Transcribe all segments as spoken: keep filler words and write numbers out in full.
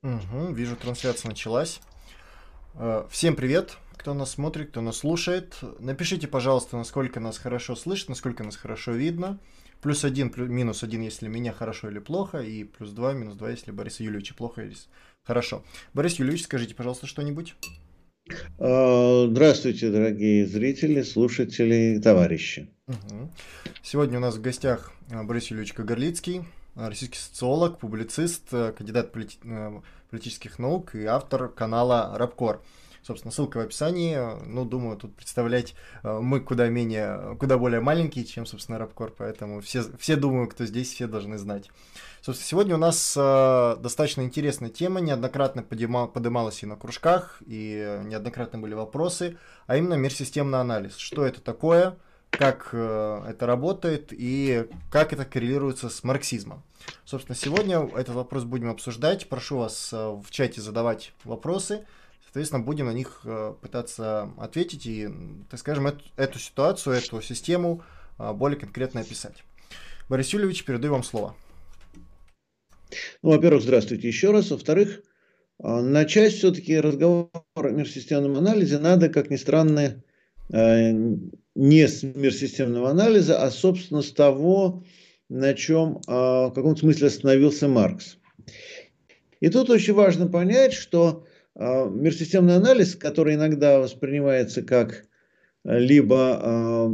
Мгм, вижу, трансляция началась. Э, Всем привет, кто нас смотрит, кто нас слушает. Напишите, пожалуйста, насколько нас хорошо слышно, насколько нас хорошо видно. Плюс один, плю- минус один, если меня хорошо или плохо, и плюс два, минус два, если Бориса Юльевича плохо или с- хорошо. Борис Юльевич, скажите, пожалуйста, что-нибудь. А, Здравствуйте, дорогие зрители, слушатели, товарищи. Мгм. Сегодня у нас в гостях э, Борис Юльевич Кагарлицкий, э, российский социолог, публицист, э, кандидат полити- э, политических наук и автор канала Рабкор. Собственно, ссылка в описании. Ну, думаю, тут представлять э, мы куда менее, куда более маленькие, чем, собственно, Рабкор, поэтому все, все, думаю, кто здесь, все должны знать. Собственно, сегодня у нас э, достаточно интересная тема, неоднократно подима- подымалась и на кружках, и э, неоднократно были вопросы, а именно межсистемный анализ. Что это такое? Как э, это работает и как это коррелируется с марксизмом. Собственно, сегодня этот вопрос будем обсуждать. Прошу вас э, в чате задавать вопросы. Соответственно, будем на них э, пытаться ответить и, так скажем, эту, эту ситуацию, эту систему э, более конкретно описать. Борис Юльевич, передаю вам слово. Ну, во-первых, здравствуйте еще раз. Во-вторых, а, начать все-таки разговор о межсистемном анализе надо, как ни странно, э, не с межсистемного анализа, а, собственно, с того, на чем а, в каком-то смысле остановился Маркс. И тут очень важно понять, что а, межсистемный анализ, который иногда воспринимается как э, либо а,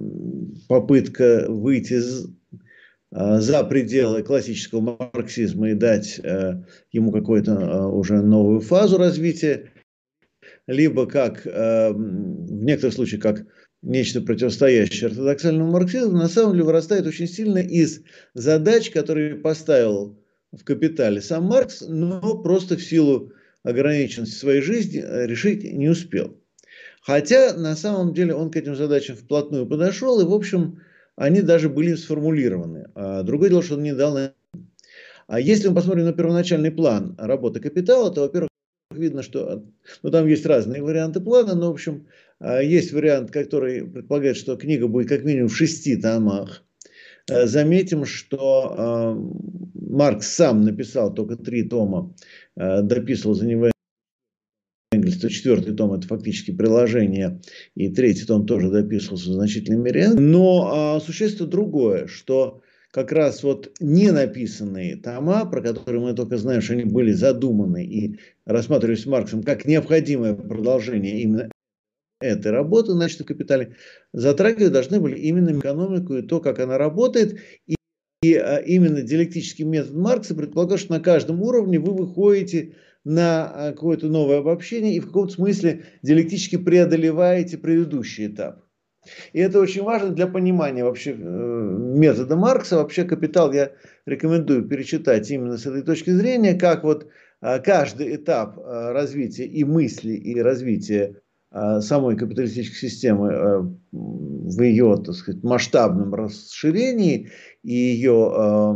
попытка выйти э, за пределы классического марксизма и дать э, ему какую-то э, уже новую фазу развития, либо как э, в некоторых случаях как нечто противостоящее ортодоксальному марксизму, на самом деле вырастает очень сильно из задач, которые поставил в «Капитале» сам Маркс, но просто в силу ограниченности своей жизни э, решить не успел. Хотя на самом деле он к этим задачам вплотную подошел, и в общем они даже были сформулированы. А другое дело, что он не дал. А если мы посмотрим на первоначальный план работы «Капитала», то, во-первых, видно, что ну, там есть разные варианты плана, но, в общем, а, есть вариант, который предполагает, что книга будет как минимум в шести томах. Э, Заметим, что э, Маркс сам написал только три тома, э, дописывал за него Энгельс, то четвертый том это фактически приложение, и третий том тоже дописывался в значительной мере. Но а, существенно другое, что как раз вот не написанные тома, про которые мы только знаем, что они были задуманы и рассматривались Марксом как необходимое продолжение именно этой работы, значит, в «Капитале», затрагивать должны были именно экономику и то, как она работает. И, и а, именно диалектический метод Маркса предполагал, что на каждом уровне вы выходите на а, какое-то новое обобщение и в каком-то смысле диалектически преодолеваете предыдущий этап. И это очень важно для понимания вообще э, метода Маркса. Вообще «Капитал» я рекомендую перечитать именно с этой точки зрения, как вот э, каждый этап э, развития и мысли, и развития э, самой капиталистической системы э, в ее, так сказать, масштабном расширении и ее э,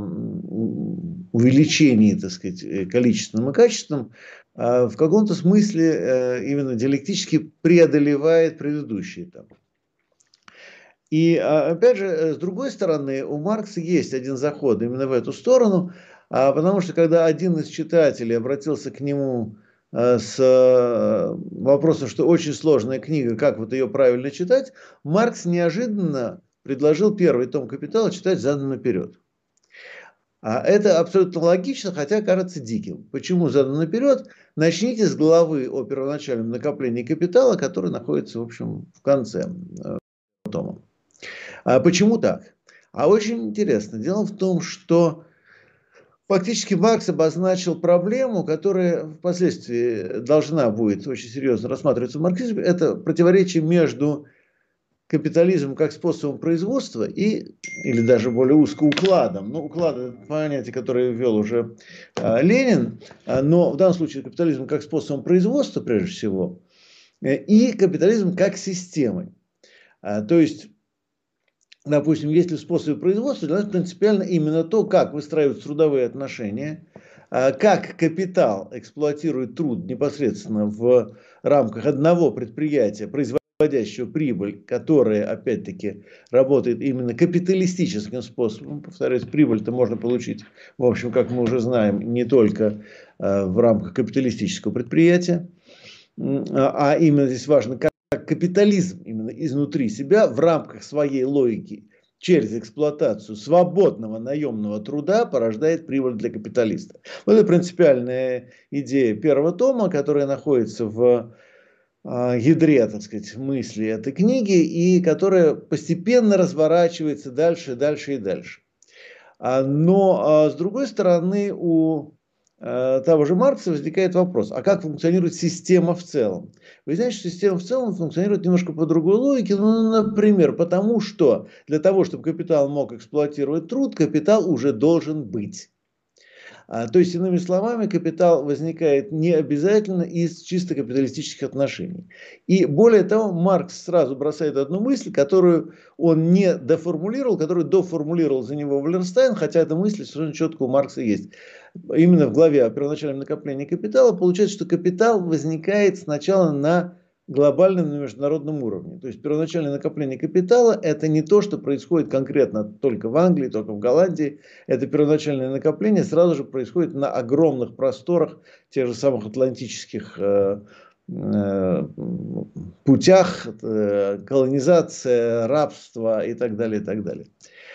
увеличении, так сказать, э, количественным и качественным, э, в каком-то смысле э, именно диалектически преодолевает предыдущий этап. И а, опять же, э, с другой стороны, у Маркса есть один заход именно в эту сторону, а, потому что когда один из читателей обратился к нему э, с э, вопросом, что очень сложная книга, как вот ее правильно читать, Маркс неожиданно предложил первый том «Капитала» читать задом наперед. А это абсолютно логично, хотя кажется диким. Почему задом наперед? Начните с главы о первоначальном накоплении капитала, который находится, в общем, в конце э, тома. А почему так? А очень интересно. Дело в том, что фактически Маркс обозначил проблему, которая впоследствии должна будет очень серьезно рассматриваться в марксизме. Это противоречие между капитализмом как способом производства и, или даже более узко, укладом. Ну, уклад – это понятие, которое ввел уже а, Ленин, а, но в данном случае капитализм как способом производства, прежде всего, э, и капитализм как системой. А, то есть допустим, если в способе производства, для нас принципиально именно то, как выстраиваются трудовые отношения, а, как капитал эксплуатирует труд непосредственно в рамках одного предприятия, производителя производящего прибыль, которая, опять-таки, работает именно капиталистическим способом. Повторюсь, прибыль-то можно получить, в общем, как мы уже знаем, не только э, в рамках капиталистического предприятия, а, а именно здесь важно, как, как капитализм именно изнутри себя в рамках своей логики через эксплуатацию свободного наемного труда порождает прибыль для капиталиста. Вот это принципиальная идея первого тома, которая находится в ядре, так сказать, мысли этой книги и которая постепенно разворачивается дальше, дальше и дальше. Но, с другой стороны, у того же Маркса возникает вопрос, а как функционирует система в целом? Вы знаете, что система в целом функционирует немножко по другой логике, ну, например, потому что для того, чтобы капитал мог эксплуатировать труд, капитал уже должен быть. То есть, иными словами, капитал возникает не обязательно из чисто капиталистических отношений. И более того, Маркс сразу бросает одну мысль, которую он не доформулировал, которую доформулировал за него Валерстайн, хотя эта мысль совершенно четко у Маркса есть. Именно в главе о первоначальном накоплении капитала получается, что капитал возникает сначала на глобальном, на международном уровне. То есть первоначальное накопление капитала — это не то, что происходит конкретно только в Англии, только в Голландии. Это первоначальное накопление сразу же происходит на огромных просторах тех же самых атлантических э, э, путях, э, колонизация, рабство и так далее, и так далее.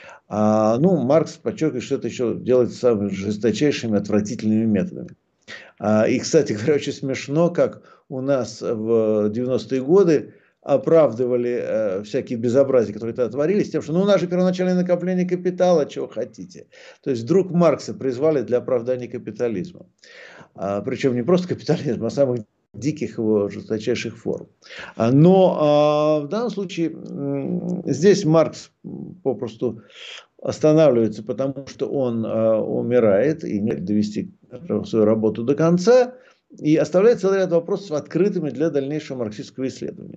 А, ну, Маркс подчеркивает, что это еще делается самыми жесточайшими, отвратительными методами. И, кстати говоря, очень смешно, как у нас в девяностые годы оправдывали э, всякие безобразия, которые тогда творились, тем, что ну, у нас же первоначальное накопление капитала, чего хотите. То есть вдруг Маркса призвали для оправдания капитализма. А, причем не просто капитализма, а самых диких его жесточайших форм. Но а, в данном случае здесь Маркс попросту останавливается, потому что он э, умирает и не может довести свою работу до конца, и оставляет целый ряд вопросов открытыми для дальнейшего марксистского исследования.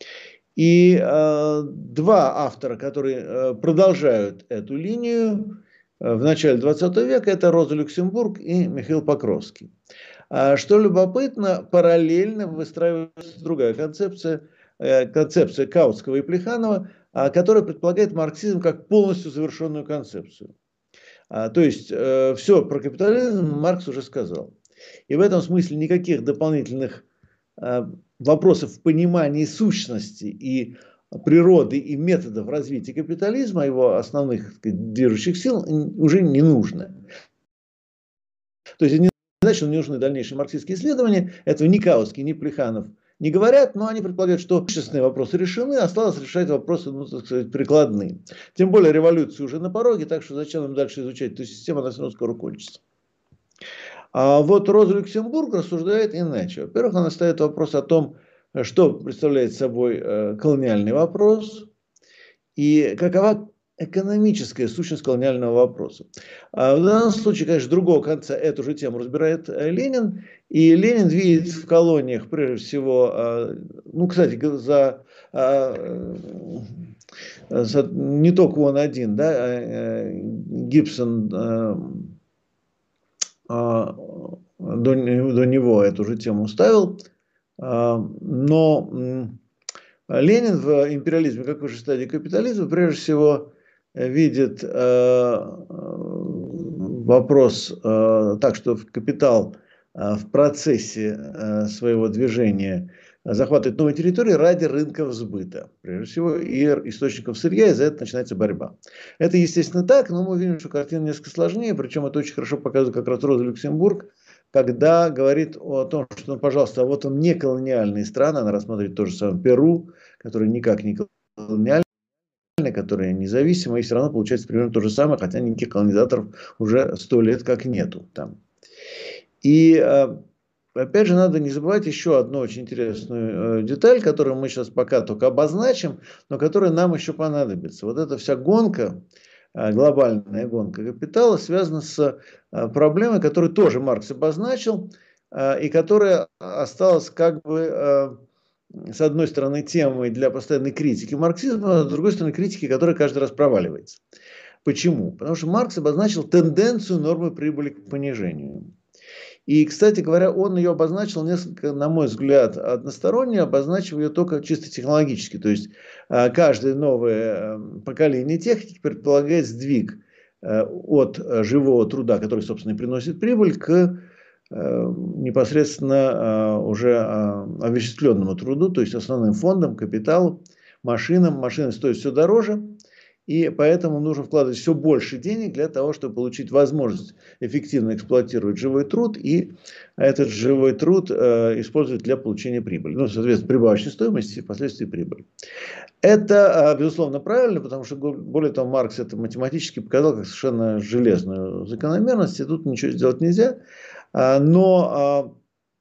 И э, два автора, которые э, продолжают эту линию э, в начале двадцатого века, это Роза Люксембург и Михаил Покровский. А, что любопытно, параллельно выстраивается другая концепция, э, концепция Каутского и Плеханова, которая предполагает марксизм как полностью завершенную концепцию. А, то есть, э, все про капитализм Маркс уже сказал. И в этом смысле никаких дополнительных э, вопросов в понимании сущности и природы и методов развития капитализма, его основных, так сказать, движущих сил, уже не нужно. То есть, это не значит, что не нужны дальнейшие марксистские исследования. Этого ни Каутский, ни Плеханов не говорят, но они предполагают, что существенные вопросы решены, осталось решать вопросы, ну, так сказать, прикладные. Тем более революция уже на пороге, так что зачем нам дальше изучать эту систему, она все равно скоро кончится. А вот Роза Люксембург рассуждает иначе. Во-первых, она ставит вопрос о том, что представляет собой колониальный вопрос и какова экономическая сущность колониального вопроса. А в данном случае, конечно, с другого конца эту же тему разбирает Ленин. И Ленин видит в колониях, прежде всего, ну, кстати, за, за не только он один, да, Гибсон до, до него эту же тему ставил. Но Ленин в империализме, как высшей стадии капитализма, прежде всего видит э, вопрос э, так, что капитал э, в процессе э, своего движения захватывает новые территории ради рынков сбыта, прежде всего, и источников сырья, и за это начинается борьба. Это, естественно, так, но мы видим, что картина несколько сложнее, причем это очень хорошо показывает как раз Роза Люксембург, когда говорит о том, что, ну, пожалуйста, а вот он не колониальные страны, она рассматривает то же самое Перу, который никак не колониальный, которые независимы, и все равно получается примерно то же самое, хотя никаких колонизаторов уже сто лет как нету там. И опять же надо не забывать еще одну очень интересную деталь, которую мы сейчас пока только обозначим, но которая нам еще понадобится. Вот эта вся гонка, глобальная гонка капитала, связана с проблемой, которую тоже Маркс обозначил, и которая осталась как бы с одной стороны, темой для постоянной критики марксизма, а с другой стороны, критики, которая каждый раз проваливается. Почему? Потому что Маркс обозначил тенденцию нормы прибыли к понижению. И, кстати говоря, он ее обозначил несколько, на мой взгляд, односторонне, обозначив ее только чисто технологически. То есть каждое новое поколение техники предполагает сдвиг от живого труда, который, собственно, и приносит прибыль, к непосредственно уже овеществленному труду, то есть основным фондам, капиталу, машинам. Машины стоят все дороже, и поэтому нужно вкладывать все больше денег для того, чтобы получить возможность эффективно эксплуатировать живой труд, и этот живой труд использовать для получения прибыли. Ну, соответственно, прибавочной стоимости и впоследствии прибыли. Это, безусловно, правильно, потому что, более того, Маркс это математически показал как совершенно железную закономерность, и тут ничего сделать нельзя. Но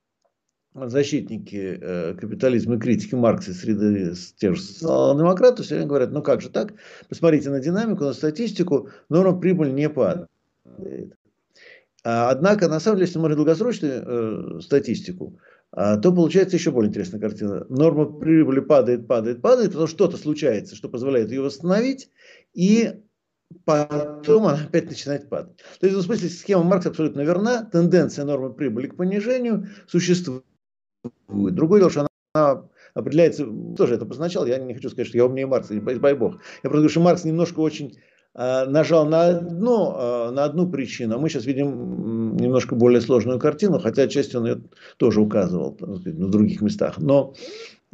защитники капитализма и критики Маркса среди тех же социал-демократов все время говорят, ну как же так, посмотрите на динамику, на статистику, норма прибыли не падает. Однако, на самом деле, если смотреть долгосрочную статистику, то получается еще более интересная картина. Норма прибыли падает, падает, падает, потому что что-то случается, что позволяет ее восстановить, и потом она опять начинает падать. То есть, в смысле, схема Маркса абсолютно верна, тенденция нормы прибыли к понижению существует. Другое дело, что она определяется, тоже это обозначал, я не хочу сказать, что я умнее Маркса, не дай бог. Я просто говорю, что Маркс немножко очень э, нажал на, одно, э, на одну причину, а мы сейчас видим немножко более сложную картину, хотя отчасти он ее тоже указывал в других местах. Но э,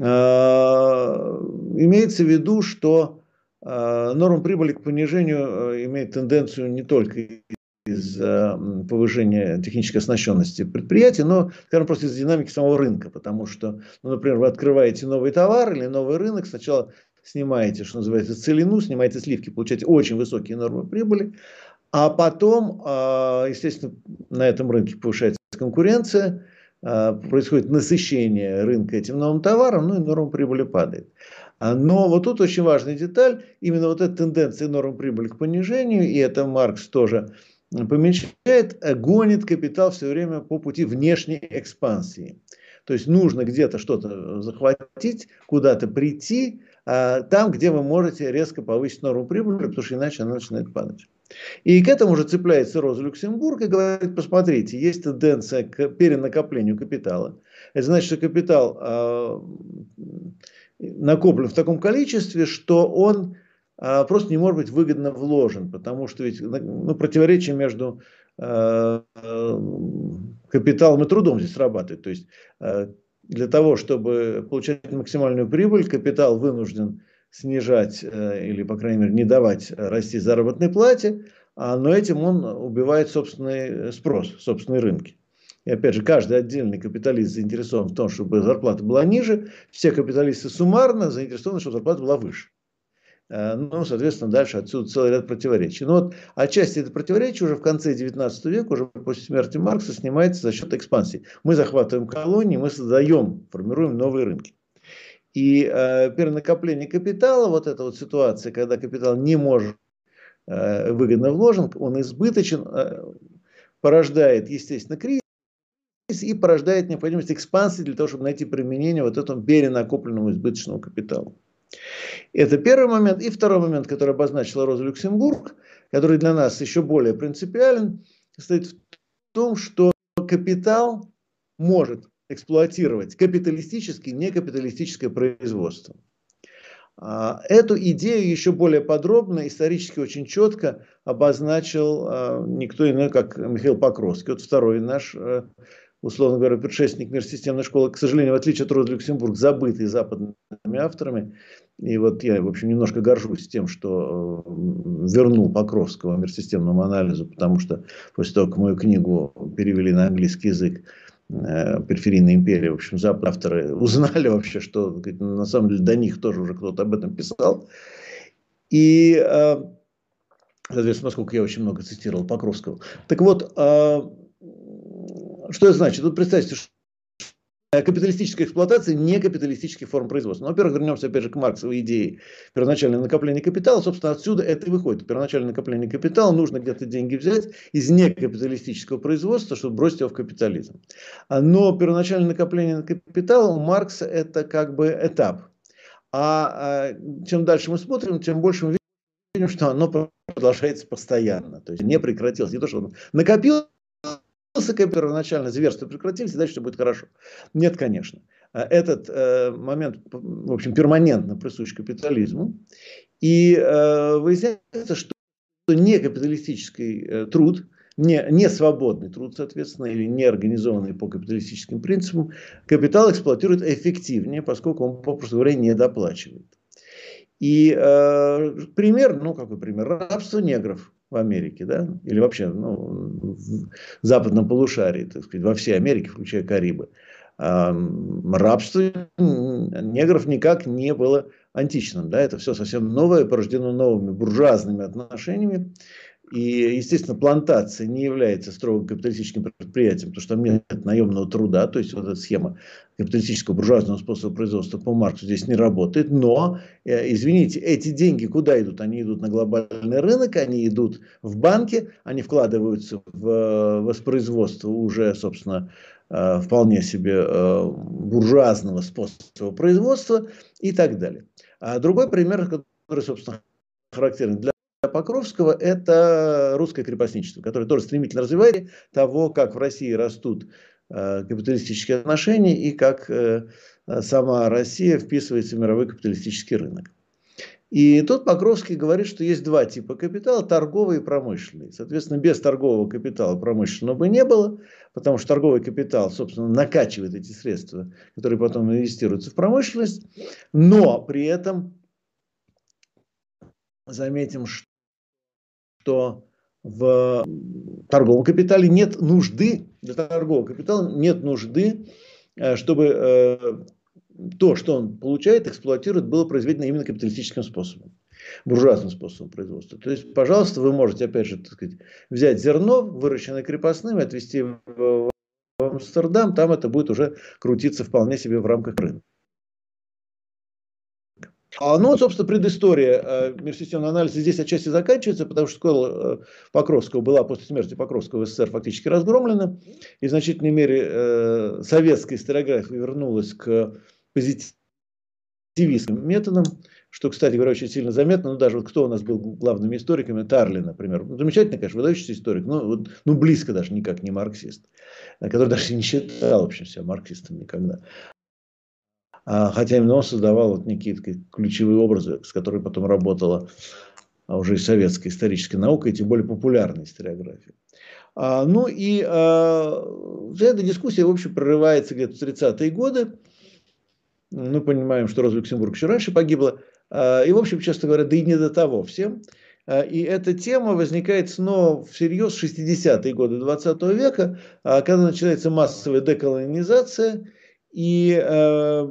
имеется в виду, что э, норма прибыли к понижению э, имеет тенденцию не только из-за повышения технической оснащенности предприятий, но, скажем, просто из-за динамики самого рынка, потому что, ну, например, вы открываете новый товар или новый рынок, сначала снимаете, что называется, целину, снимаете сливки, получаете очень высокие нормы прибыли, а потом, естественно, на этом рынке повышается конкуренция, происходит насыщение рынка этим новым товаром, ну и норма прибыли падает. Но вот тут очень важная деталь, именно вот эта тенденция норм прибыли к понижению, и это Маркс тоже помечает, гонит капитал все время по пути внешней экспансии. То есть нужно где-то что-то захватить, куда-то прийти, там, где вы можете резко повысить норму прибыли, потому что иначе она начинает падать. И к этому же цепляется Роза Люксембург и говорит, посмотрите, есть тенденция к перенакоплению капитала. Это значит, что капитал э, накоплен в таком количестве, что он э, просто не может быть выгодно вложен, потому что ведь ну, противоречие между э, э, капиталом и трудом здесь срабатывает. То есть э, для того, чтобы получать максимальную прибыль, капитал вынужден снижать или, по крайней мере, не давать расти заработной плате, но этим он убивает собственный спрос, собственные рынки. И опять же, каждый отдельный капиталист заинтересован в том, чтобы зарплата была ниже, все капиталисты суммарно заинтересованы, чтобы зарплата была выше. Ну, соответственно, дальше отсюда целый ряд противоречий. Но вот отчасти это противоречие уже в конце девятнадцатого века, уже после смерти Маркса, снимается за счет экспансии. Мы захватываем колонии, мы создаем, формируем новые рынки. И э, перенакопление капитала, вот эта вот ситуация, когда капитал не может э, выгодно вложен, он избыточен, э, порождает, естественно, кризис и порождает необходимость экспансии для того, чтобы найти применение вот этому перенакопленному избыточному капиталу. Это первый момент. И второй момент, который обозначила Роза Люксембург, который для нас еще более принципиален, состоит в том, что капитал может эксплуатировать капиталистическое и некапиталистическое производство. Эту идею еще более подробно, исторически очень четко обозначил никто иной, как Михаил Покровский. Вот второй наш, условно говоря, предшественник миросистемной школы, к сожалению, в отличие от Розы Люксембург, забытый западными авторами. И вот я, в общем, немножко горжусь тем, что вернул Покровского миросистемному анализу, потому что после того, как мою книгу перевели на английский язык, «Периферийная империя», в общем, западные авторы узнали вообще, что на самом деле до них тоже уже кто-то об этом писал. И, соответственно, поскольку я очень много цитировал Покровского. Так вот, что это значит? Тут представьте, что капиталистическая эксплуатация не капиталистических форм производства. Ну, во-первых, вернемся опять же к Марксовой идее первоначальное накопление капитала. Собственно, отсюда это и выходит. Первоначальное накопление капитала, нужно где-то деньги взять из некапиталистического производства, чтобы бросить его в капитализм. Но первоначальное накопление капитала у Маркса это как бы этап. А чем дальше мы смотрим, тем больше мы видим, что оно продолжается постоянно. То есть не прекратилось. Не то, что он накопил первоначально зверство прекратились, и дальше все будет хорошо. Нет, конечно. Этот э, момент, в общем, перманентно присущ капитализму. И э, выясняется, что некапиталистический э, труд, не, не свободный труд, соответственно, или не организованный по капиталистическим принципам, капитал эксплуатирует эффективнее, поскольку он, попросту говоря, не доплачивает. И э, пример, ну какой пример, рабство негров в Америке, да, или вообще ну, в западном полушарии, так сказать, во всей Америке, включая Карибы. Э, рабство негров никак не было античным, да, это все совсем новое, порождено новыми буржуазными отношениями. И, естественно, плантация не является строго капиталистическим предприятием, потому что там нет наемного труда, то есть вот эта схема капиталистического буржуазного способа производства по Марксу здесь не работает. Но, э, извините, эти деньги куда идут? Они идут на глобальный рынок, они идут в банки, они вкладываются в воспроизводство уже, собственно, э, вполне себе э, буржуазного способа производства и так далее. А другой пример, который, собственно, характерен для Покровского, это русское крепостничество, которое тоже стремительно развивается того, как в России растут э, капиталистические отношения и как э, сама Россия вписывается в мировой капиталистический рынок. И тут Покровский говорит, что есть два типа капитала, торговый и промышленный. Соответственно, без торгового капитала промышленного бы не было, потому что торговый капитал, собственно, накачивает эти средства, которые потом инвестируются в промышленность, но при этом заметим, что что в торговом капитале нет нужды, для торгового капитала нет нужды, чтобы то, что он получает, эксплуатирует, было произведено именно капиталистическим способом, буржуазным способом производства. То есть, пожалуйста, вы можете, опять же, так сказать, взять зерно, выращенное крепостным, отвезти в Амстердам, там это будет уже крутиться вполне себе в рамках рынка. Ну, вот, собственно, предыстория э, межсистемного анализа здесь отчасти заканчивается, потому что школа э, Покровского была после смерти Покровского в СССР фактически разгромлена. И в значительной мере э, советская историография вернулась к позитивистским методам, что, кстати говоря, очень сильно заметно. Ну, даже вот кто у нас был главными историками, Тарлин, например. Ну, замечательный, конечно, выдающийся историк, но вот, ну, близко даже никак не марксист, который даже не считал, в общем, себя марксистом никогда. Хотя именно он создавал вот некие такие ключевые образы, с которыми потом работала уже и советская историческая наука, и тем более популярная историография. А, ну и а, эта дискуссия, в общем, прорывается где-то в тридцатые годы. Мы понимаем, что Роза Люксембург еще раньше погибла. А, и, в общем, честно говоря, да и не до того всем. А, и эта тема возникает снова всерьез в шестидесятые годы двадцатого века, а, когда начинается массовая деколонизация. И э,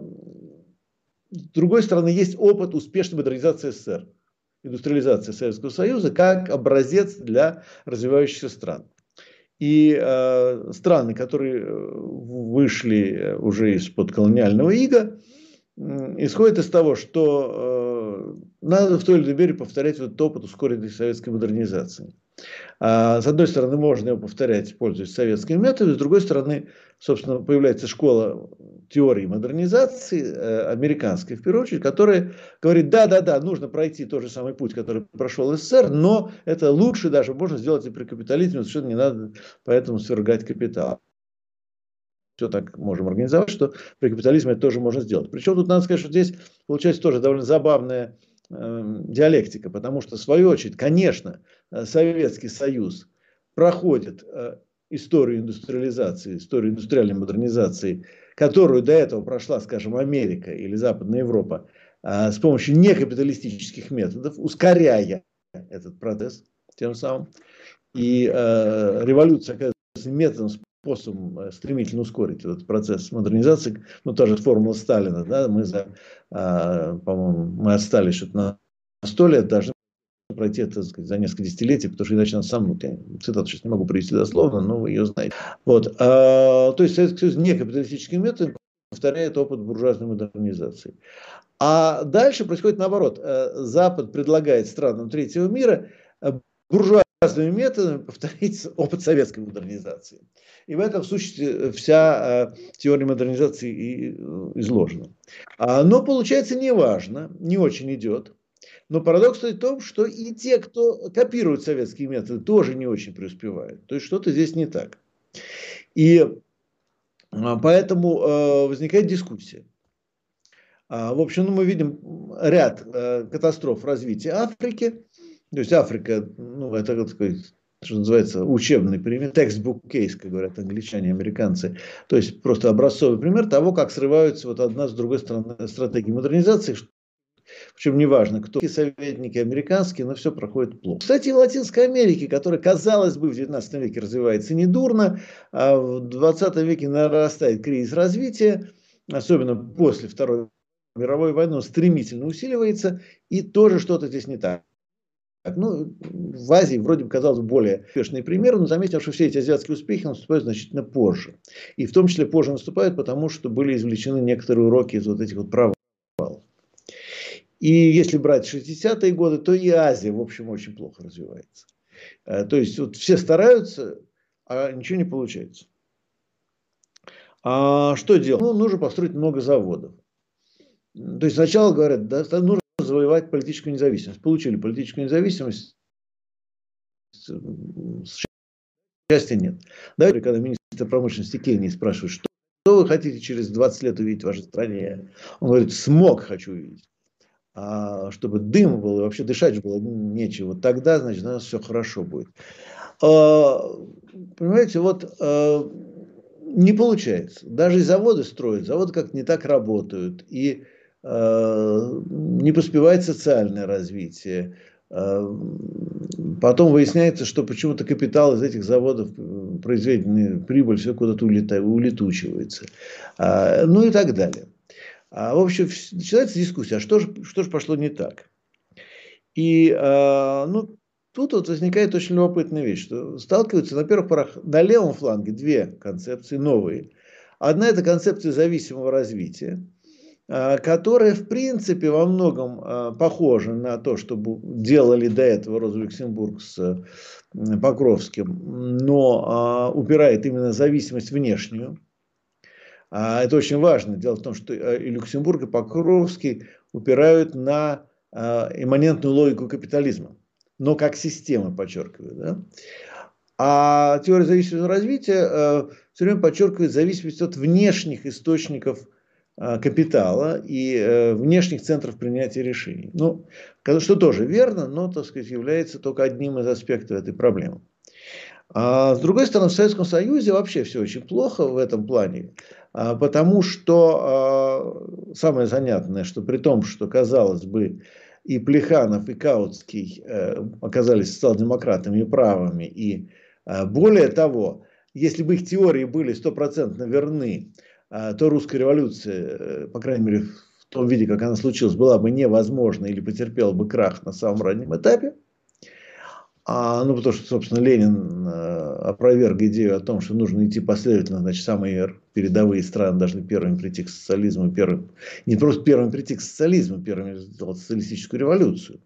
с другой стороны, есть опыт успешной модернизации СССР, индустриализации Советского Союза как образец для развивающихся стран. И э, страны, которые вышли уже из-под колониального ига, э, исходят из того, что э, надо в той или иной мере повторять этот опыт ускоренной советской модернизации. А, с одной стороны, можно его повторять, пользуясь советскими методами, с другой стороны, собственно, появляется школа теории модернизации, э, американской в первую очередь, которая говорит, да-да-да, нужно пройти тот же самый путь, который прошел СССР, но это лучше даже можно сделать и при капитализме, совершенно не надо поэтому свергать капитал. Все так можем организовать, что при капитализме это тоже можно сделать. Причем тут надо сказать, что здесь получается тоже довольно забавная э, диалектика, потому что в свою очередь, конечно, Советский Союз проходит э, историю индустриализации, историю индустриальной модернизации, которую до этого прошла, скажем, Америка или Западная Европа э, с помощью некапиталистических методов, ускоряя этот процесс тем самым. И э, революция оказывается методом, способом стремительно ускорить этот процесс модернизации. Ну, та же формула Сталина, да, мы за, э, по-моему, мы отстали что-то на сто лет, должны пройти это, так сказать, за несколько десятилетий, потому что иначе нас сам, вот я цитату сейчас не могу привести дословно, но вы ее знаете. Вот. А, то есть Советский Союз не капиталистическим методом повторяет опыт буржуазной модернизации. А дальше происходит наоборот. Запад предлагает странам третьего мира буржуазными методами повторить опыт советской модернизации. И в этом, в сущности, вся теория модернизации и изложена. Но получается неважно, не очень идет. Но парадокс в том, что и те, кто копирует советские методы, тоже не очень преуспевают. То есть что-то здесь не так. И поэтому э, возникает дискуссия. А, в общем, ну, мы видим ряд э, катастроф в развитии Африки. То есть Африка, ну, это, так сказать, что называется, учебный пример, textbook case, как говорят англичане, американцы. То есть просто образцовый пример того, как срываются вот одна с другой стороны стратегии модернизации. Причем неважно, кто советники американские, но все проходит плохо. Кстати, в Латинской Америке, которая, казалось бы, в девятнадцатом веке развивается недурно, а в двадцатом веке нарастает кризис развития, особенно после Второй мировой войны, он стремительно усиливается, и тоже что-то здесь не так. Ну, в Азии вроде бы казалось более успешные примеры, но заметил, что все эти азиатские успехи наступают значительно позже. И в том числе позже наступают, потому что были извлечены некоторые уроки из вот этих вот провалов. И если брать шестидесятые годы, то и Азия, в общем, очень плохо развивается. То есть вот все стараются, а ничего не получается. А что делать? Ну, нужно построить много заводов. То есть сначала говорят, да, нужно завоевать политическую независимость. Получили политическую независимость, счастья нет. Да, когда министр промышленности Кении спрашивает, что, что вы хотите через двадцать лет увидеть в вашей стране? Он говорит, смог хочу увидеть. А чтобы дым был, и вообще дышать было нечего. Вот тогда, значит, у нас все хорошо будет. А, понимаете, вот а, не получается. Даже и заводы строят, заводы как-то не так работают. И а, не поспевает социальное развитие. А, потом выясняется, что почему-то капитал из этих заводов, произведенный прибыль, все куда-то улетучивается. А, ну и так далее. А, в общем, начинается дискуссия, а что же, что же пошло не так? И а, ну, тут вот возникает очень любопытная вещь, что сталкиваются на первых порах на левом фланге две концепции новые. Одна – это концепция зависимого развития, а, которая, в принципе, во многом а, похожа на то, что делали до этого Роза Люксембург с а, Покровским, но а, упирает именно в зависимость внешнюю. Это очень важно. Дело в том, что и Люксембург, и Покровский упирают на имманентную логику капитализма, но как система, подчеркиваю. Да? А теория зависимого развития все время подчеркивает зависимость от внешних источников капитала и внешних центров принятия решений. Ну, что тоже верно, но, так сказать, является только одним из аспектов этой проблемы. А с другой стороны, в Советском Союзе вообще все очень плохо в этом плане, потому что самое занятное, что при том, что, казалось бы, и Плеханов, и Каутский оказались социал-демократами и правыми, и более того, если бы их теории были стопроцентно верны, то русская революция, по крайней мере, в том виде, как она случилась, была бы невозможна или потерпела бы крах на самом раннем этапе. А, ну, потому что, собственно, Ленин э, опроверг идею о том, что нужно идти последовательно, значит, самые передовые страны должны первыми прийти к социализму, первым, не просто первыми прийти к социализму, первыми сделать социалистическую революцию.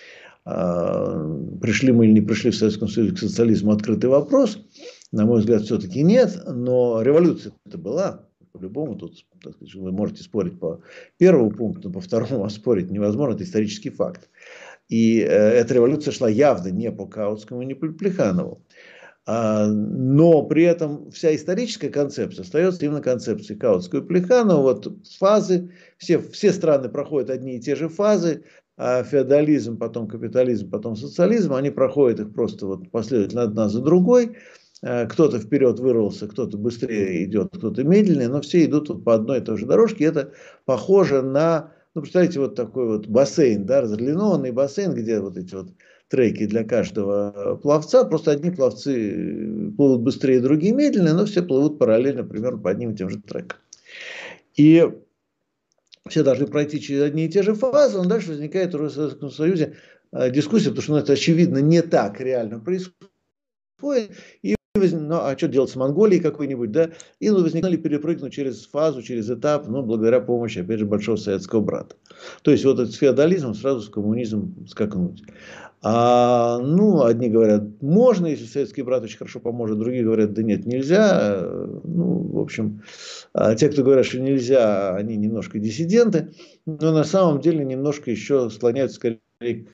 А, пришли мы или не пришли в Советском Союзе к социализму, открытый вопрос. На мой взгляд, все-таки нет, но революция это была. По-любому тут, так сказать, вы можете спорить по первому пункту, но по второму спорить невозможно, это исторический факт. И э, эта революция шла явно не по Каутскому, не по Плеханову. А, но при этом вся историческая концепция остается именно концепцией Каутского и Плеханова. Вот фазы, все, все страны проходят одни и те же фазы. А феодализм, потом капитализм, потом социализм. Они проходят их просто вот последовательно одна за другой. Кто-то вперед вырвался, кто-то быстрее идет, кто-то медленнее. Но все идут вот по одной и той же дорожке. И это похоже на... Ну, представляете, вот такой вот бассейн, да, разлинованный бассейн, где вот эти вот треки для каждого пловца. Просто одни пловцы плывут быстрее, другие медленнее, но все плывут параллельно, примерно по одним и тем же трекам. И все должны пройти через одни и те же фазы, но дальше возникает в Советском Союзе дискуссия, потому что ну, это, очевидно, не так реально происходит. И ну, а что делать с Монголией какой-нибудь, да? И возникли перепрыгнуть через фазу, через этап, ну, благодаря помощи, опять же, большого советского брата. То есть, вот этот феодализм сразу в коммунизм скакнуть. А, ну, одни говорят, можно, если советский брат очень хорошо поможет, другие говорят, да нет, нельзя. Ну, в общем, те, кто говорят, что нельзя, они немножко диссиденты, но на самом деле немножко еще склоняются скорее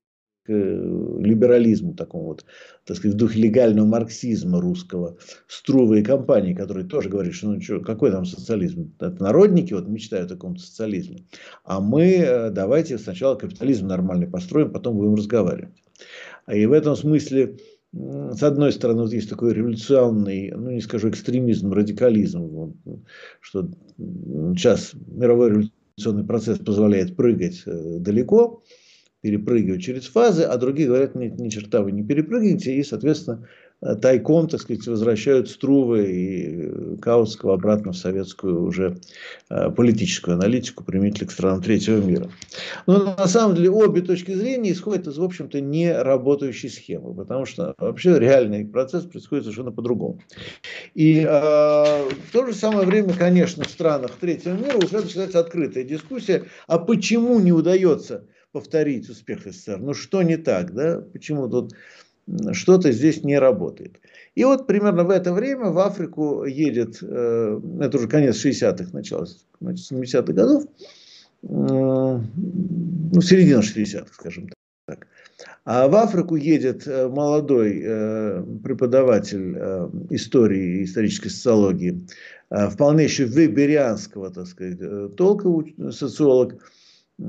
либерализму, такому вот, так сказать, в духе легального марксизма русского, Струве и компании, который тоже говорит, что ну что, какой там социализм? Это народники вот мечтают о каком-то социализме. А мы давайте сначала капитализм нормальный построим, потом будем разговаривать. И в этом смысле, с одной стороны, вот есть такой революционный, ну не скажу экстремизм, радикализм, вот, что сейчас мировой революционный процесс позволяет прыгать далеко, перепрыгивать через фазы, а другие говорят, нет, ни черта вы не перепрыгиваете, и, соответственно, тайком, так сказать, возвращают Струве и Каутского обратно в советскую уже политическую аналитику, применительно к странам третьего мира. Но на самом деле обе точки зрения исходят из, в общем-то, не работающей схемы, потому что вообще реальный процесс происходит совершенно по-другому. И э, в то же самое время, конечно, в странах третьего мира уже начинается открытая дискуссия, а почему не удается повторить успех СССР? Ну что не так, да? Почему тут что-то здесь не работает? И вот примерно в это время в Африку едет, э, это уже конец шестидесятых, начало семидесятых годов, э, ну середина шестидесятых, скажем так. А в Африку едет молодой э, преподаватель э, истории и исторической социологии, э, вполне еще веберианского, так сказать, толка, социолог, э,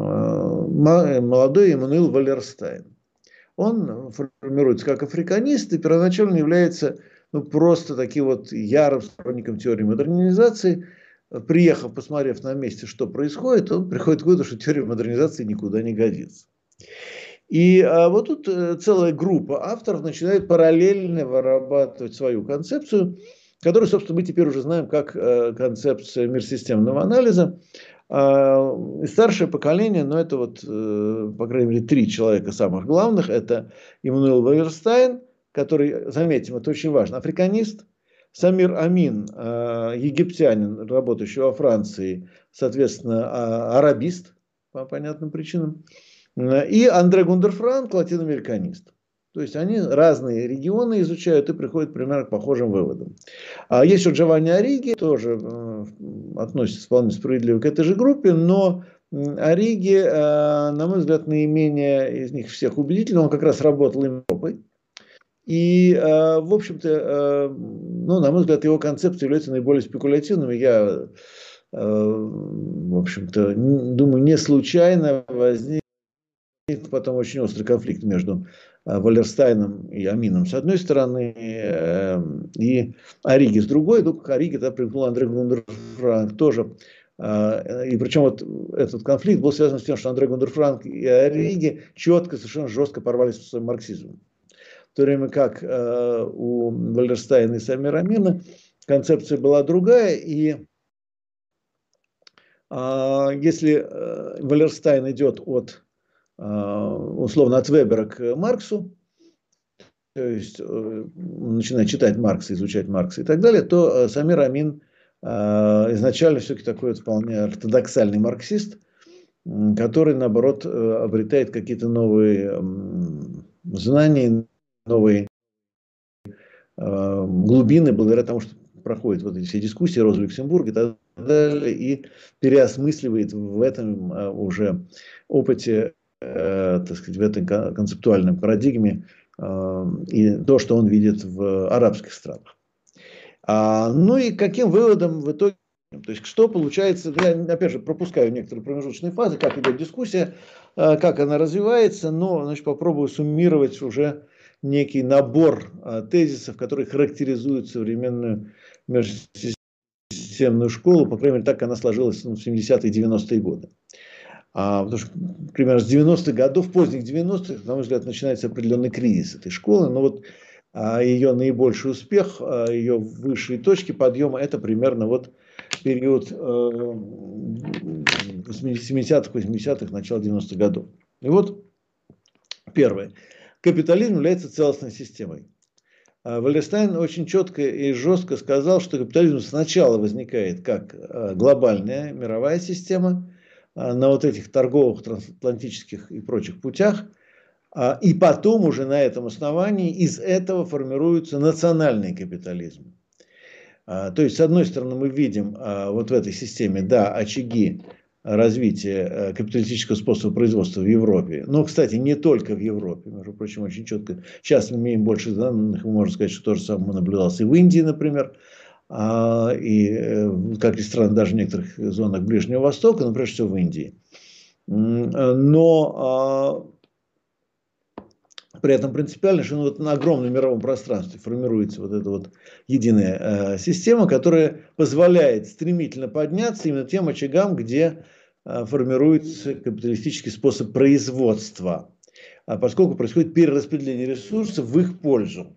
молодой Эммануил Валерстайн. Он формируется как африканист и первоначально является ну, просто таким вот ярым сторонником теории модернизации. Приехав, посмотрев на месте, что происходит, он приходит к выводу, что теория модернизации никуда не годится. И а, вот тут целая группа авторов начинает параллельно вырабатывать свою концепцию, которую, собственно, мы теперь уже знаем как э, концепция мирсистемного анализа. А, и старшее поколение, но это вот, э, по крайней мере, три человека самых главных. Это Эммануил Валерстайн, который, заметим, это очень важно, африканист. Самир Амин, э, египтянин, работающий во Франции, соответственно, арабист, по понятным причинам. И Андре Гундер Франк, латиноамериканист. То есть они разные регионы изучают и приходят примерно к похожим выводам. А есть еще Джованни Ориги, тоже э, относится вполне справедливо к этой же группе, но Ориги, э, на мой взгляд, наименее из них всех убедительный. Он как раз работал им Европой. И, э, в общем-то, э, ну, на мой взгляд, его концепция является наиболее спекулятивной. Я, э, в общем-то, думаю, не случайно возник потом очень острый конфликт между Валерстайном и Амином с одной стороны, и Ориги с другой. Ну, к Ориги тогда примкнул Андре Гундер Франк тоже. И причем вот этот конфликт был связан с тем, что Андре Гундер Франк и Ориги четко, совершенно жестко порвались со своим марксизмом. В то время как у Валерстайна и Самира Амина концепция была другая. И если Валерстайн идет от условно от Вебера к Марксу, то есть начинает читать Маркса, изучать Маркса и так далее, то Самир Амин изначально все-таки такой вот вполне ортодоксальный марксист, который, наоборот, обретает какие-то новые знания, новые глубины благодаря тому, что проходят вот эти все дискуссии, Роза Люксембург и так далее, и переосмысливает в этом уже опыте, так сказать, в этой концептуальной парадигме и то, что он видит в арабских странах. А, ну и каким выводом в итоге, то есть что получается, я опять же пропускаю некоторые промежуточные фазы, как идет дискуссия, как она развивается, но значит, попробую суммировать уже некий набор тезисов, которые характеризуют современную межсистемную школу, по крайней мере так она сложилась в семидесятые и девяностые годы. А, потому что примерно с девяностых годов, поздних девяностых, на мой взгляд, начинается определенный кризис этой школы. Но вот а, ее наибольший успех, а, ее высшие точки подъема, это примерно вот период э, семидесятых, восьмидесятых, начало девяностых годов. И вот первое. Капитализм является целостной системой. А Валерстайн очень четко и жестко сказал, что капитализм сначала возникает как глобальная мировая система, на вот этих торговых, трансатлантических и прочих путях, и потом уже на этом основании из этого формируется национальный капитализм. То есть, с одной стороны, мы видим вот в этой системе, да, очаги развития капиталистического способа производства в Европе. Но, кстати, не только в Европе, между прочим, очень четко. Сейчас мы имеем больше данных, можно сказать, что то же самое наблюдалось и в Индии, например, и, как ни странно, даже в некоторых зонах Ближнего Востока, но прежде всего в Индии. Но при этом принципиально, что вот на огромном мировом пространстве формируется вот эта вот единая э, система, которая позволяет стремительно подняться именно тем очагам, где э, формируется капиталистический способ производства, а поскольку происходит перераспределение ресурсов в их пользу.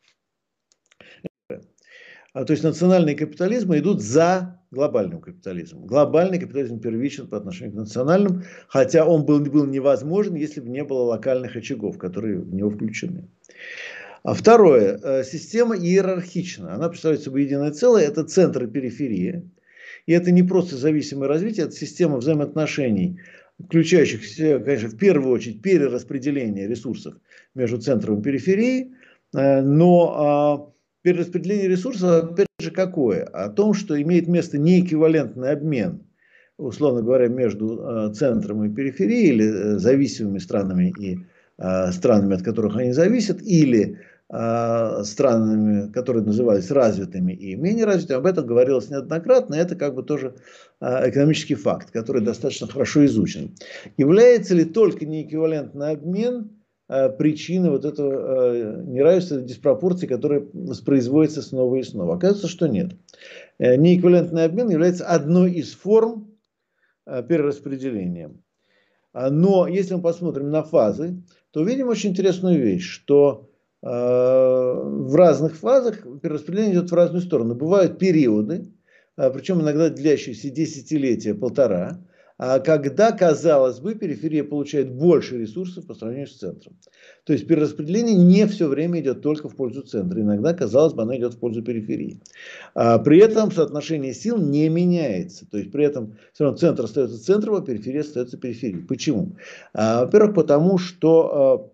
А, то есть национальные капитализмы идут за глобальным капитализмом. Глобальный капитализм первичен по отношению к национальному, хотя он был, был невозможен, если бы не было локальных очагов, которые в него включены. А второе. Система иерархична. Она представляет собой единое целое. Это центр и периферия. И это не просто зависимое развитие, это система взаимоотношений, включающих, конечно, в первую очередь перераспределение ресурсов между центром и периферией, но перераспределение ресурсов, опять же, какое? О том, что имеет место неэквивалентный обмен, условно говоря, между центром и периферией, или зависимыми странами и странами, от которых они зависят, или странами, которые назывались развитыми и менее развитыми. Об этом говорилось неоднократно. Это как бы тоже экономический факт, который достаточно хорошо изучен. Является ли только неэквивалентный обмен причины вот этого неравенства, диспропорции, которая воспроизводится снова и снова? Оказывается, что нет. Неэквивалентный обмен является одной из форм перераспределения. Но если мы посмотрим на фазы, то увидим очень интересную вещь, что в разных фазах перераспределение идет в разную сторону. Бывают периоды, причем иногда длящиеся десятилетия, полтора, когда, казалось бы, периферия получает больше ресурсов по сравнению с центром. То есть перераспределение не все время идет только в пользу центра. Иногда, казалось бы, оно идет в пользу периферии. При этом соотношение сил не меняется. То есть при этом все равно центр остается центром, а периферия остается периферией. Почему? Во-первых, потому что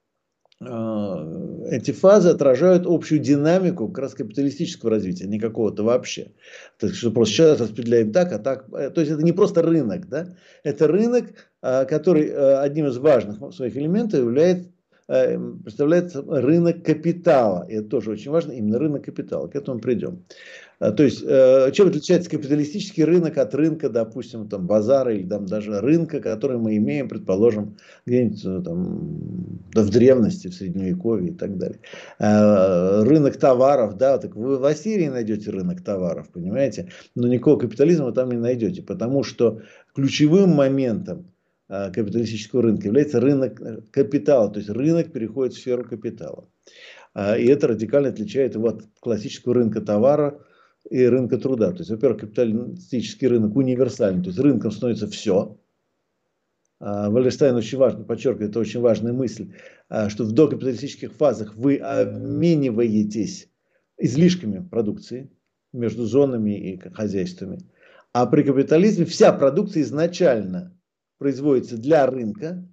эти фазы отражают общую динамику как раз капиталистического развития, не какого-то вообще. То есть, что просто сейчас распределяем так, а так. То есть, это не просто рынок, да? Это рынок, который одним из важных своих элементов является, представляет рынок капитала. И это тоже очень важно, именно рынок капитала. К этому придем. То есть, чем отличается капиталистический рынок от рынка, допустим, там, базара или там, даже рынка, который мы имеем, предположим, где-нибудь там, да, в древности, в средневековье и так далее. Рынок товаров, да, так вы в Ассирии найдете рынок товаров, понимаете, но никакого капитализма там не найдете, потому что ключевым моментом капиталистического рынка является рынок капитала, то есть рынок переходит в сферу капитала. И это радикально отличает его от классического рынка товара и рынка труда. То есть, во-первых, капиталистический рынок универсальный, то есть рынком становится все. Валерстайн очень важно подчеркивает, это очень важная мысль, что в докапиталистических фазах вы обмениваетесь излишками продукции между зонами и хозяйствами. А при капитализме вся продукция изначально производится для рынка,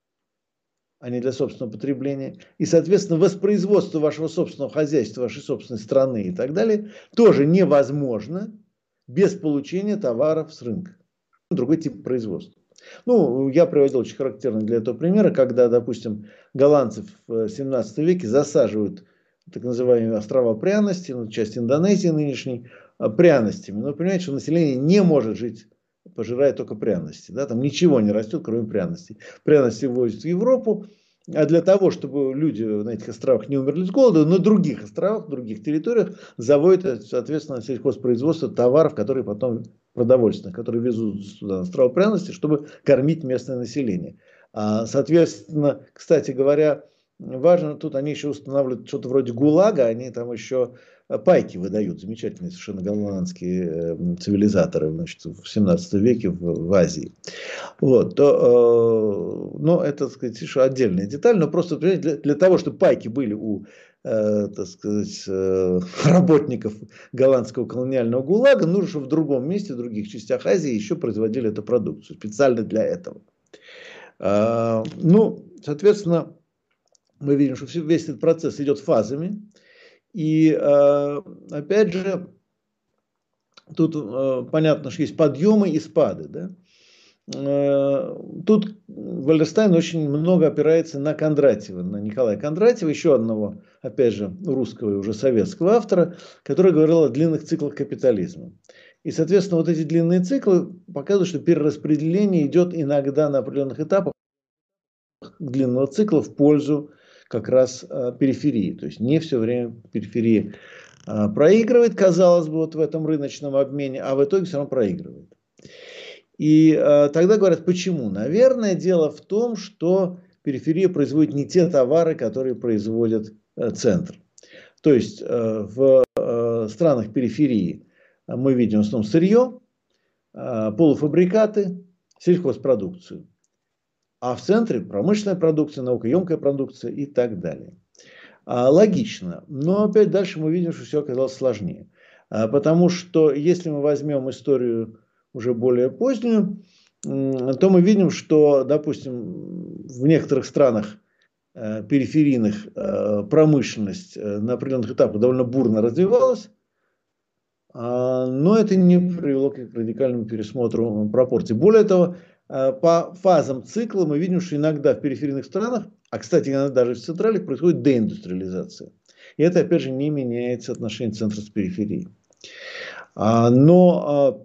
а не для собственного потребления. И, соответственно, воспроизводство вашего собственного хозяйства, вашей собственной страны и так далее тоже невозможно без получения товаров с рынка. Другой тип производства. Ну, я приводил очень характерный для этого примера, когда, допустим, голландцы в семнадцатом веке засаживают так называемые острова пряности, ну, часть Индонезии нынешней, пряностями. Но понимаете, что население не может жить, пожирая только пряности. Да? Там ничего не растет, кроме пряностей. Пряности ввозят в Европу. А для того, чтобы люди на этих островах не умерли с голода, на других островах, других территориях заводят, соответственно, сельхозпроизводство товаров, которые потом продовольственных, которые везут сюда на острова пряности, чтобы кормить местное население. А, соответственно, кстати говоря, важно, тут они еще устанавливают что-то вроде ГУЛАГа, они там еще пайки выдают, замечательные совершенно голландские цивилизаторы, значит, в семнадцатом веке в, в Азии. Вот, то, э, но это, так сказать, еще отдельная деталь, но просто для, для того, чтобы пайки были у э, так сказать, э, работников голландского колониального ГУЛАГа, нужно, чтобы в другом месте, в других частях Азии еще производили эту продукцию, специально для этого. Э, ну, соответственно, мы видим, что весь этот процесс идет фазами. И э, опять же, тут э, понятно, что есть подъемы и спады. Да? тут Вальдерстайн очень много опирается на Кондратьева, на Николая Кондратьева, еще одного, опять же, русского и уже советского автора, который говорил о длинных циклах капитализма. И, соответственно, вот эти длинные циклы показывают, что перераспределение идет иногда на определенных этапах длинного цикла в пользу как раз периферии. То есть не все время периферия проигрывает, казалось бы, вот в этом рыночном обмене, а в итоге все равно проигрывает. И э, тогда говорят, почему? Наверное, дело в том, что периферия производит не те товары, которые производит э, центр. То есть э, в э, странах периферии мы видим в основном сырье, э, полуфабрикаты, сельхозпродукцию. А в центре промышленная продукция, наукоемкая продукция и так далее. А, логично. Но опять дальше мы видим, что все оказалось сложнее. А, потому что если мы возьмем историю уже более позднюю, то мы видим, что, допустим, в некоторых странах э, периферийных э, промышленность э, на определенных этапах довольно бурно развивалась, а, но это не привело к радикальному пересмотру пропорций. Более того, э, по фазам цикла мы видим, что иногда в периферийных странах, а, кстати, иногда даже в центральных, происходит деиндустриализация. И это, опять же, не меняет соотношение центра с периферией. А, но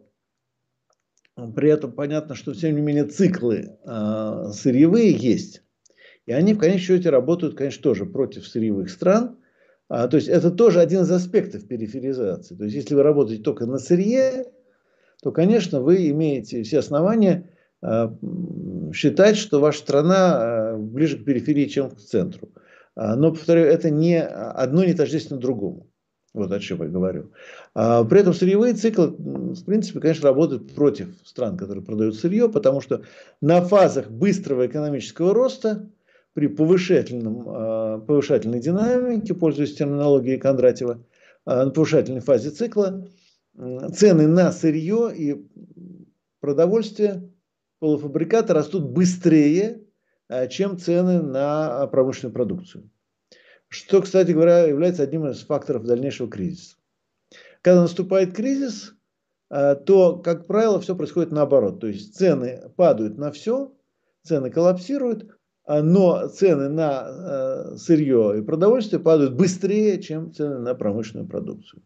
при этом понятно, что, тем не менее, циклы э, сырьевые есть. И они, в конечном счете, работают, конечно, тоже против сырьевых стран. А, то есть, это тоже один из аспектов периферизации. То есть, если вы работаете только на сырье, то, конечно, вы имеете все основания э, считать, что ваша страна э, ближе к периферии, чем к центру. А, но, повторю, это не, одно не тождественно другому. Вот о чем я говорю. А, при этом сырьевые циклы, в принципе, конечно, работают против стран, которые продают сырье, потому что на фазах быстрого экономического роста, при повышательном, повышательной динамике, пользуясь терминологией Кондратьева, на повышательной фазе цикла, цены на сырье и продовольствие, полуфабрикаты растут быстрее, чем цены на промышленную продукцию. Что, кстати говоря, является одним из факторов дальнейшего кризиса. Когда наступает кризис, то, как правило, все происходит наоборот. То есть цены падают на все, цены коллапсируют, но цены на сырье и продовольствие падают быстрее, чем цены на промышленную продукцию.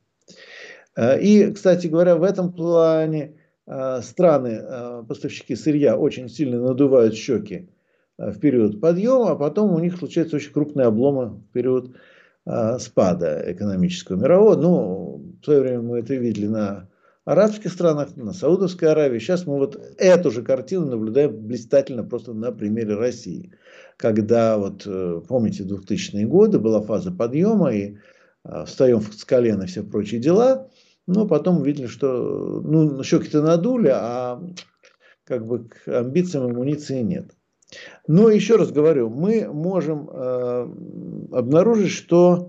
И, кстати говоря, в этом плане страны, поставщики сырья, очень сильно надувают щеки в период подъема, а потом у них случаются очень крупные обломы в период а, спада экономического мирового. Ну, в свое время мы это видели на арабских странах, на Саудовской Аравии. Сейчас мы вот эту же картину наблюдаем блистательно просто на примере России. Когда, вот, помните, двухтысячные годы была фаза подъема, и а, встаем с колена и все прочие дела. Но потом увидели, что ну, щеки-то надули, а как бы к амбициям амуниции нет. Но еще раз говорю, мы можем э, обнаружить, что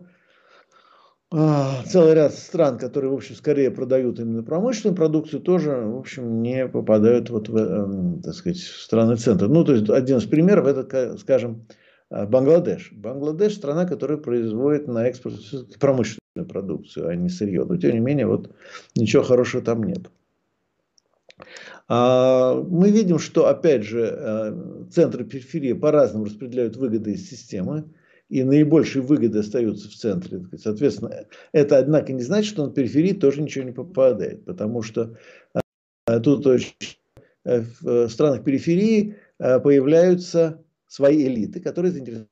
э, целый ряд стран, которые, в общем, скорее продают именно промышленную продукцию, тоже, в общем, не попадают вот в, э, так сказать, в страны центра. Ну, то есть, один из примеров, это, скажем, Бангладеш. Бангладеш – страна, которая производит на экспорт промышленную продукцию, а не сырье. Но, тем не менее, вот ничего хорошего там нет. Мы видим, что, опять же, центры и периферии по-разному распределяют выгоды из системы, и наибольшие выгоды остаются в центре. Соответственно, это, однако, не значит, что на периферии тоже ничего не попадает, потому что тут в странах периферии появляются свои элиты, которые заинтересованы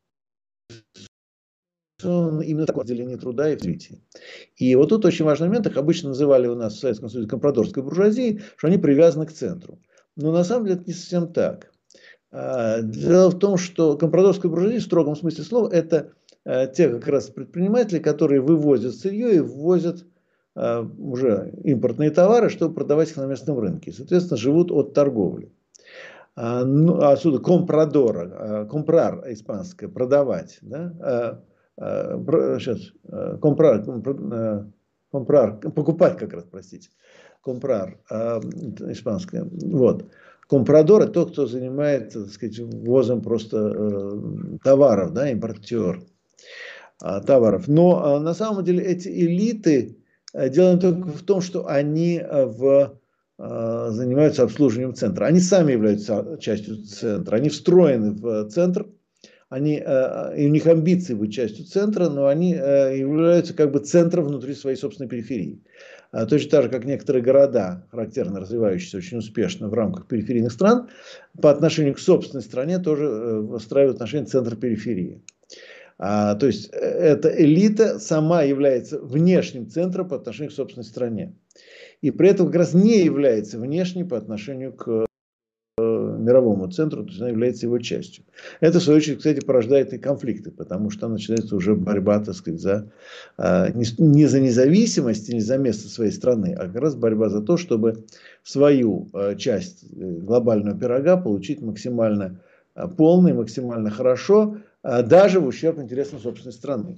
именно в разделении труда и в развитии. И вот тут очень важный момент, их обычно называли у нас в Советском Союзе компрадорской буржуазией, что они привязаны к центру. Но на самом деле это не совсем так. Дело в том, что компрадорская буржуазия в строгом смысле слова это те как раз предприниматели, которые вывозят сырье и ввозят уже импортные товары, чтобы продавать их на местном рынке. Соответственно, живут от торговли. Ну, отсюда компрадора, компрар испанское, продавать. Да? Сейчас, компрар, компрар, покупать как раз, простите, компрар, испанское, вот. Компрадор – это тот, кто занимается, так сказать, ввозом просто товаров, да, импортер товаров. Но на самом деле эти элиты, дело только в том, что они в э, занимаются обслуживанием центра. Они сами являются частью центра, они встроены в центр, они, э, и у них амбиции быть частью центра, но они э, являются как бы центром внутри своей собственной периферии. А, точно так же, как некоторые города, характерно развивающиеся очень успешно в рамках периферийных стран, по отношению к собственной стране тоже э, выстраивают отношения центра-периферии. А, то есть эта элита сама является внешним центром по отношению к собственной стране. И при этом как раз не является внешней по отношению к мировому центру, то есть она является его частью. Это, в свою очередь, кстати, порождает и конфликты, потому что там начинается уже борьба, так сказать, за, не за независимость, не за место своей страны, а как раз борьба за то, чтобы свою часть глобального пирога получить максимально полно, максимально хорошо, даже в ущерб интересам собственной страны.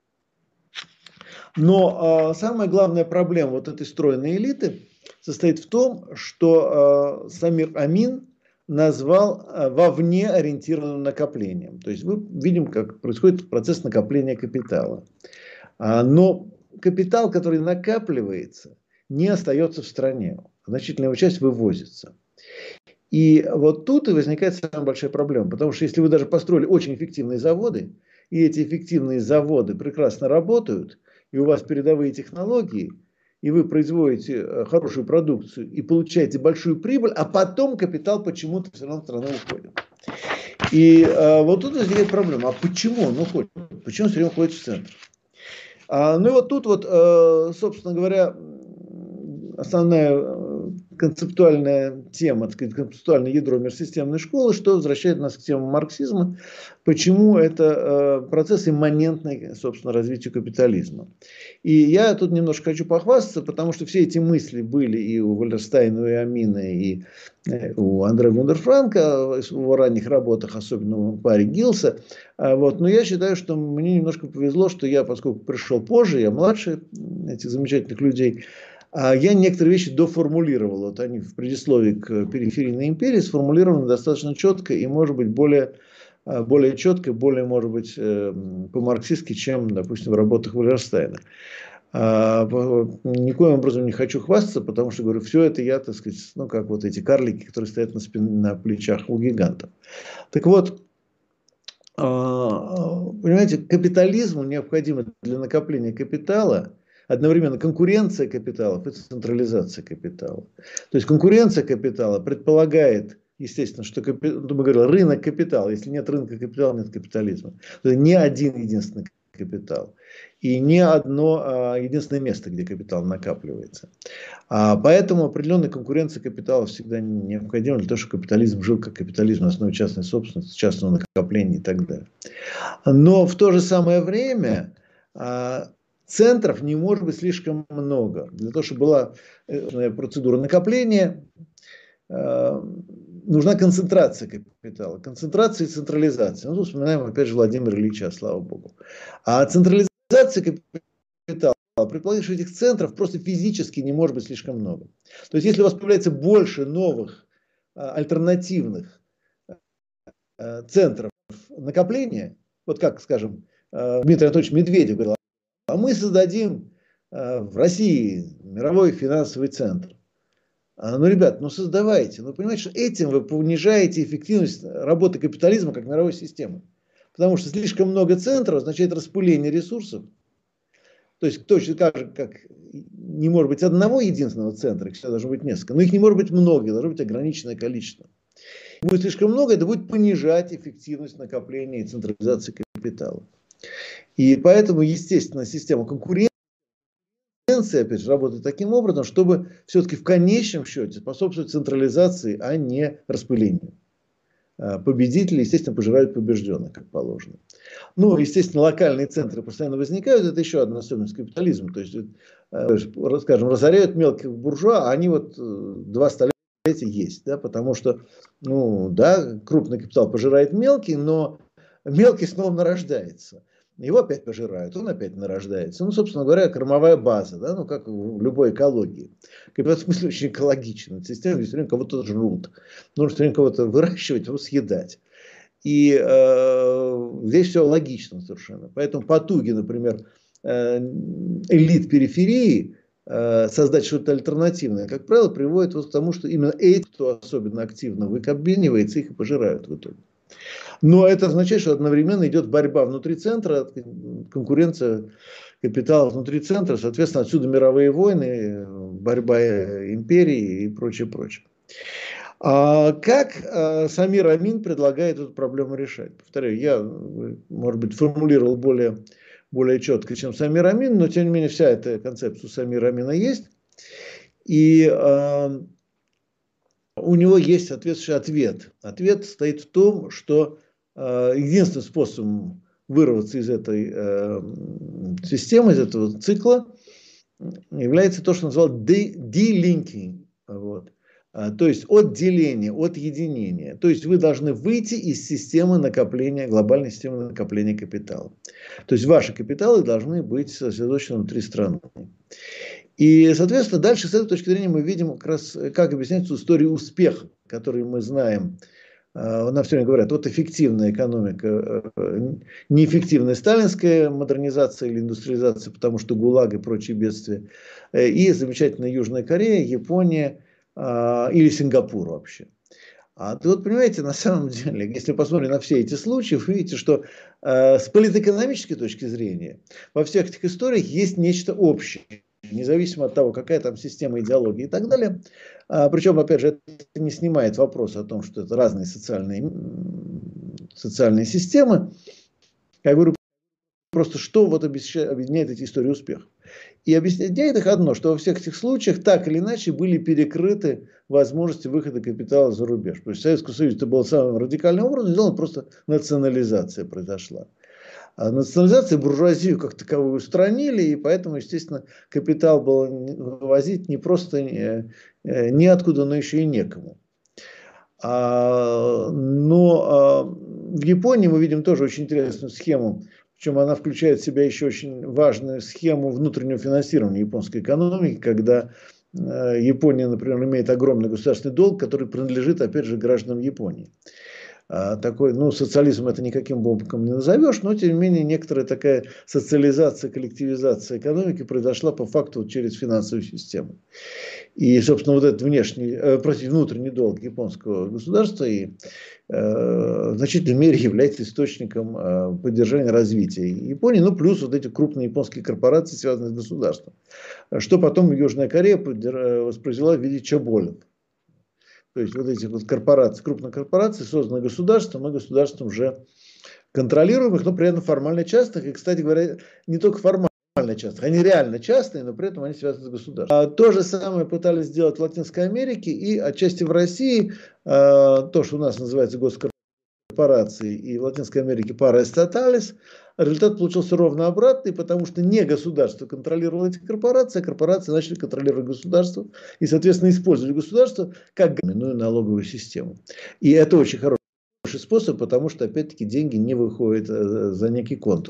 Но самая главная проблема вот этой стройной элиты состоит в том, что Самир Амин назвал вовне ориентированным накоплением. То есть мы видим, как происходит процесс накопления капитала. Но капитал, который накапливается, не остается в стране. Значительная его часть вывозится. И вот тут и возникает самая большая проблема. Потому что если вы даже построили очень эффективные заводы, и эти эффективные заводы прекрасно работают, и у вас передовые технологии, и вы производите хорошую продукцию и получаете большую прибыль, а потом капитал почему-то все равно в страну уходит. И а, вот тут возникает проблема. А почему он уходит? Почему он все время уходит в центр? А, ну и вот тут вот, а, собственно говоря, основная концептуальная тема, так сказать, концептуальное ядро межсистемной школы, что возвращает нас к теме марксизма, почему это э, процесс имманентный, собственно, развитию капитализма. И я тут немножко хочу похвастаться, потому что все эти мысли были и у Вальдерстайна, и у Амина, и у Андре Гундерфранка в его ранних работах, особенно у Барри Гилса. Вот. Но я считаю, что мне немножко повезло, что я, поскольку пришел позже, я младше этих замечательных людей, я некоторые вещи доформулировал. Вот они в предисловии к периферийной империи сформулированы достаточно четко и, может быть, более, более четко, более, может быть, по-марксистски, чем, допустим, в работах Вальдерстайна. Никоим образом не хочу хвастаться, потому что, говорю, все это я, так сказать, ну, как вот эти карлики, которые стоят на, спине, на плечах у гигантов. Так вот, понимаете, капитализму необходимо для накопления капитала одновременно конкуренция капиталов и централизация капитала. То есть конкуренция капитала предполагает, естественно, что капи... мы говорили, рынок капитала. Если нет рынка капитала, нет капитализма. Это не один единственный капитал. И не одно а, единственное место, где капитал накапливается. А, поэтому определенная конкуренция капитала всегда необходима для того, чтобы капитализм жил как капитализм на основе частной собственности, частного накопления и так далее. Но в то же самое время а, центров не может быть слишком много. Для того, чтобы была процедура накопления, нужна концентрация капитала. Концентрация и централизация. Ну, вспоминаем опять же Владимира Ильича, слава богу. А централизация капитала предполагает, что этих центров просто физически не может быть слишком много. То есть, если у вас появляется больше новых альтернативных центров накопления, вот как, скажем, Дмитрий Анатольевич Медведев говорил, а мы создадим э, в России мировой финансовый центр. А, ну, ребят, ну создавайте. Ну, понимаете, что этим вы понижаете эффективность работы капитализма как мировой системы. Потому что слишком много центров означает распыление ресурсов. То есть точно так же, как не может быть одного единственного центра, их всегда должно быть несколько, но их не может быть много, должно быть ограниченное количество. Если будет слишком много, это будет понижать эффективность накопления и централизации капитала. И поэтому, естественно, система конкуренции, опять же, работает таким образом, чтобы все-таки в конечном счете способствовать централизации, а не распылению. Победители, естественно, пожирают побежденных, как положено. Ну, естественно, локальные центры постоянно возникают. Это еще одна особенность капитализма. То есть, скажем, разоряют мелких буржуа, а они вот два столетия есть. Да, потому что, ну, да, крупный капитал пожирает мелкий, но мелкий снова нарождается. Его опять пожирают, он опять нарождается. Ну, собственно говоря, кормовая база, да, ну, как в любой экологии. Капитал в смысле очень экологична. Система, где все время кого-то жрут. Нужно все время кого-то выращивать, его съедать. И э, здесь все логично совершенно. Поэтому потуги, например, э, элит периферии э, создать что-то альтернативное, как правило, приводит вот к тому, что именно эти, кто особенно активно выкобенивается, их и пожирают в итоге. Но это означает, что одновременно идет борьба внутри центра, конкуренция капитала внутри центра, соответственно, отсюда мировые войны, борьба империи и прочее, прочее. А как а, Самир Амин предлагает эту проблему решать? Повторяю, я, может быть, формулировал более, более четко, чем Самир Амин, но, тем не менее, вся эта концепция у Самира Амина есть. И а, у него есть соответствующий ответ. Ответ стоит в том, что а, единственным способом вырваться из этой э, системы, из этого цикла, является то, что он назвал de-linking. Вот. А, то есть отделение, отъединение. То есть вы должны выйти из системы накопления, глобальной системы накопления капитала. То есть ваши капиталы должны быть сосредоточены внутри страны. И, соответственно, дальше с этой точки зрения мы видим, как раз, как объясняется история успеха, который мы знаем. Нам все время говорят, вот эффективная экономика, неэффективная сталинская модернизация или индустриализация, потому что ГУЛАГ и прочие бедствия, и замечательная Южная Корея, Япония или Сингапур вообще. А вот понимаете, на самом деле, если посмотреть на все эти случаи, вы видите, что с политэкономической точки зрения во всех этих историях есть нечто общее. Независимо от того, какая там система, идеология и так далее. А, причем, опять же, это не снимает вопрос о том, что это разные социальные, социальные системы. Я говорю просто, что вот объединяет эти истории успеха. И объясняет их одно, что во всех этих случаях так или иначе были перекрыты возможности выхода капитала за рубеж. То есть Советский Союз это был самым радикальным образом сделано, просто национализация произошла. А национализация буржуазию как таковую устранили, и поэтому, естественно, капитал было вывозить не просто не, неоткуда, но еще и некому. А, но а, в Японии мы видим тоже очень интересную схему, причем она включает в себя еще очень важную схему внутреннего финансирования японской экономики, когда а, Япония, например, имеет огромный государственный долг, который принадлежит, опять же, гражданам Японии. Такой, ну, социализм это никаким боком не назовешь, но, тем не менее, некоторая такая социализация, коллективизация экономики произошла по факту через финансовую систему. И, собственно, вот этот внешний, э, простите, внутренний долг японского государства и, э, в значительной мере является источником э, поддержания развития Японии, ну, плюс вот эти крупные японские корпорации, связанные с государством. Что потом Южная Корея воспроизвела в виде чоболев. То есть вот эти вот корпорации, крупные корпорации, созданы государством, и государством уже контролируемых, но при этом формально частных. И, кстати говоря, не только формально частных, они реально частные, но при этом они связаны с государством. А то же самое пытались сделать в Латинской Америке и отчасти в России. А, то, что у нас называется госкорпорацией, и в Латинской Америке параэстаталис. Результат получился ровно обратный, потому что не государство контролировало эти корпорации, а корпорации начали контролировать государство и, соответственно, использовать государство как иную налоговую систему. И это очень хороший способ, потому что, опять-таки, деньги не выходят за некий контур.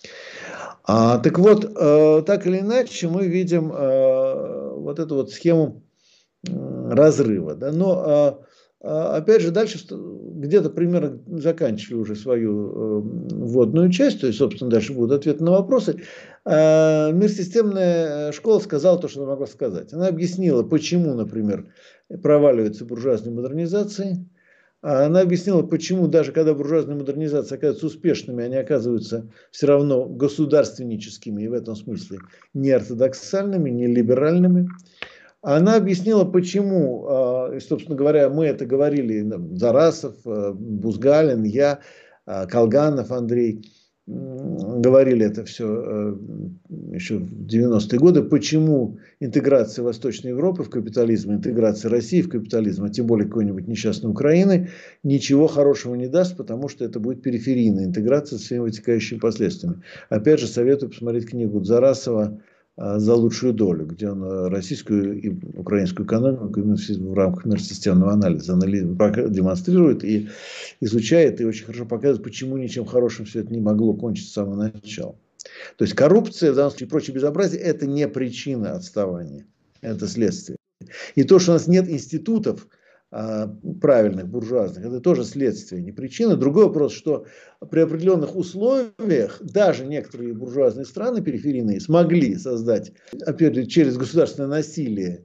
А, так вот, э, так или иначе, мы видим э, вот эту вот схему э, разрыва. Да? Но э, опять же, дальше где-то примерно заканчивали уже свою э, вводную часть, то есть, собственно, дальше будут ответы на вопросы. Э, Мирсистемная школа сказала то, что она могла сказать. Она объяснила, почему, например, проваливаются буржуазные модернизации. Она объяснила, почему даже когда буржуазные модернизации оказываются успешными, они оказываются все равно государственническими и в этом смысле не ортодоксальными, не либеральными. Она объяснила, почему, собственно говоря, мы это говорили, Зарасов, Бузгалин, я, Колганов, Андрей, говорили это все еще в девяностые годы, почему интеграция Восточной Европы в капитализм, интеграция России в капитализм, а тем более какой-нибудь несчастной Украины, ничего хорошего не даст, потому что это будет периферийная интеграция с всеми вытекающими последствиями. Опять же, советую посмотреть книгу Зарасова «За лучшую долю», где он российскую и украинскую экономику именно в рамках миросистемного анализа демонстрирует и изучает, и очень хорошо показывает, почему ничем хорошим все это не могло кончиться с самого начала. То есть коррупция, в данном случае, и прочее безобразие, это не причина отставания, это следствие. И то, что у нас нет институтов, правильных, буржуазных. Это тоже следствие, не причина. Другой вопрос, что при определенных условиях даже некоторые буржуазные страны периферийные смогли создать, опять же, через государственное насилие,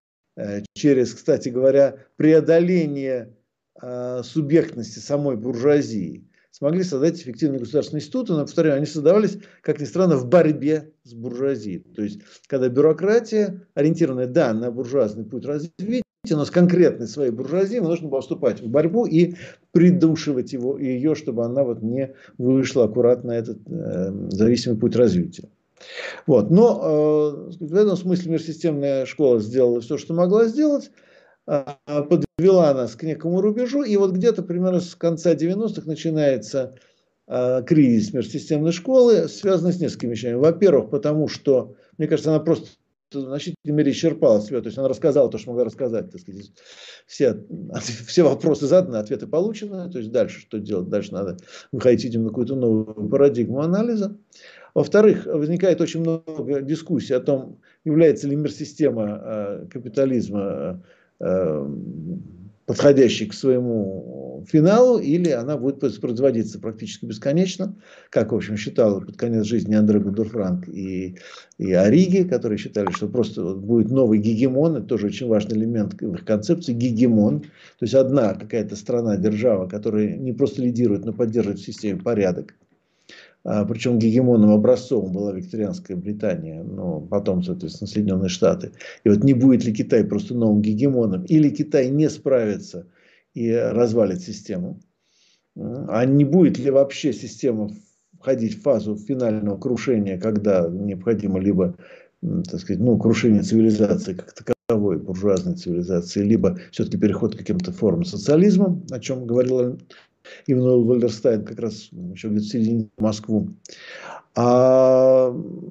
через, кстати говоря, преодоление субъектности самой буржуазии, смогли создать эффективные государственные институты, но, повторяю, они создавались, как ни странно, в борьбе с буржуазией. То есть, когда бюрократия, ориентированная, да, на буржуазный путь развития, но с конкретной своей буржуазией нужно было вступать в борьбу и придушивать его, ее, чтобы она вот не вышла аккуратно на этот э, зависимый путь развития. Вот. Но э, в этом смысле межсистемная школа сделала все, что могла сделать, э, подвела нас к некому рубежу, и вот где-то примерно с конца девяностых начинается э, кризис межсистемной школы, связанный с несколькими вещами. Во-первых, потому что, мне кажется, она просто в значительной мере исчерпала себя, то есть она рассказала то, что могла рассказать, так сказать, все, все вопросы заданы, ответы получены, то есть дальше что делать, дальше надо выходить, видимо, на какую-то новую парадигму анализа. Во-вторых, возникает очень много дискуссий о том, является ли мир-система э, капитализма э, подходящей к своему финалу, или она будет производиться практически бесконечно, как, в общем, считал под конец жизни Андре Гундерфранк и, и Ориги, которые считали, что просто будет новый гегемон, это тоже очень важный элемент в их концепции, гегемон, то есть одна какая-то страна, держава, которая не просто лидирует, но поддерживает в системе порядок. Причем гегемоном образцовым была викторианская Британия, но потом, соответственно, Соединенные Штаты. И вот не будет ли Китай просто новым гегемоном, или Китай не справится и развалит систему, а не будет ли вообще система входить в фазу финального крушения, когда необходимо либо, так сказать, ну, крушение цивилизации как таковой, буржуазной цивилизации, либо все-таки переход к каким-то формам социализма, о чем говорил Иммануэль Вальдерстайн как раз еще где-то в середине Москву. А,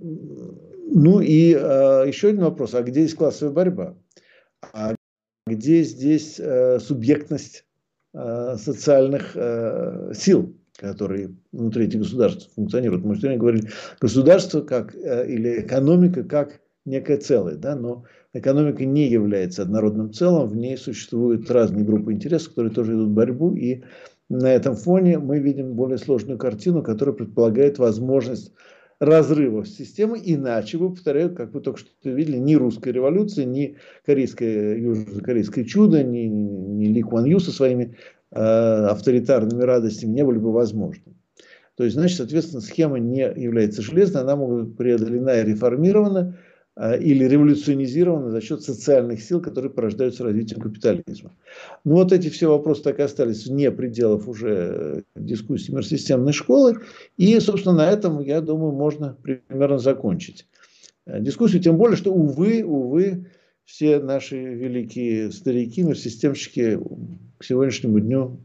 ну и а, еще один вопрос. А где есть классовая борьба? А где здесь а, субъектность а, социальных а, сил, которые внутри этих государств функционируют? Мы сегодня говорили, государство как, а, или экономика как некое целое, да, но экономика не является однородным целым, в ней существуют разные группы интересов, которые тоже идут в борьбу, и на этом фоне мы видим более сложную картину, которая предполагает возможность разрыва системы, иначе, вы, повторяю, как вы только что видели, ни русская революция, ни корейское, южнокорейское чудо, ни, ни Ли Куан Ю со своими э, авторитарными радостями не были бы возможны. То есть, значит, соответственно, схема не является железной, она может быть преодолена и реформирована э, или революционизирована за счет социальных сил, которые порождаются развитием капитализма. Ну, вот эти все вопросы так и остались вне пределов уже дискуссии межсистемной школы. И, собственно, на этом, я думаю, можно примерно закончить дискуссию. Тем более, что, увы, увы, все наши великие старики, межсистемщики к сегодняшнему дню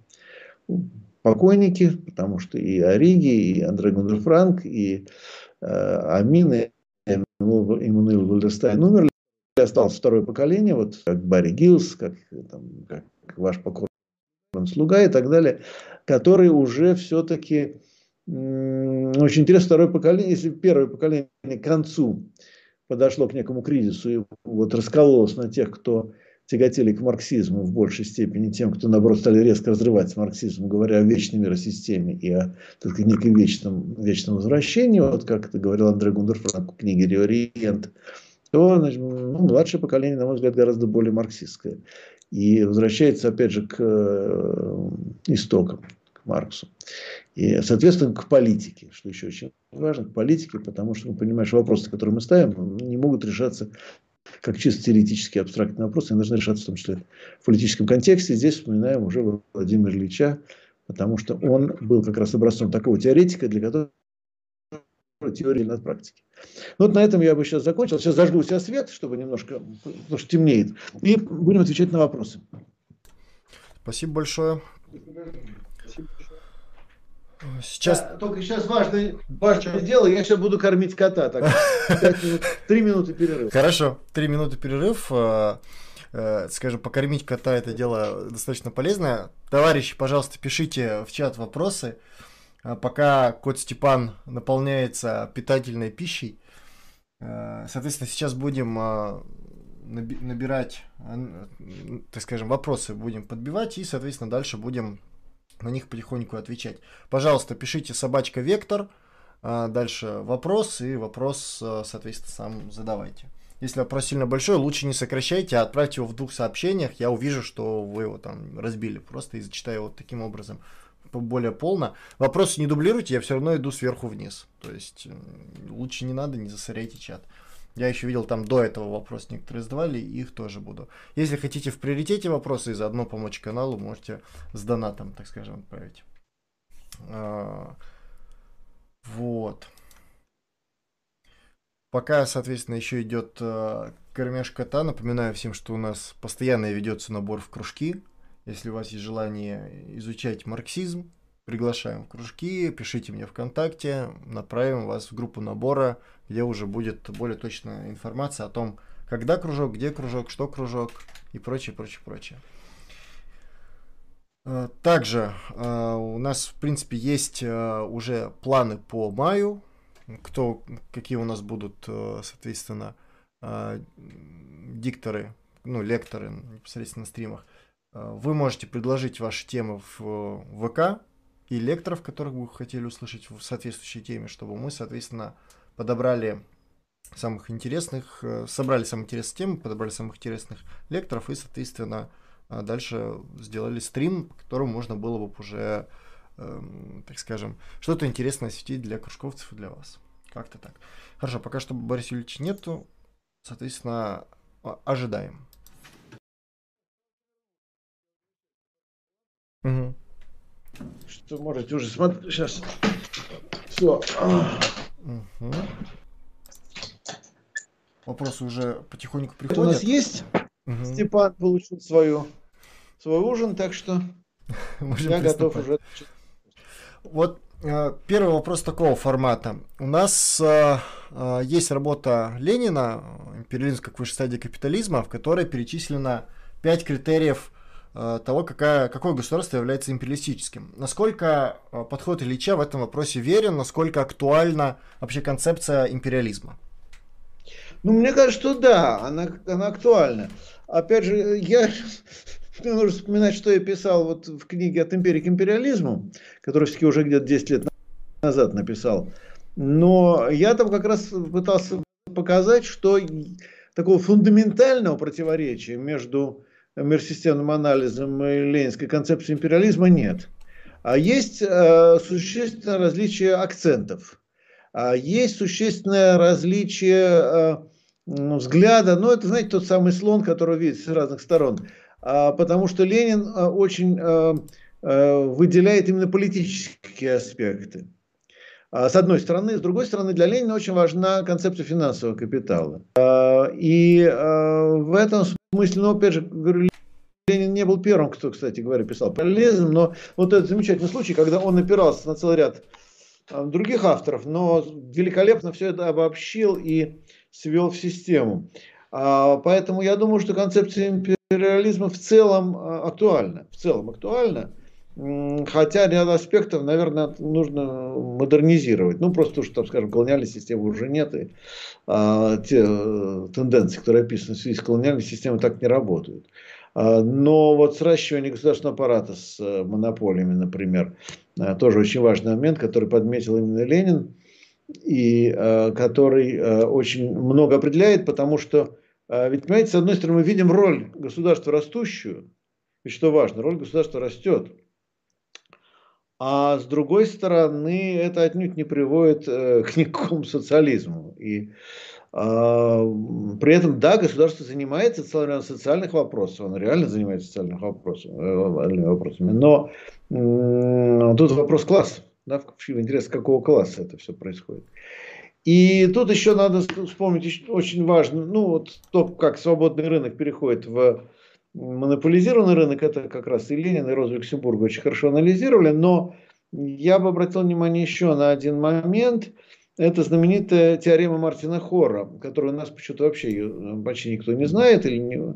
покойники, потому что и Ориги, и Андре Гундерфранк, и э, Амин, и Иммануэль Вальдерстайн умерли. Осталось второе поколение, вот как Барри Гиллс, как, там, как ваш покорный слуга и так далее, которые уже все-таки очень интересно, второе поколение, если первое поколение к концу подошло к некому кризису и вот раскололось на тех, кто тяготели к марксизму в большей степени, тем, кто, наоборот, стали резко разрывать с марксизмом, говоря о вечной миросистеме и о, так сказать, неком вечном, вечном возвращении, вот как это говорил Андре Гундерфранк в книге «Реориент», то, значит, ну, младшее поколение, на мой взгляд, гораздо более марксистское. И возвращается, опять же, к э, истокам, к Марксу. И, соответственно, к политике, что еще очень важно, к политике, потому что, ну, понимаешь, вопросы, которые мы ставим, не могут решаться как чисто теоретические, абстрактные вопросы, они должны решаться в том числе в политическом контексте. Здесь вспоминаем уже Владимира Ильича, потому что он был как раз образцом такого теоретика, для которого теория над практикой. Ну, вот на этом я бы сейчас закончил. Сейчас зажгу у себя свет, чтобы немножко, потому что темнеет, и будем отвечать на вопросы. Спасибо большое. Сейчас... Да, только сейчас важное, важное дело, я сейчас буду кормить кота. Так, минут, три минуты перерыв. Хорошо, три минуты перерыв. Скажем, покормить кота — это дело достаточно полезное. Товарищи, пожалуйста, пишите в чат вопросы. Пока кот Степан наполняется питательной пищей. Соответственно, сейчас будем набирать, так скажем, вопросы будем подбивать и, соответственно, дальше будем на них потихоньку отвечать. Пожалуйста, пишите собачка Вектор, дальше вопрос, и вопрос, соответственно, сам задавайте. Если вопрос сильно большой, лучше не сокращайте, а отправьте его в двух сообщениях. Я увижу, что вы его там разбили просто и зачитаю его таким образом более полно. Вопросы не дублируйте, я все равно иду сверху вниз. То есть лучше не надо, не засоряйте чат. Я еще видел там до этого вопрос некоторые задавали, их тоже буду. Если хотите в приоритете вопросы и заодно помочь каналу, можете с донатом, так скажем, отправить. А, вот. Пока, соответственно, еще идет э, кормеж кота. Напоминаю всем, что у нас постоянно ведется набор в кружки. Если у вас есть желание изучать марксизм, приглашаем в кружки, пишите мне ВКонтакте, направим вас в группу набора, где уже будет более точная информация о том, когда кружок, где кружок, что кружок и прочее, прочее, прочее. Также у нас, в принципе, есть уже планы по маю. Кто, какие у нас будут, соответственно, дикторы, ну, лекторы непосредственно на стримах. Вы можете предложить ваши темы в ВК и лекторов, которых вы хотели услышать в соответствующей теме, чтобы мы, соответственно, подобрали самых интересных, собрали самые интересные темы, подобрали самых интересных лекторов и, соответственно, дальше сделали стрим, по которому можно было бы уже, так скажем, что-то интересное осветить для кружковцев и для вас. Как-то так. Хорошо, пока что Бориса Юрьевича нету, соответственно, ожидаем. Угу. Что можете уже смотреть. Сейчас. Все. Угу. Вопросы уже потихоньку приходят. Это у нас есть. Угу. Степан получил свою, свой ужин, так что я готов уже. Вот э, первый вопрос такого формата. У нас э, э, есть работа Ленина «Империализм как высшая стадия капитализма», в которой перечислено пять критериев э, того, какая, какое государство является империалистическим. Насколько э, подход Ильича в этом вопросе верен, насколько актуальна вообще концепция империализма? Ну, мне кажется, что да, она, она актуальна. Опять же, я... Мне нужно вспоминать, что я писал вот в книге «От империи к империализму», которую все-таки уже где-то десять лет назад написал. Но я там как раз пытался показать, что такого фундаментального противоречия между миросистемным анализом и ленинской концепцией империализма нет. А есть э, существенное различие акцентов. А есть существенное различие э, взгляда. Ну, это, знаете, тот самый слон, который видит с разных сторон. Потому что Ленин очень выделяет именно политические аспекты. С одной стороны. С другой стороны, для Ленина очень важна концепция финансового капитала. И в этом смысле, ну, опять же, говорю, Ленин не был первым, кто, кстати говоря, писал параллелизм, но вот этот замечательный случай, когда он опирался на целый ряд других авторов, но великолепно все это обобщил и свел в систему. Поэтому я думаю, что концепция империализма в целом актуальна. В целом актуальна. Хотя ряд аспектов, наверное, нужно модернизировать. Ну, просто потому что, там, скажем, колониальной системы уже нет. И а, те тенденции, которые описаны в связи с колониальной системой, так не работают. А, но вот сращивание государственного аппарата с монополиями, например, тоже очень важный момент, который подметил именно Ленин. И э, который э, очень много определяет, потому что, э, ведь, понимаете, с одной стороны, мы видим роль государства растущую, и что важно, роль государства растет, а с другой стороны, это отнюдь не приводит э, к никакому социализму. И э, при этом, да, государство занимается целым рядом социальных вопросов, оно реально занимается социальными вопросами, вопросами, но э, тут вопрос класса. Да, в интересе какого класса это все происходит. И тут еще надо вспомнить очень важно, ну вот то, как свободный рынок переходит в монополизированный рынок, это как раз и Ленин, и Роза Люксембурга очень хорошо анализировали, но я бы обратил внимание еще на один момент, это знаменитая теорема Мартина Хорра, которую у нас почему-то вообще почти никто не знает, или не,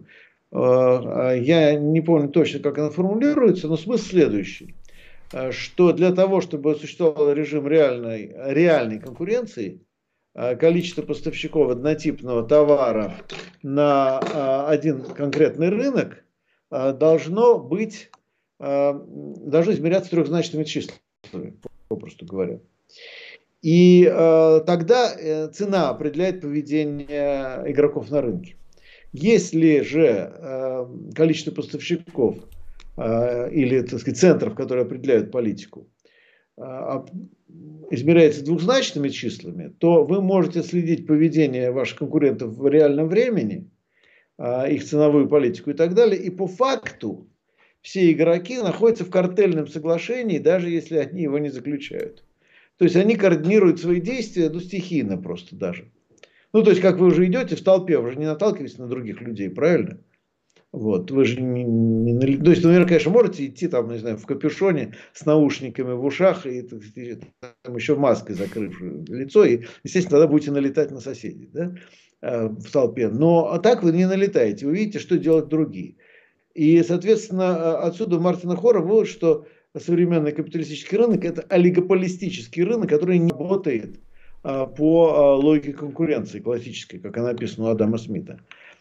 я не помню точно, как она формулируется, но смысл следующий. Что для того, чтобы существовал режим реальной, реальной конкуренции, э, количество поставщиков однотипного товара на э, один конкретный рынок э, должно быть, э, должно измеряться трехзначными числами, попросту говоря. И э, тогда э, цена определяет поведение игроков на рынке. Если же э, количество поставщиков э, или, так сказать, центров, которые определяют политику, э, измеряется двухзначными числами, то вы можете следить поведение ваших конкурентов в реальном времени, э, их ценовую политику и так далее, и по факту все игроки находятся в картельном соглашении, даже если они его не заключают. То есть они координируют свои действия, ну, стихийно просто даже. Ну, то есть, как вы уже идете в толпе, вы же не наталкиваетесь на других людей, правильно? Вот, вы же не, не, не то есть, наверное, конечно, можете идти там, не знаю, в капюшоне с наушниками в ушах и там, еще маской закрыв лицо, и, естественно, тогда будете налетать на соседей, да, в толпе. Но а так вы не налетаете, вы видите, что делают другие. И, соответственно, отсюда Мартина Хора вывод, что современный капиталистический рынок – это олигополистический рынок, который не работает по логике конкуренции классической, как она написана у Адама Смита.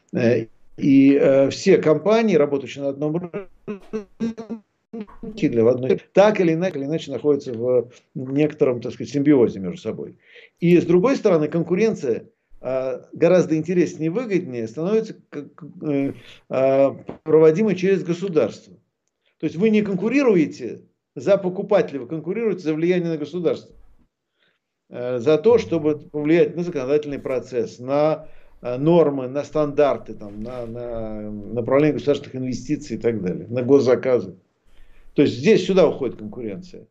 И все компании, работающие на одном рынке, в одной, так или иначе, или иначе находятся в некотором, так сказать, симбиозе между собой. И с другой стороны, конкуренция гораздо интереснее и выгоднее становится проводимой через государство. То есть вы не конкурируете за покупателя, вы конкурируете за влияние на государство. За то, чтобы повлиять на законодательный процесс, на нормы, на стандарты, там, на, на направление государственных инвестиций и так далее, на госзаказы. То есть здесь сюда уходит конкуренция.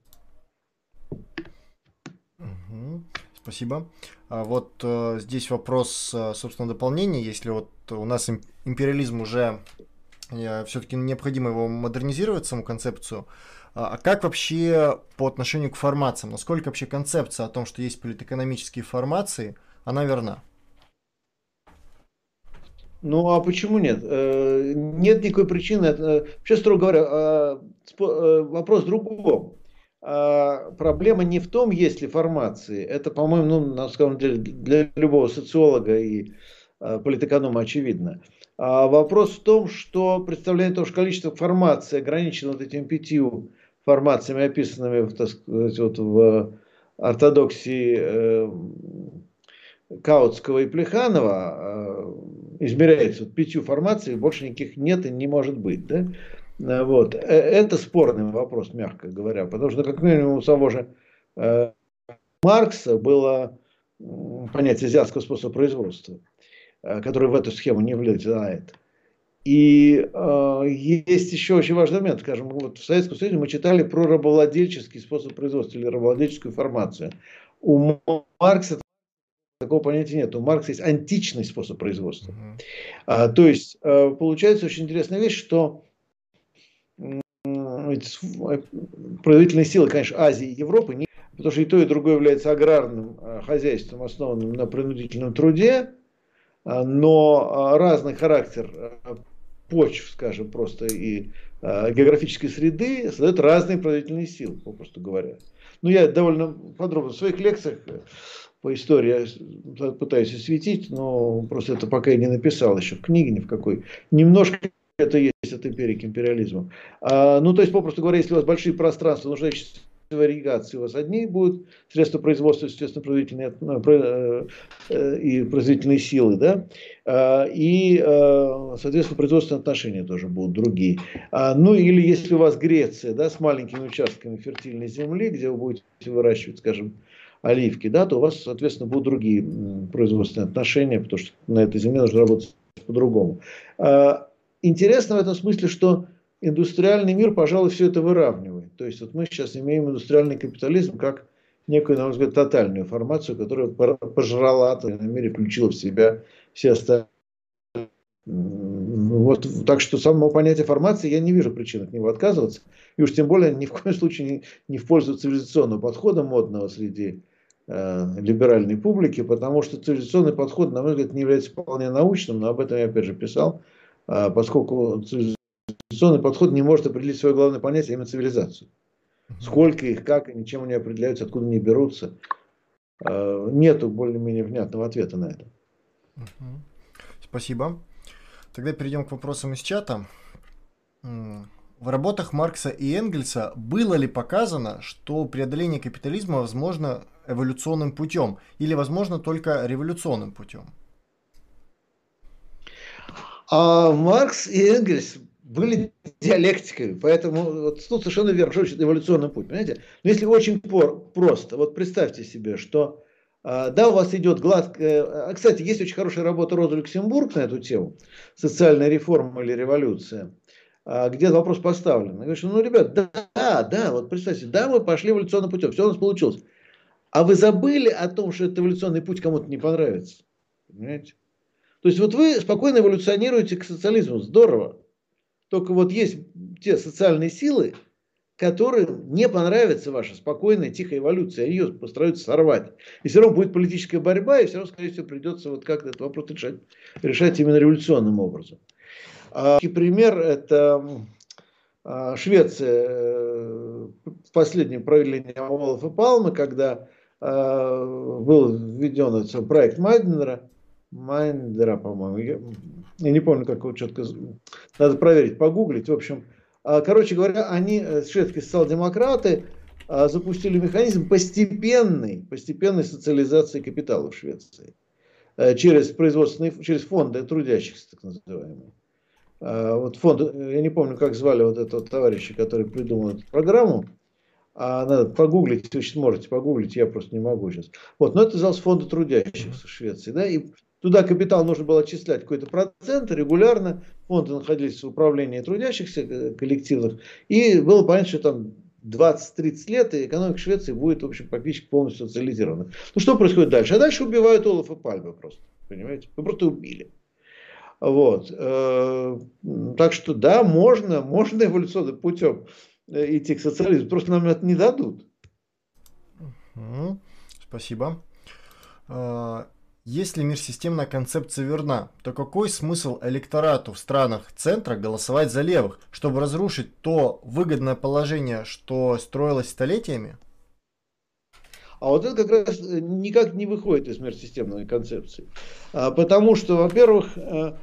Угу. Спасибо. А вот э, здесь вопрос, э, собственно, дополнения. Если вот у нас империализм уже э, все-таки необходимо его модернизировать, саму концепцию, а как вообще по отношению к формациям? Насколько вообще концепция о том, что есть политэкономические формации, она верна? Ну, а почему нет? Нет никакой причины. Вообще, строго говоря, вопрос в другом. Проблема не в том, есть ли формации. Это, по-моему, ну, на самом деле, для любого социолога и политэконома очевидно. А вопрос в том, что представляет то, что количество формаций ограничено вот этими пятью формациями, описанными, так сказать, вот в ортодоксии Каутского и Плеханова, измеряется вот пятью формациями, больше никаких нет и не может быть. Да? Вот. Это спорный вопрос, мягко говоря, потому что, как минимум, у самого же э, Маркса было понятие азиатского способа производства, э, который в эту схему не влезает. И э, есть еще очень важный момент. Скажем, вот в Советском Союзе мы читали про рабовладельческий способ производства или рабовладельческую формацию. У Маркса такого понятия нет. У Маркса есть античный способ производства. Uh-huh. А, то есть, а, получается очень интересная вещь, что м- производительные силы, конечно, Азии и Европы, не, потому что и то, и другое является аграрным а, хозяйством, основанным на принудительном труде, а, но а, разный характер а, почв, скажем, просто и а, географической среды создает разные производительные силы, попросту говоря. Ну, я довольно подробно в своих лекциях по истории пытаюсь осветить, но просто это пока я не написал еще в книге ни в какой. Немножко это есть от империи к империализму. А, ну, то есть, попросту говоря, если у вас большие пространства, нуждающиеся в ирригации, у вас одни будут средства производства, естественно, производительные ну, и производительные силы, да, а, и, соответственно, производственные отношения тоже будут другие. А, ну, или если у вас Греция, да, с маленькими участками фертильной земли, где вы будете выращивать, скажем, оливки, да, то у вас, соответственно, будут другие производственные отношения, потому что на этой земле нужно работать по-другому. Интересно в этом смысле, что индустриальный мир, пожалуй, все это выравнивает. То есть вот мы сейчас имеем индустриальный капитализм как некую, на мой взгляд, тотальную формацию, которая пожрала в мире, включила в себя все остальные. Вот, так что самого понятия формации я не вижу причин от него отказываться. И уж тем более ни в коем случае не, не в пользу цивилизационного подхода модного среди э, либеральной публики, потому что цивилизационный подход, на мой взгляд, не является вполне научным, но об этом я опять же писал, э, поскольку цивилизационный подход не может определить свое главное понятие, а именно цивилизацию. Сколько их, как и чем они определяются, откуда они берутся. нету более-менее внятного ответа на это. Спасибо. Тогда перейдем к вопросам из чата. В работах Маркса и Энгельса было ли показано, что преодоление капитализма возможно эволюционным путем или возможно только революционным путем? А Маркс и Энгельс были диалектиками, поэтому вот тут совершенно верно, что значит эволюционный путь, понимаете? Но если очень просто, вот представьте себе, что да, у вас идет гладкая... А, кстати, есть очень хорошая работа Розы Люксембург на эту тему, социальная реформа или революция, где вопрос поставлен. Я говорю, что, ну, ребят, да, да, вот представьте, да, мы пошли эволюционным путем, все у нас получилось. А вы забыли о том, что этот эволюционный путь кому-то не понравится? Понимаете? То есть вот вы спокойно эволюционируете к социализму, здорово. Только вот есть те социальные силы, которым не понравится ваша спокойная, тихая эволюция, ее постараются сорвать. И все равно будет политическая борьба, и все равно, скорее всего, придется вот как-то этот вопрос решать, решать именно революционным образом. А, пример – это Швеция в последнем правлении Олафа Палмы, когда был введен этот проект Майндера, Майндера, по-моему, я, я не помню, как его четко, надо проверить, погуглить. В общем, короче говоря, они, шведские социал-демократы, запустили механизм постепенной, постепенной социализации капитала в Швеции через производственные, через фонды трудящихся, так называемые. Вот фонд, я не помню, как звали вот этого товарища, который придумал эту программу. А надо погуглить, вы можете погуглить, я просто не могу сейчас. Вот, но это назывался фонд трудящихся в Швеции, да, и туда капитал нужно было отчислять какой-то процент регулярно, фонды находились в управлении трудящихся коллективных, и было понятно, что там двадцать-тридцать лет, и экономика Швеции будет, в общем, практически полностью социализирована. Ну, что происходит дальше? А дальше убивают Олафа Пальме просто, понимаете? Вы просто убили. Вот. Так что, да, можно, можно эволюционным путем идти к социализму, просто нам это не дадут. Спасибо. Если мирсистемная концепция верна, то какой смысл электорату в странах центра голосовать за левых, чтобы разрушить то выгодное положение, что строилось столетиями? А вот это как раз никак не выходит из мирсистемной концепции. Потому что, во-первых,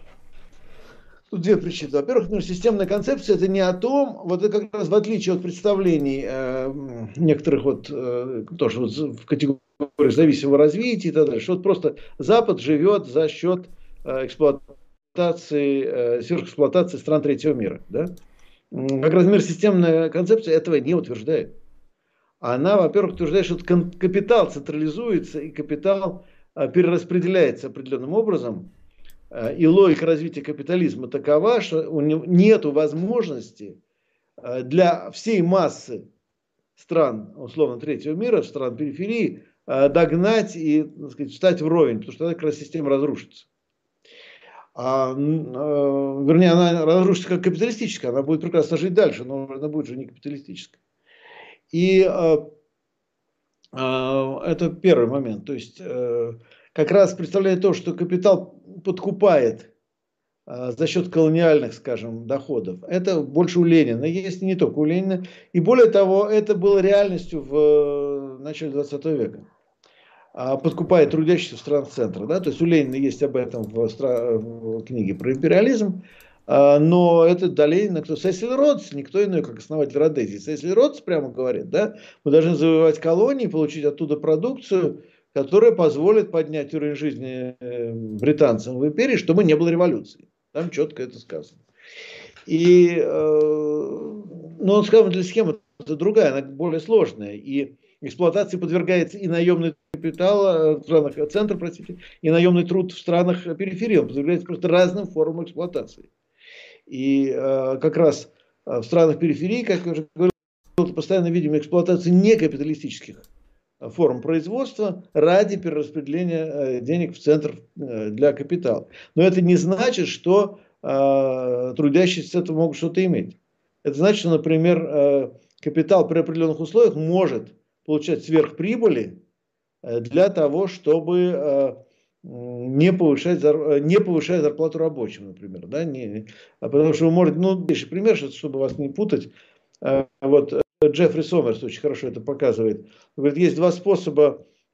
тут две причины. Во-первых, мирсистемная концепция это не о том, вот это как раз в отличие от представлений э, некоторых вот, э, тоже вот в категории зависимого развития и так далее, что вот просто Запад живет за счет э, эксплуатации, э, сверхэксплуатации стран третьего мира. Да? Как раз мирсистемная концепция этого не утверждает. Она, во-первых, утверждает, что капитал централизуется и капитал э, перераспределяется определенным образом. И логика развития капитализма такова, что у него нет возможности для всей массы стран, условно, третьего мира, стран периферии, догнать и, так сказать, встать вровень, потому что тогда как раз система разрушится. А, вернее, она разрушится как капиталистическая, она будет прекрасно жить дальше, но она будет же не капиталистическая. И а, а, это первый момент. То есть как раз представляет то, что капитал подкупает а, за счет колониальных, скажем, доходов. Это больше у Ленина есть, не только у Ленина. И более того, это было реальностью в начале двадцатого века. А, подкупает трудящихся в странах центра. Да? То есть у Ленина есть об этом в, в книге про империализм. А, но это до Ленина, кто Сесиль Родс, никто иной, как основатель Родезии. Сесиль Родс прямо говорит, да, мы должны завоевать колонии, получить оттуда продукцию, которая позволит поднять уровень жизни британцам в империи, чтобы не было революции. Там четко это сказано. И, э, но он сказал, для схемы это другая, она более сложная. И эксплуатации подвергается и наемный капитал в странах центра, простите, и наемный труд в странах периферии. Он подвергается просто разным формам эксплуатации. И э, как раз в странах периферии, как я уже говорил, постоянно видим эксплуатацию некапиталистических форм производства ради перераспределения денег в центр для капитала. Но это не значит, что э, трудящиеся с этого могут что-то иметь. Это значит, что, например, э, капитал при определенных условиях может получать сверхприбыли для того, чтобы э, не повышать, не повышать зарплату рабочим, например. Да? Не, потому что вы можете, ну, пример, чтобы вас не путать, э, вот Джеффри Сомерс очень хорошо это показывает. Говорит, есть два способа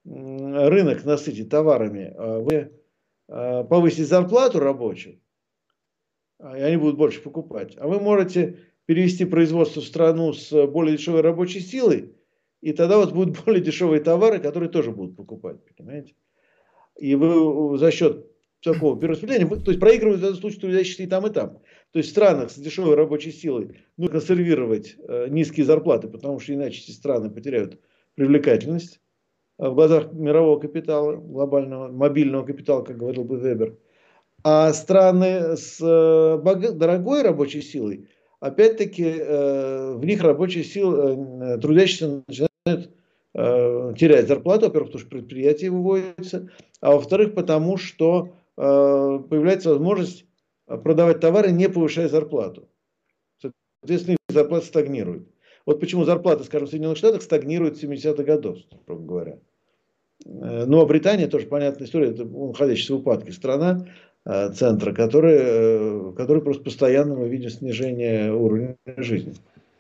рынок насытить товарами, вы повысите зарплату рабочих, и они будут больше покупать. А вы можете перевести производство в страну с более дешевой рабочей силой, и тогда у вас будут более дешевые товары, которые тоже будут покупать, понимаете? И вы за счет такого перераспределения, вы, то есть проигрывают в этом случае трудящиеся и там, и там. То есть в странах с дешевой рабочей силой нужно консервировать э, низкие зарплаты, потому что иначе эти страны потеряют привлекательность э, в глазах мирового капитала, глобального, мобильного капитала, как говорил бы Вебер. А страны с э, бога- дорогой рабочей силой, опять-таки, э, в них рабочая сила, э, трудящиеся начинают э, терять зарплату, во-первых, потому что предприятия выводятся, а во-вторых, потому что э, появляется возможность продавать товары, не повышая зарплату. Соответственно, их зарплата стагнирует. Вот почему зарплата, скажем, в Соединенных Штатах стагнирует с семидесятых годов, строго говоря. Э, Ну, а Британия тоже понятная история, это находящаяся в упадке страна, э, центра, который, э, который просто постоянно мы видим снижение уровня жизни.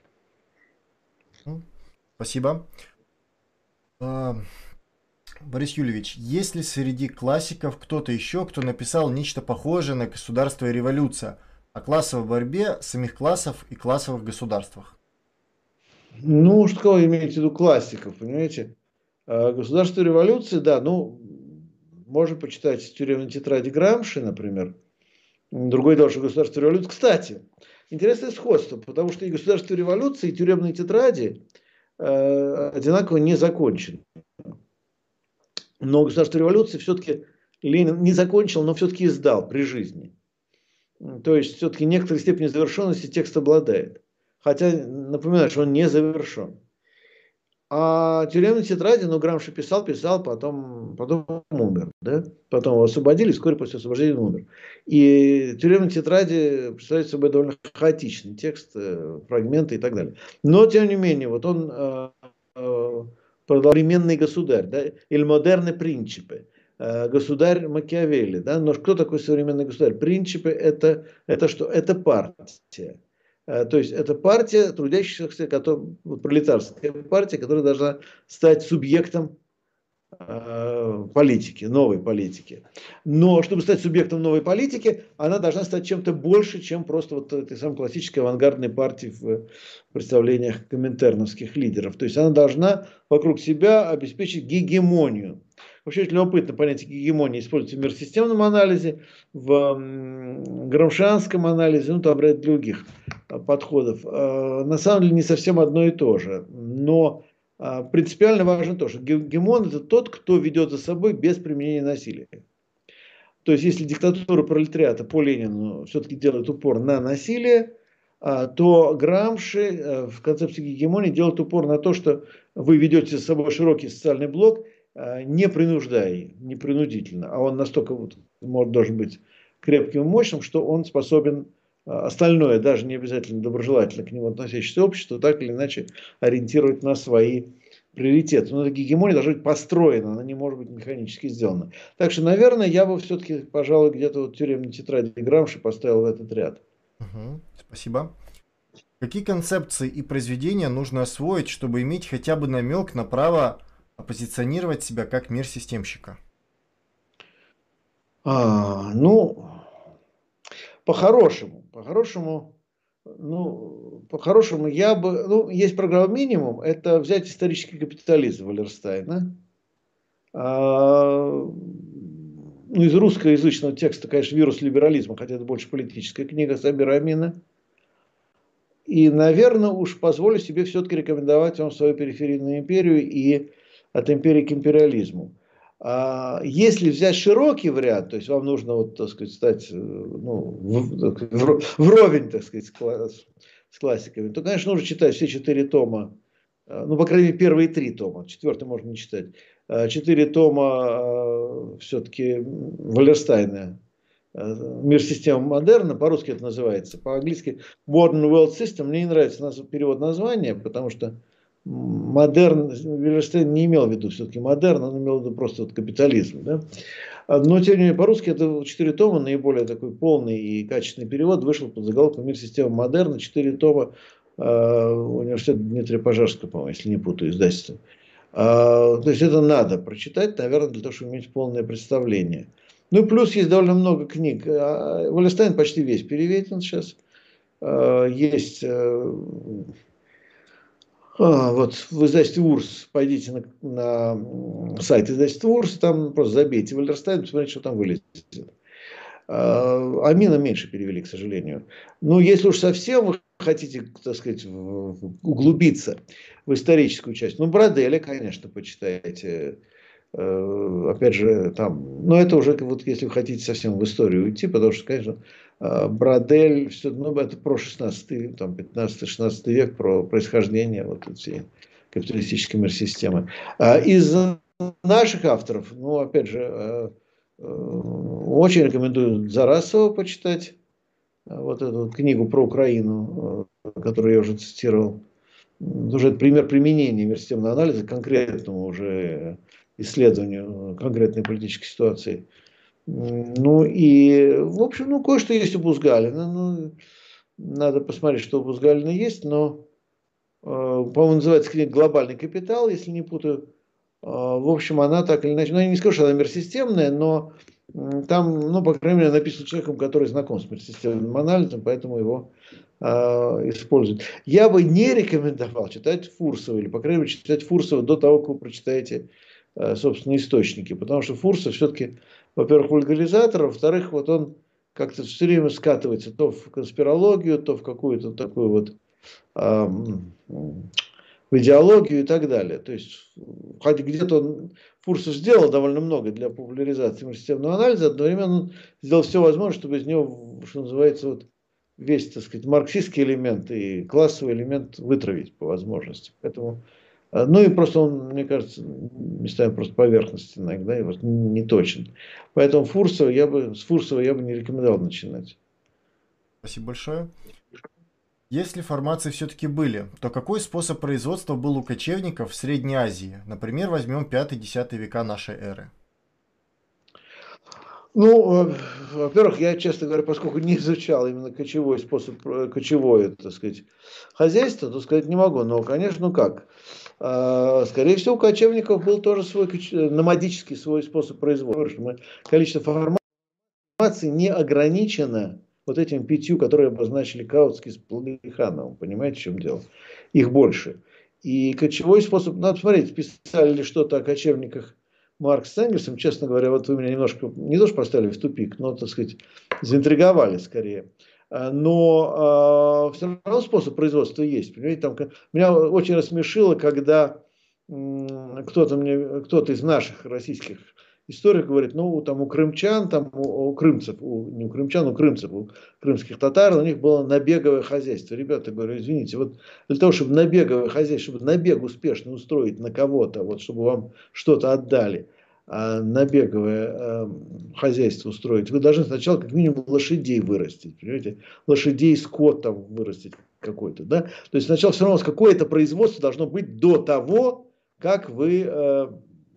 М, Спасибо. А, Борис Юльевич, есть ли среди классиков кто-то еще, кто написал нечто похожее на «Государство и революция» о классовой борьбе самих классов и классовых государствах? Ну, что кого имеете в виду классиков, понимаете? Э, Государство революции, да, ну, можно почитать тюремные тетради Грамши, например. Другое дело, что государство революции. Кстати, интересное сходство, потому что и государство революции, и тюремные тетради э, одинаково не закончены. Но государство революции все-таки Ленин не закончил, но все-таки издал при жизни. То есть все-таки некоторой степени завершенности текст обладает. Хотя, напоминаю, что он не завершен. А тюремные тетради, ну, Грамши писал, писал, потом, потом умер. Да? Потом его освободили, вскоре после освобождения он умер. И тюремные тетради представляют собой довольно хаотичный текст, э, фрагменты и так далее. Но, тем не менее, вот он э, э, современный государь, да? Или модерны принципы. Э, Государь Макиавелли. Да? Но кто такой современный государь? Принципы это, это что? Это партия. Э, То есть это партия трудящихся, который, вот пролетарская партия, которая должна стать субъектом э, политики, новой политики. Но чтобы стать субъектом новой политики, она должна стать чем-то больше, чем просто вот этой самой классической авангардной партии в представлениях коминтерновских лидеров. То есть она должна вокруг себя обеспечить гегемонию. Вообще очень любопытно понятие гегемонии используется в миросистемном анализе, в грамшианском анализе, ну там ряд других подходов. На самом деле не совсем одно и то же. Но принципиально важно то, что гегемон это тот, кто ведет за собой без применения насилия. То есть если диктатура пролетариата по Ленину все-таки делает упор на насилие, то Грамши в концепции гегемонии делает упор на то, что вы ведете за собой широкий социальный блок, не принуждая, не принудительно, а он настолько вот, может, должен быть крепким и мощным, что он способен остальное, даже не обязательно доброжелательно к нему относящееся общество, так или иначе ориентировать на свои приоритеты. Но эта гегемония должна быть построена, она не может быть механически сделана. Так что, наверное, я бы все-таки, пожалуй, где-то вот тюремные тетради Грамши поставил в этот ряд. Мгм, спасибо. Какие концепции и произведения нужно освоить, чтобы иметь хотя бы намек на право позиционировать себя как мир-системщика? А, ну, по-хорошему, по-хорошему, ну, по-хорошему я бы, ну, есть программа минимум, это взять исторический капитализм Валерстайна. А, ну, из русскоязычного текста, конечно, «Вирус либерализма», хотя это больше политическая книга Сабира Амина. И, наверное, уж позволю себе все-таки рекомендовать вам свою периферийную империю и от империи к империализму. А если взять широкий вариант, то есть вам нужно, вот, так сказать, стать ну, в, вровень, так сказать, с классиками, то, конечно, нужно читать все четыре тома, ну, по крайней мере, первые три тома, четвертый можно не читать, четыре тома все-таки Валерстайна, «Мир системы модерна», по-русски это называется, по-английски Modern World System. Мне не нравится перевод названия, потому что модерн, Валерстайн не имел в виду все-таки модерн, он имел в виду просто вот капитализм. Да? Но, тем не менее, по-русски это четыре тома, наиболее такой полный и качественный перевод, вышел под заголовком «Мир системы модерна», четыре тома, э, университет Дмитрия Пожарского, по-моему, если не путаю, издательство. А, то есть это надо прочитать, наверное, для того, чтобы иметь полное представление. Ну и плюс есть довольно много книг. А, Валерстайн почти весь переведен сейчас. А, есть э, а, вот в издательстве УРС, пойдите на, на сайт издательства УРС, там просто забейте Валерстайн, посмотрите, что там вылезет. А, Амина меньше перевели, к сожалению. Ну, если уж совсем вы хотите, так сказать, углубиться в историческую часть, ну, Броделя, конечно, почитайте. Э, Опять же, там, но это уже, вот если вы хотите совсем в историю уйти, потому что, конечно, э, Бродель, все, ну, это про шестнадцатый, там, пятнадцатый-шестнадцатый век, про происхождение вот этой капиталистической мир-системы. А из наших авторов, ну, опять же, э, э, очень рекомендую Зарасова почитать, э, вот эту книгу про Украину, э, которую я уже цитировал. Уже это пример применения миросистемного анализа к конкретному уже исследованию конкретной политической ситуации. Ну и, в общем, ну кое-что есть у Бузгалина. Ну, надо посмотреть, что у Бузгалина есть, но, э, по-моему, называется книга «Глобальный капитал», если не путаю. Э, В общем, она так или иначе, ну я не скажу, что она миросистемная, но м, там, ну, по крайней мере, написано человеком, который знаком с миросистемным анализом, поэтому его э, используют. Я бы не рекомендовал читать Фурсова, или, по крайней мере, читать Фурсова до того, как вы прочитаете, э, собственно, источники. Потому что Фурсов все-таки, во-первых, вульгаризатор, а во-вторых, вот он как-то все время скатывается то в конспирологию, то в какую-то такую вот э, в идеологию и так далее. То есть, хоть где-то он, Фурсов сделал довольно много для популяризации системного анализа, одновременно он сделал все возможное, чтобы из него, что называется, вот, весь, так сказать, марксистский элемент и классовый элемент вытравить по возможности. Поэтому, э, ну и просто он, мне кажется, местами просто поверхностен иногда и вот не точен. Поэтому Фурсова я бы, с Фурсова я бы не рекомендовал начинать. Спасибо большое. Если формации все-таки были, то какой способ производства был у кочевников в Средней Азии? Например, возьмем пятый-десятый века нашей эры. Ну, э, во-первых, я, честно говоря, поскольку не изучал именно кочевой способ, э, кочевое, так сказать, хозяйство, то сказать не могу. Но, конечно, ну как? А, Скорее всего, у кочевников был тоже свой коч- э, номадический свой способ производства. Мы- Количество информации не ограничено вот этими пятью, которые обозначили Каутский с Плехановым. Понимаете, в чем дело? Их больше. И кочевой способ, надо смотреть, писали ли что-то о кочевниках Маркс с Энгельсом. Честно говоря, вот вы меня немножко, не то что поставили в тупик, но, так сказать, заинтриговали скорее. А, Но э, все равно способ производства есть. Понимаете, там, меня очень рассмешило, когда м, кто-то мне, кто-то из наших российских историк говорит, ну, там у крымчан, там у, у крымцев, у, не у крымчан, у крымцев, у крымских татар, у них было набеговое хозяйство. Ребята, говорю, извините, вот для того, чтобы набеговое хозяйство, чтобы набег успешно устроить на кого-то, вот, чтобы вам что-то отдали, а набеговое э, хозяйство устроить, вы должны сначала как минимум лошадей вырастить, понимаете, лошадей, скот там вырастить какой-то, да, то есть сначала все равно какое-то производство должно быть до того, как вы э,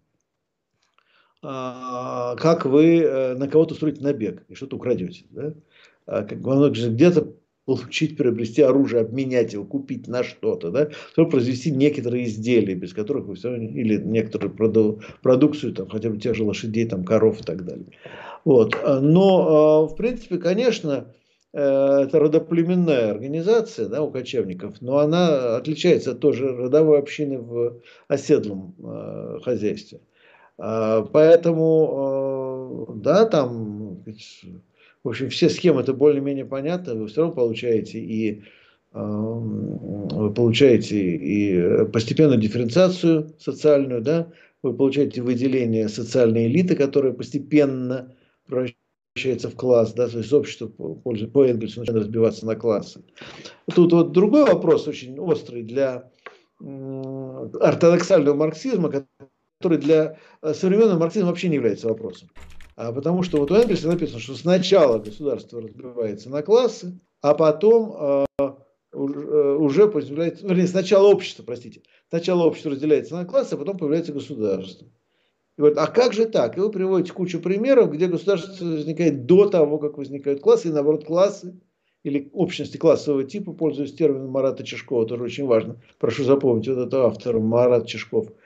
а, как вы э, на кого-то устроите набег и что-то украдете. Да? А, как, главное же где-то получить, приобрести оружие, обменять его, купить на что-то, да, чтобы произвести некоторые изделия, без которых вы все равно, или некоторую проду, продукцию, там, хотя бы тех же лошадей, там, коров и так далее. Вот. А, Но, а, в принципе, конечно, э, это родоплеменная организация, да, у кочевников, но она отличается от той же родовой общины в оседлом э, хозяйстве. А, Поэтому, э, да, там, в общем, все схемы это более-менее понятно, вы все равно получаете и э, вы получаете и постепенную дифференциацию социальную, да, вы получаете выделение социальной элиты, которая постепенно превращается в класс, да, то есть общество по, по Энгельсу начинает разбиваться на классы. Тут вот другой вопрос очень острый для ортодоксального марксизма, который для э, современного марксизма вообще не является вопросом. А потому что вот у Энгельса написано, что сначала государство разбивается на классы, а потом э, уже появляется, вернее, сначала общество, простите, сначала общество разделяется на классы, а потом появляется государство. И говорят, а как же так? И вы приводите кучу примеров, где государство возникает до того, как возникают классы, и наоборот классы или общности классового типа, пользуясь термином Марата Чешкова, тоже очень важно. Прошу запомнить, вот это автор Марат Чешков.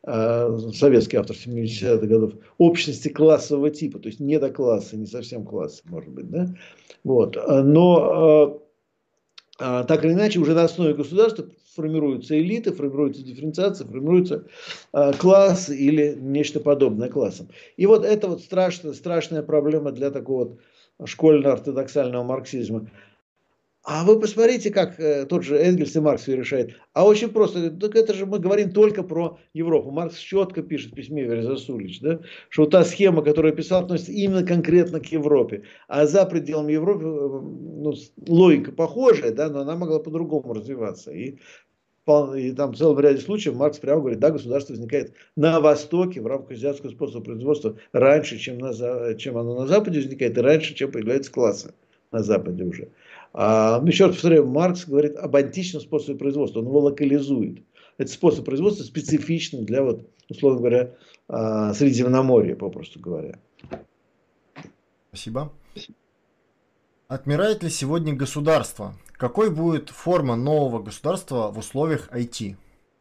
советский автор семидесятых годов, общности классового типа, то есть не до класса, не совсем класса, может быть, да, вот, но так или иначе уже на основе государства формируются элиты, формируется дифференциация, формируется класс или нечто подобное классам. И вот это вот страшная, страшная проблема для такого вот школьно-ортодоксального марксизма. А вы посмотрите, как э, тот же Энгельс и Маркс все решает. А очень просто. Так это же мы говорим только про Европу. Маркс четко пишет в письме Верзасулич, да, что та схема, которую писал, относится именно конкретно к Европе. А за пределами Европы ну, логика похожая, да, но она могла по-другому развиваться. И, и там в целом ряде случаев Маркс прямо говорит, да, государство возникает на Востоке в рамках азиатского способа производства раньше, чем, на, чем оно на Западе возникает, и раньше, чем появляются классы на Западе уже. А, еще раз повторяю, Маркс говорит об античном способе производства, он его локализует. Это способ производства специфичный для, вот, условно говоря, Средиземноморья, попросту говоря. Спасибо. Отмирает ли сегодня государство? Какой будет форма нового государства в условиях ай ти?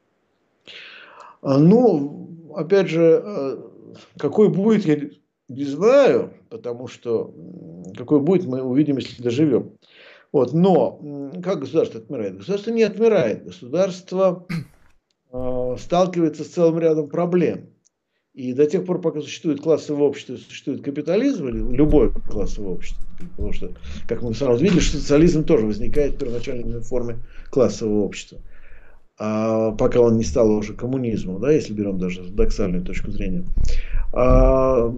Ну, опять же, какой будет, я не знаю, потому что какой будет, мы увидим, если доживем. Вот, но как государство отмирает? Государство не отмирает. Государство э, сталкивается с целым рядом проблем. И до тех пор, пока существует классовое общество, существует капитализм, или любое классовое общество, потому что, как мы сразу видели, что социализм тоже возникает в первоначальной форме классового общества. А пока он не стал уже коммунизмом, да, если берем даже доксальную точку зрения, а,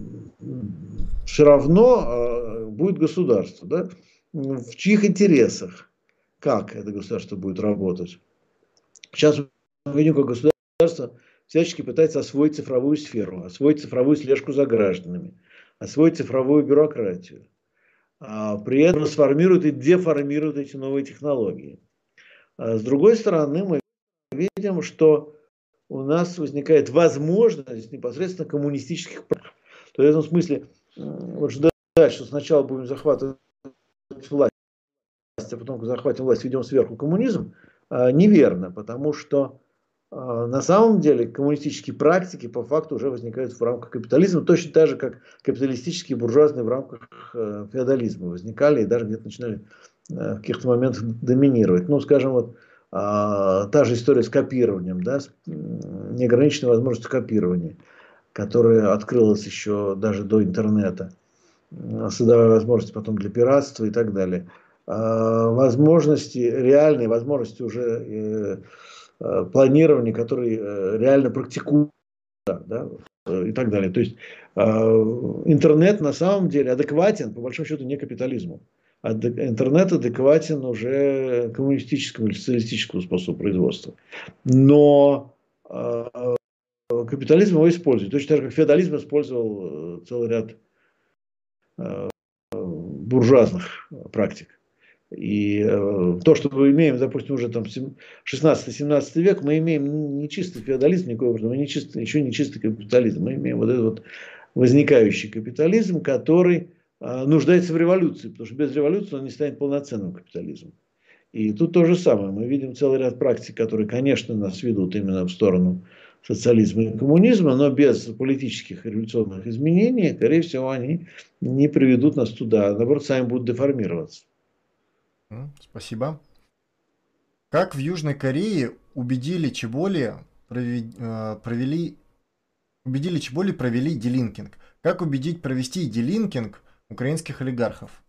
все равно а, будет государство, да, в чьих интересах, как это государство будет работать. Сейчас мы видим, как государство всячески пытается освоить цифровую сферу, освоить цифровую слежку за гражданами, освоить цифровую бюрократию. А при этом сформирует и деформирует эти новые технологии. А с другой стороны, мы видим, что у нас возникает возможность непосредственно коммунистических прав. То есть в этом смысле вот ждать, что сначала будем захватывать власть, а потом захватим власть, ведем сверху коммунизм, неверно, потому что на самом деле коммунистические практики по факту уже возникают в рамках капитализма, точно так же, как капиталистические буржуазные в рамках феодализма возникали и даже где-то начинали в каких-то моментах доминировать. Ну, скажем, вот та же история с копированием, да, с неограниченной возможностью копирования, которая открылась еще даже до интернета, создавая возможности потом для пиратства и так далее. Возможности, реальные возможности уже планирования, которые реально практикуются, да, и так далее. То есть интернет на самом деле адекватен, по большому счету, не капитализму. Интернет адекватен уже коммунистическому или социалистическому способу производства. Но э, капитализм его использует. Точно так же, как феодализм использовал целый ряд э, буржуазных практик. И э, то, что мы имеем, допустим, уже там шестнадцатый-семнадцатый век, мы имеем не чистый феодализм, никакой, мы не чистый, еще не чистый капитализм. Мы имеем вот этот вот возникающий капитализм, который нуждается в революции, потому что без революции он не станет полноценным капитализмом. И тут то же самое. Мы видим целый ряд практик, которые, конечно, нас ведут именно в сторону социализма и коммунизма, но без политических и революционных изменений, скорее всего, они не приведут нас туда, а наоборот, сами будут деформироваться. Спасибо. Как в Южной Корее убедили Чеболи провели, убедили Чеболи провели делинкинг? Как убедить провести делинкинг украинских олигархов?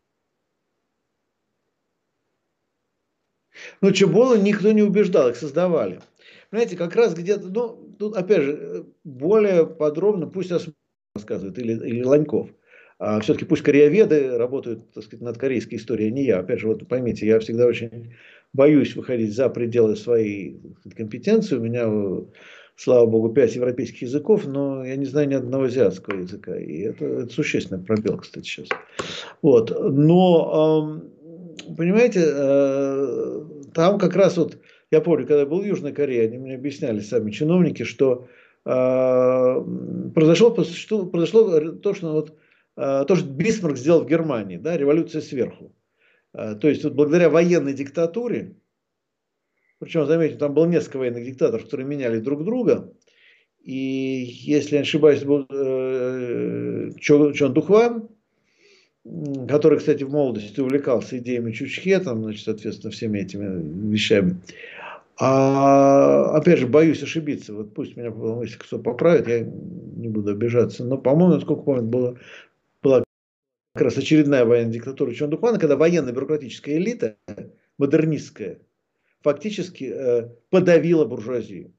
Ну, Чебола никто не убеждал, их создавали. Понимаете, как раз где-то, ну, тут, опять же, более подробно пусть рассказывает, или, или Ланьков. А все-таки пусть корееведы работают, так сказать, над корейской историей, а не я. Опять же, вот поймите, я всегда очень боюсь выходить за пределы своей компетенции. У меня, слава богу, пять европейских языков, но я не знаю ни одного азиатского языка. И это, это существенный пробел, кстати, сейчас. Вот. Но, понимаете, там как раз вот, я помню, когда я был в Южной Корее, они мне объясняли сами чиновники, что произошло, что произошло то, что вот то, что Бисмарк сделал в Германии, да, революция сверху. То есть вот благодаря военной диктатуре, причем, заметьте, там было несколько военных диктаторов, которые меняли друг друга, И если я не ошибаюсь, это был э, Чон, Чон Духван, который, кстати, в молодости увлекался идеями Чучхе, там, значит, соответственно, всеми этими вещами. А, опять же, боюсь ошибиться. Вот пусть меня, если кто поправит, я не буду обижаться. Но, по-моему, насколько помню, было, была как раз очередная военная диктатура Чон Духвана, когда военно-бюрократическая элита, модернистская, фактически э, подавила буржуазию.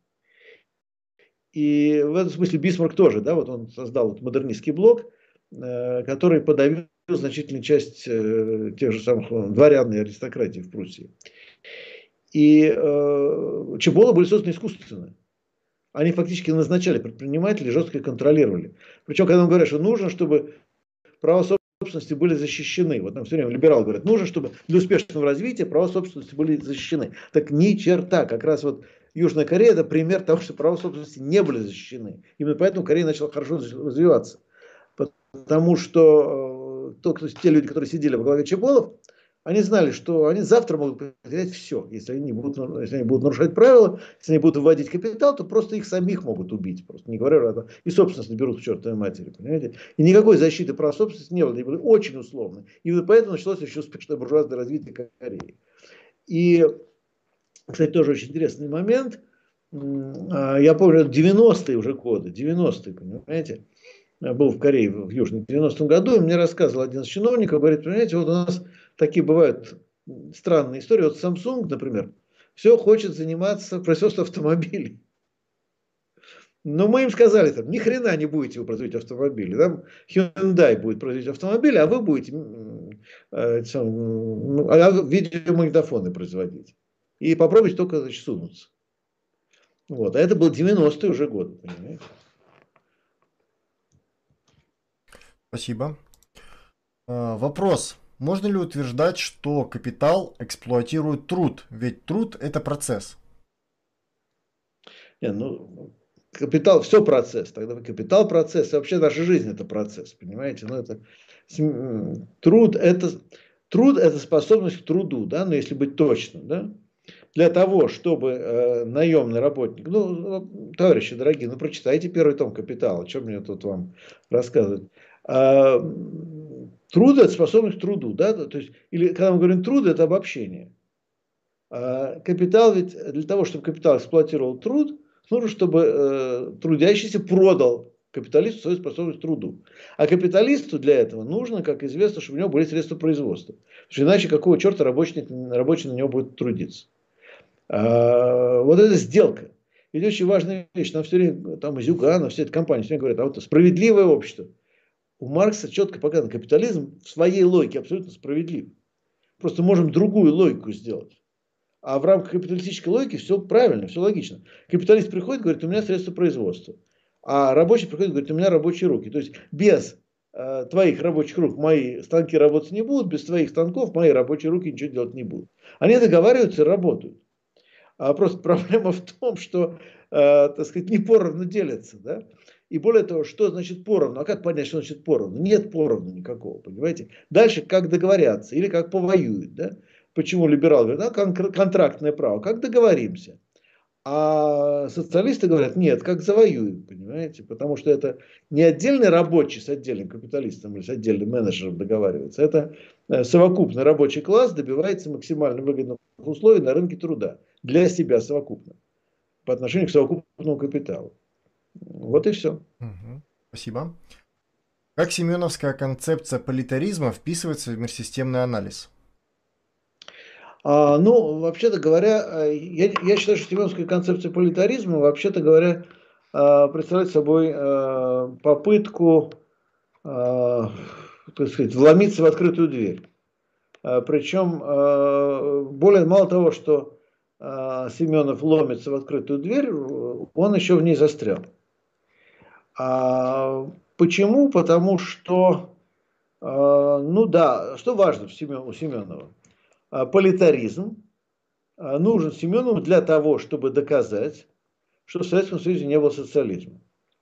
И в этом смысле Бисмарк тоже, да, вот он создал вот модернистский блок, э, который подавил значительную часть э, тех же самых дворян и аристократии в Пруссии. И э, чеболы были созданы искусственно. Они фактически назначали предпринимателей, жестко их контролировали. Причем, когда он говорит, что нужно, чтобы права собственности были защищены. Вот нам все время либералы говорят, нужно, чтобы для успешного развития права собственности были защищены. Так ни черта. Как раз вот Южная Корея — это пример того, что права собственности не были защищены. Именно поэтому Корея начала хорошо развиваться. Потому что э, только те люди, которые сидели во главе чеболов, они знали, что они завтра могут потерять все. Если они, будут, если они будут нарушать правила, если они будут выводить капитал, то просто их самих могут убить. Просто не говоря, это и собственность берут к чертовой матери. Понимаете? И никакой защиты прав собственности не было. Они были очень условны. И поэтому началось очень успешное буржуазное развитие Кореи. И, кстати, тоже очень интересный момент. Я помню, девяностые уже годы, девяностые, понимаете, был в Корее в Южном девяностом году, и мне рассказывал один из чиновников, говорит, понимаете, вот у нас такие бывают странные истории. Вот Samsung, например, все хочет заниматься производством автомобилей. Но мы им сказали, там, ни хрена не будете вы производить автомобили. Там Hyundai будет производить автомобили, а вы будете э, сам, а видеомагнитофоны производить. И попробуйте только, значит, сунуться. Вот. А это был девяностые уже годы, понимаете? Спасибо. А, вопрос. Можно ли утверждать, что капитал эксплуатирует труд? Ведь труд – это процесс. Не, ну, капитал, все процесс. Тогда капитал процесс, и вообще наша жизнь это процесс, понимаете? Ну, это, труд, это, труд это способность к труду, да, но если быть точным, да? Для того, чтобы э, наемный работник, ну, товарищи дорогие, ну, прочитайте первый том «Капитала», что мне тут вам рассказывать. А, труд – это способность к труду, да, то есть, или когда мы говорим труд, это обобщение. А, капитал ведь, для того, чтобы капитал эксплуатировал труд, нужно, чтобы э, трудящийся продал капиталисту свою способность к труду. А капиталисту для этого нужно, как известно, чтобы у него были средства производства. Потому что иначе какого черта рабочий, рабочий на него будет трудиться. А, вот эта сделка. Ведь очень важная вещь. Нам все время, там, Зюганов, все эти компании все время говорят, а вот справедливое общество. У Маркса четко показано, капитализм в своей логике абсолютно справедлив. Просто можем другую логику сделать. А в рамках капиталистической логики все правильно, все логично. Капиталист приходит, говорит, у меня средства производства. А рабочий приходит, говорит, у меня рабочие руки. То есть без э, твоих рабочих рук мои станки работать не будут, без твоих станков мои рабочие руки ничего делать не будут. Они договариваются и работают. А просто проблема в том, что, э, так сказать, не поровну делятся, да? И более того, что значит поровну? А как понять, что значит поровну? Нет поровну никакого, понимаете? Дальше как договорятся или как повоюют, да? Почему либералы говорят, а кон- контрактное право, как договоримся? А социалисты говорят, нет, как завоюем, понимаете? Потому что это не отдельный рабочий с отдельным капиталистом или с отдельным менеджером договаривается. Это э, совокупный рабочий класс добивается максимально выгодных условий на рынке труда. Для себя совокупно. По отношению к совокупному капиталу. Вот и все. Угу. Спасибо. Как семеновская концепция политаризма вписывается в межсистемный анализ? А, ну, вообще-то говоря, я, я считаю, что семеновская концепция политаризма, вообще-то говоря, представляет собой попытку, так сказать, вломиться в открытую дверь. Причем, более мало того, что Семенов ломится в открытую дверь, он еще в ней застрял. А почему? Потому что, ну да, что важно в Семен, у Семенова? Политаризм нужен Семенову для того, чтобы доказать, что в Советском Союзе не было социализма.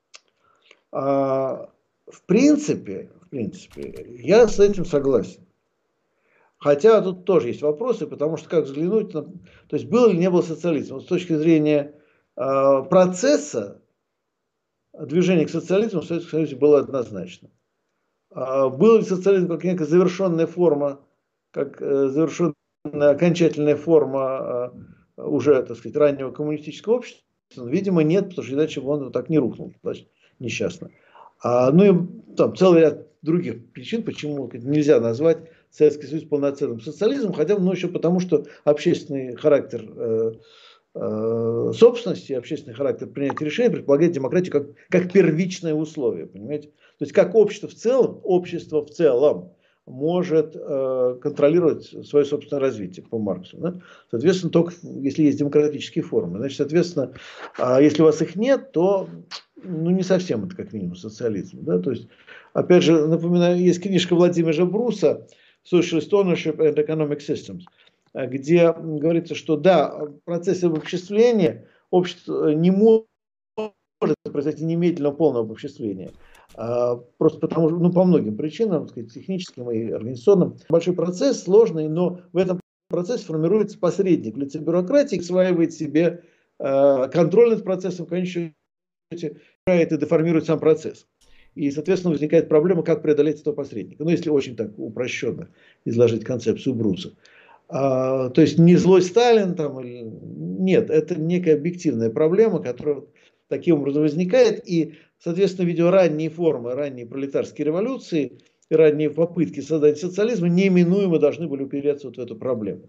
В принципе, в принципе, я с этим согласен. Хотя тут тоже есть вопросы, потому что как взглянуть на... То есть был или не был социализм? Вот с точки зрения процесса, движение к социализму в Советском Союзе было однозначно. А был ли социализм как некая завершенная форма, как э, завершенная окончательная форма э, уже, так сказать, раннего коммунистического общества? Видимо, нет, потому что иначе он вот так не рухнул, значит, несчастно. А, ну и там целый ряд других причин, почему нельзя назвать Советский Союз полноценным социализмом, хотя бы ну, еще потому, что общественный характер э, э, собственности, общественный характер принятия решений предполагает демократию как, как первичное условие, понимаете? То есть как общество в целом, общество в целом может э, контролировать свое собственное развитие по Марксу. Да? Соответственно, только если есть демократические формы. Значит, соответственно, э, если у вас их нет, то ну, не совсем это как минимум социализм. Да? То есть, опять же, напоминаю, есть книжка Владимира Бруса «Socialist Ownership and Economic Systems», где говорится, что да, в процессе обобществления общество не может произойти немедленного полного обобществления. Просто потому что, ну, по многим причинам, так сказать, техническим и организационным. Большой процесс, сложный, но в этом процессе формируется посредник в лице бюрократии, осваивает себе контроль над процессом, в конечном счете, и деформирует сам процесс. И, соответственно, возникает проблема, как преодолеть этого посредника. Ну, если очень так упрощенно изложить концепцию Бруса. А, то есть не злой Сталин, там, или... нет, это некая объективная проблема, которая таким образом возникает. И, соответственно, видя ранние формы, ранние пролетарские революции, ранние попытки создать социализм, неминуемо должны были упереться вот в эту проблему.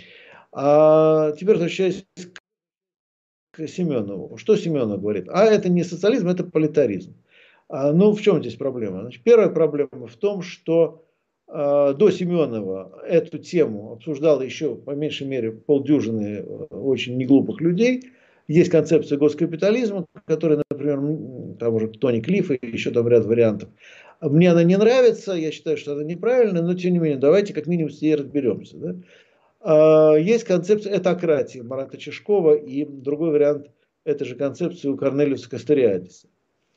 А теперь возвращаясь к Семенову. Что Семенов говорит? А это не социализм, это политаризм. А, ну, в чем здесь проблема? Значит, первая проблема в том, что э, до Семенова эту тему обсуждало еще по меньшей мере полдюжины очень неглупых людей. Есть концепция госкапитализма, которая, например, там уже Тони Клифф и еще там ряд вариантов. Мне она не нравится, я считаю, что она неправильная, но тем не менее, давайте как минимум с ней разберемся. Да? Есть концепция этократии Марата Чижкова и другой вариант этой же концепции у Корнелиуса Кастариадиса.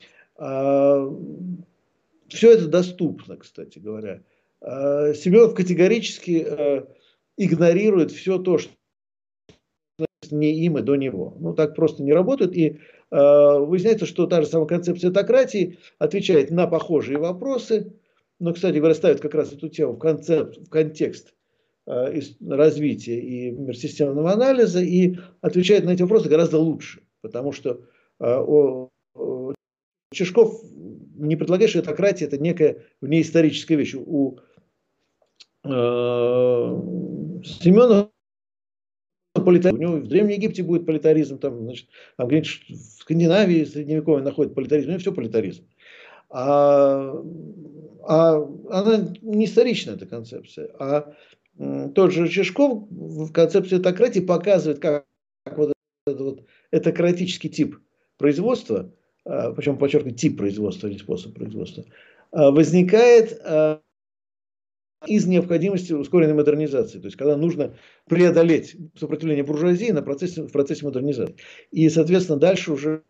Все это доступно, кстати говоря. Семенов категорически игнорирует все то, что не им и до него. Ну, так просто не работает. И выясняется, что та же самая концепция этократии отвечает на похожие вопросы, но, кстати говоря, ставит как раз эту тему в, концепт, в контекст развития и миросистемного анализа и отвечает на эти вопросы гораздо лучше. Потому что Чижков не предлагает, что этократия это некая внеисторическая вещь. У э, Семенова политаризм, у него в Древнем Египте будет политаризм, там, значит, там где-нибудь в Скандинавии средневековье находит политаризм, и все политаризм. А, а она не историчная, эта концепция. А м, тот же Чижков в концепции этократии показывает, как, как вот этот вот этократический тип производства, причем подчеркиваю, тип производства или способ производства, возникает из необходимости ускоренной модернизации. То есть, когда нужно преодолеть сопротивление буржуазии на процессе, в процессе модернизации. И, соответственно, дальше уже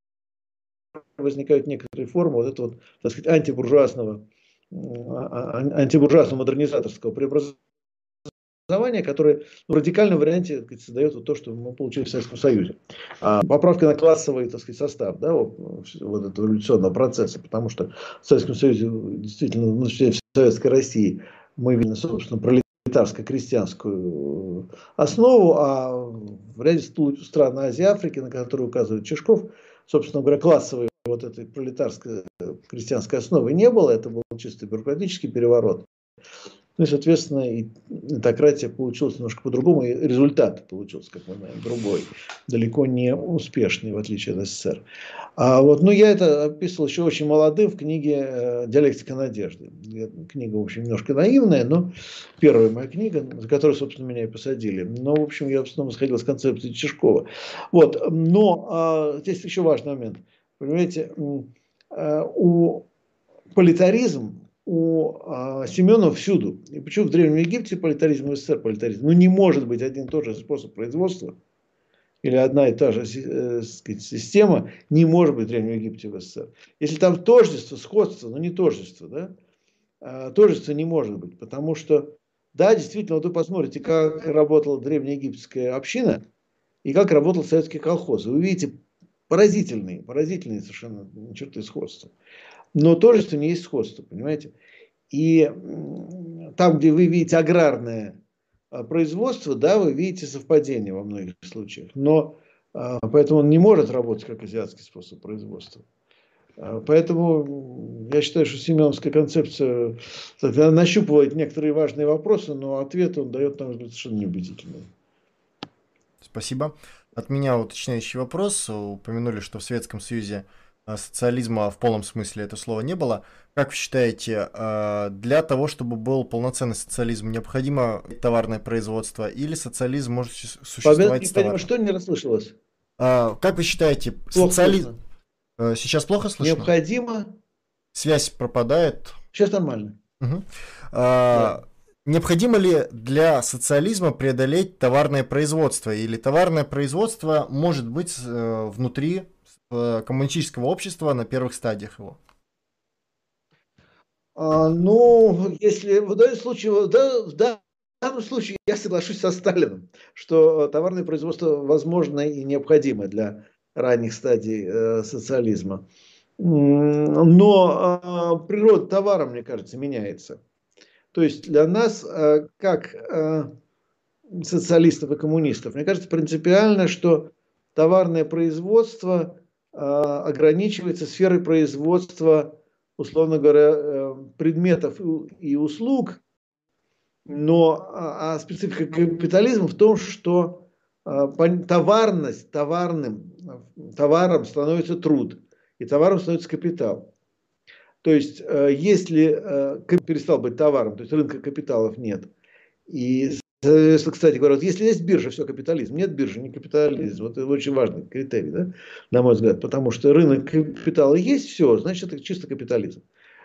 возникают некоторые формы вот этого, так сказать, антибуржуазного, антибуржуазного модернизаторского преобразования, которое в радикальном варианте, так сказать, создает вот то, что мы получили в Советском Союзе. А поправка на классовый, так сказать, состав, да, вот, вот этого революционного процесса, потому что в Советском Союзе действительно, ну, в Советской России мы видим, собственно, пролетарско-крестьянскую основу, а в ряде стран Азии и Африки, на которые указывает Чижков, собственно говоря, классовой вот этой пролетарской крестьянской основы не было, это был чисто бюрократический переворот. Ну и, соответственно, и этократия получилась немножко по-другому, и результат получился, как мы знаем, другой, далеко не успешный, в отличие от СССР. А вот, ну, я это описывал еще очень молодым в книге «Диалектика надежды». Книга, в общем, немножко наивная, но первая моя книга, за которую, собственно, меня и посадили. Но, в общем, я в основном исходил с концепции Чижкова. Вот, но а, здесь еще важный момент. Понимаете, у политаризм у а, Семенова всюду. И почему в Древнем Египте политаризм и в СССР политаризм? Ну, не может быть один и тот же способ производства или одна и та же э, сказать, система не может быть в Древнем Египте и в СССР. Если там тождество, сходство, но не тождество, да? А, тождество не может быть, потому что, да, действительно, вот вы посмотрите, как работала древнеегипетская община и как работал советский колхоз. Вы увидите поразительные, поразительные совершенно черты сходства. Но тождество не есть сходство, понимаете? И там, где вы видите аграрное производство, да, вы видите совпадение во многих случаях. Но поэтому он не может работать как азиатский способ производства. Поэтому я считаю, что семеновская концепция нащупывает некоторые важные вопросы, но ответ он дает, на мой взгляд, совершенно неубедительный. Спасибо. От меня уточняющий вопрос. Упомянули, что в Советском Союзе социализма в полном смысле это слова не было. Как вы считаете, для того, чтобы был полноценный социализм, необходимо товарное производство или социализм может существовать с товаром? Что не расслышалось? Как вы считаете, социализм... Сейчас плохо слышно? Необходимо. Связь пропадает. Сейчас нормально. Угу. А, да. Необходимо ли для социализма преодолеть товарное производство? Или товарное производство может быть э, внутри э, коммунистического общества на первых стадиях его? А, ну, если в данном случае, да, в данном случае я соглашусь со Сталиным, что товарное производство возможно и необходимо для ранних стадий э, социализма. Но э, природа товара, мне кажется, меняется. То есть для нас, э, как э, социалистов и коммунистов, мне кажется принципиально, что товарное производство э, ограничивается сферой производства, условно говоря, э, предметов и услуг, но а специфика капитализма в том, что товарность, товарным товаром становится труд, и товаром становится капитал. То есть, если перестал быть товаром, то есть рынка капиталов нет. И, кстати говоря, вот если есть биржа, все капитализм. Нет биржи, не капитализм. Вот это очень важный критерий, да, на мой взгляд. Потому что рынок капитала есть, все, значит, это чисто капитализм.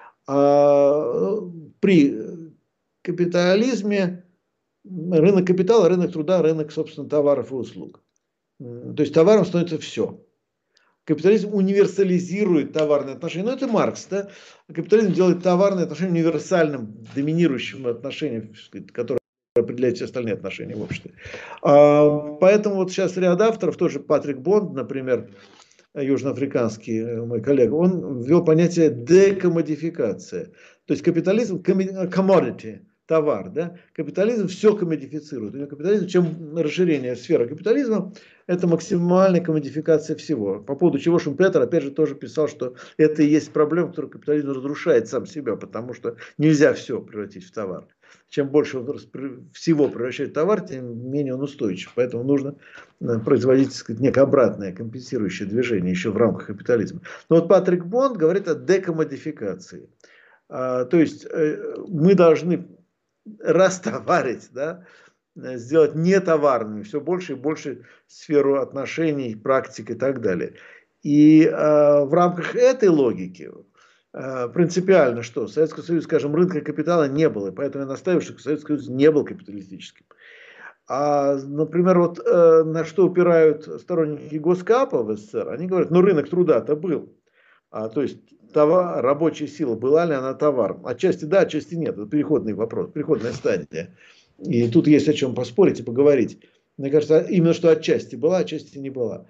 А при капитализме рынок капитала, рынок труда, рынок, собственно, товаров и услуг. То есть товаром становится все. Капитализм универсализирует товарные отношения. Ну, это Маркс, да? Капитализм делает товарные отношения универсальным, доминирующим отношением, которое определяет все остальные отношения в обществе. Поэтому вот сейчас ряд авторов, тоже Патрик Бонд, например, южноафриканский мой коллега, он ввел понятие декомодификация. То есть капитализм, commodity, товар, да? Капитализм все комодифицирует. Капитализм, чем расширение сферы капитализма, это максимальная комодификация всего. По поводу чего Шумпетер, опять же, тоже писал, что это и есть проблема, которую капитализм разрушает сам себя, потому что нельзя все превратить в товар. Чем больше он всего превращает в товар, тем менее он устойчив. Поэтому нужно производить, так сказать, некое обратное компенсирующее движение еще в рамках капитализма. Но вот Патрик Бонд говорит о декомодификации. То есть мы должны растоварить, да, сделать нетоварную все больше и больше сферу отношений, практик и так далее. И э, в рамках этой логики э, принципиально, что Советский Союз, скажем, рынка капитала не было, и поэтому я настаиваю, что Советский Союз не был капиталистическим. А, например, вот э, на что упирают сторонники Госкапа в СССР, они говорят, ну рынок труда-то был. А, то есть товар, рабочая сила, была ли она товаром? Отчасти да, отчасти нет. Это переходный вопрос, переходная стадия. И тут есть о чем поспорить и поговорить. Мне кажется, именно что отчасти была, отчасти не была.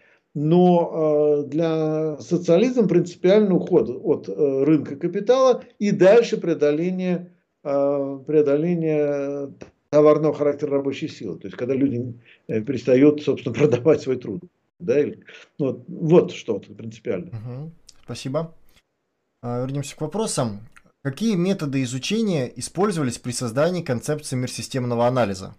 Но э, для социализма принципиальный уход от э, рынка капитала и дальше преодоление, э, преодоление товарного характера рабочей силы. То есть, когда люди э, перестают, собственно, продавать свой труд. Да? Или, вот, вот что принципиально. Угу. Спасибо. Вернемся к вопросам. Какие методы изучения использовались при создании концепции мирсистемного анализа?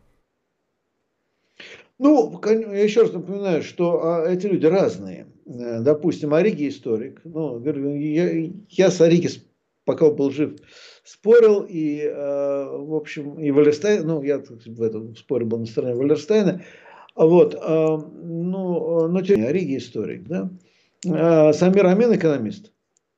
Ну, я еще раз напоминаю, что эти люди разные. Допустим, Ориги историк. Ну, я, я с Ориги, пока он был жив, спорил. И, в общем, и Валерстайн, ну, я в этом споре был на стороне Валерстайна. Вот, ну, но тем не менее, Ориги историк, да. Самир Амин экономист.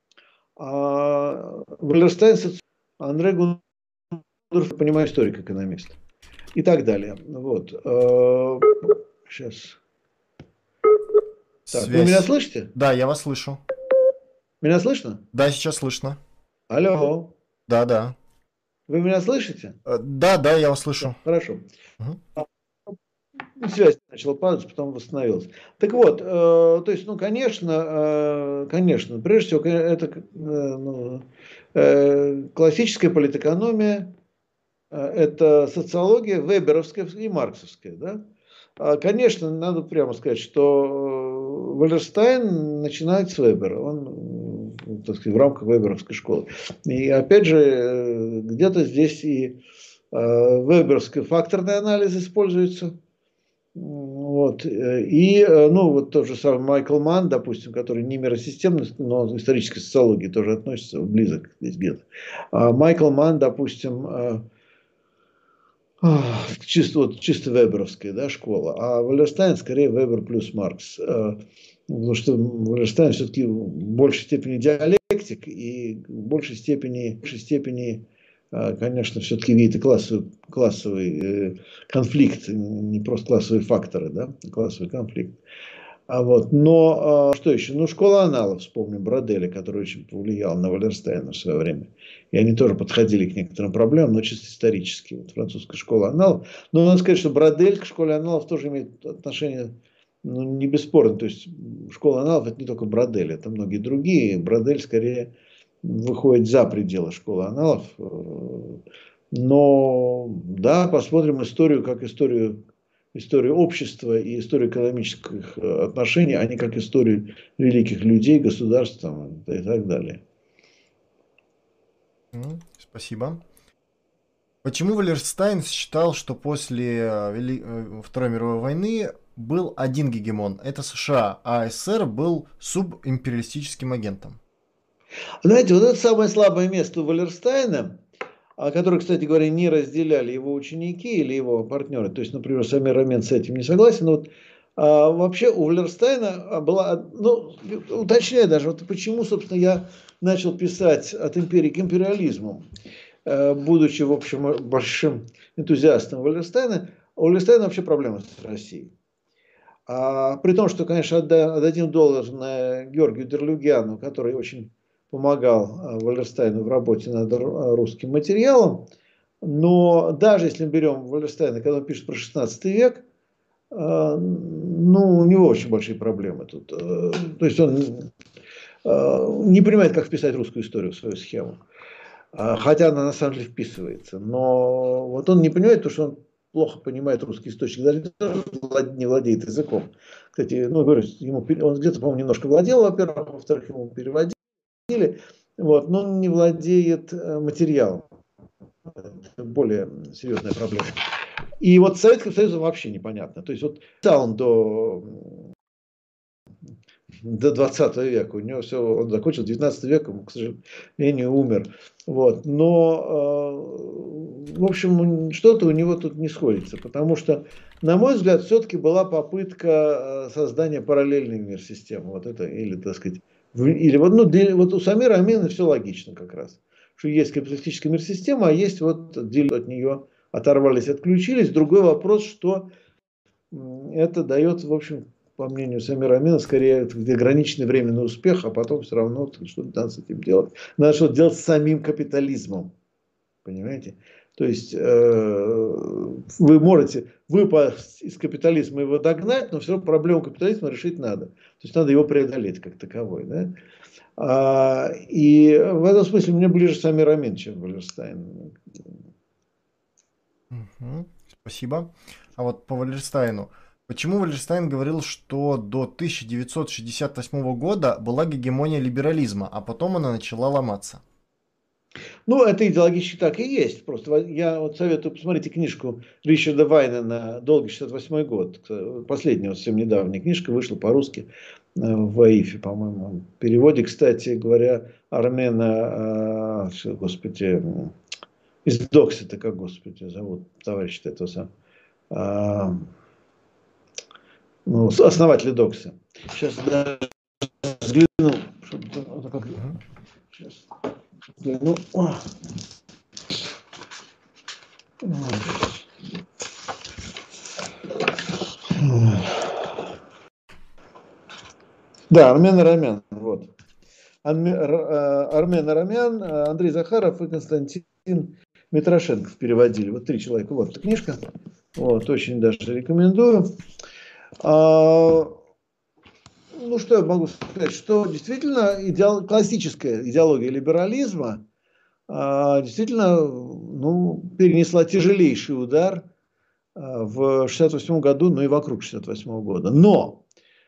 А Валерстайн, Андрей Гундорф, понимаю, историк-экономист. И так далее. Вот. Сейчас. Так, вы меня слышите? Да, я вас слышу. Меня слышно? Да, сейчас слышно. Алло. Да, да. Вы меня слышите? Да, да, я вас слышу. Да, хорошо. Угу. связь начала падать, потом восстановилась. Так вот, э, то есть, ну, конечно, э, конечно, прежде всего, это э, ну, э, классическая политэкономия, э, это социология веберовская и марксовская, да. А, конечно, надо прямо сказать, что э, Валерстайн начинает с Вебера, он, э, так сказать, в рамках веберовской школы. И опять же, э, где-то здесь и э, веберовский факторный анализ используется. Вот. И, ну, вот тот же самый Майкл Манн, допустим, который не миросистемный, но исторической социологии тоже относится, близок здесь где-то. А Майкл Манн, допустим, чисто, вот, чисто веберовская, да, школа, а Валерстайн скорее Вебер плюс Маркс. Потому что Валерстайн все-таки в большей степени диалектик и в большей степени, в большей степени конечно, все-таки видит классовый, классовый конфликт, не просто классовые факторы, да, классовый конфликт. А вот, но что еще? Ну, школа аналов, вспомним Броделя, который очень повлиял на Валерстайна в свое время. И они тоже подходили к некоторым проблемам, но чисто исторически. Вот французская школа аналов. Но надо сказать, что Бродель к школе аналов тоже имеет отношение, ну, не бесспорно. То есть школа аналов это не только Бродель, это многие другие. Бродель скорее выходит за пределы школы аналов. Но да, посмотрим историю как историю, историю общества и историю экономических отношений, а не как историю великих людей, государств там, и так далее. Спасибо. Почему Валерстайн считал, что после Вели... Второй мировой войны был один гегемон, это США, а СССР был субимпериалистическим агентом? Знаете, вот это самое слабое место у Валерстайна, которое, кстати говоря, не разделяли его ученики или его партнеры. То есть, например, Самир Амен с этим не согласен. Но вот, а, вообще у Валерстайна была, ну, уточняю даже, вот почему, собственно, я начал писать «От империи к империализму», будучи, в общем, большим энтузиастом Валерстайна. У Валерстайна вообще проблема с Россией. А, при том, что, конечно, отдадим должное Георгию Дерлюгяну, который очень помогал Валерстайну в работе над русским материалом. Но даже если мы берем Валерстайна, когда он пишет про шестнадцатый век, ну, у него очень большие проблемы тут. То есть он не понимает, как вписать русскую историю в свою схему. Хотя она на самом деле вписывается. Но вот он не понимает, потому что он плохо понимает русский источник, даже не владеет языком. Кстати, ну, говорю, ему, он где-то, по-моему, немножко владел, во-первых, а во-вторых, ему переводили. Вот, но он не владеет материалом. Это более серьезная проблема. И вот с Советским Союзом вообще непонятно. То есть вот он до, до двадцатого века, у него все, он закончил девятнадцатый век, он, к сожалению, умер. Вот. Но, в общем, что-то у него тут не сходится, потому что, на мой взгляд, все-таки была попытка создания параллельной мир-системы. Вот это, или, так сказать, или вот, ну, вот у Самира Амина все логично как раз. Что есть капиталистическая мир-система, а есть вот от нее оторвались, отключились. Другой вопрос, что это дает, в общем, по мнению Самира Амина, скорее ограниченный временный успех, а потом все равно что-то надо с этим делать. Надо что-то делать с самим капитализмом. Понимаете? То есть э, вы можете выпасть из капитализма и его догнать, но все равно проблему капитализма решить надо. То есть надо его преодолеть как таковой. Да? А, и в этом смысле мне ближе Самир Амин, чем Валерстайн. Угу, спасибо. А вот по Валерстайну. Почему Валерстайн говорил, что до тысяча девятьсот шестьдесят восьмого года была гегемония либерализма, а потом она начала ломаться? Ну, это идеологически так и есть. Просто я вот советую, посмотрите книжку Ричарда Вайнена «Долгий шестьдесят восьмой год». Последняя, вот совсем недавняя книжка, вышла по-русски в АИФе, по-моему. В переводе, кстати говоря, Армена, господи, из Доксита, как, господи, зовут товарища этого самого, ну, основателя Докса. Сейчас даже взгляну. Сейчас. Ну, да, Армен Арамян. Вот. Армен Арамян, Андрей Захаров и Константин Митрошенков переводили. Вот три человека. Вот эта книжка. Вот, очень даже рекомендую. А, ну, что я могу сказать, что действительно идеал, классическая идеология либерализма а, действительно ну, перенесла тяжелейший удар а, в шестьдесят восьмом году, ну и вокруг шестьдесят восьмого года. Но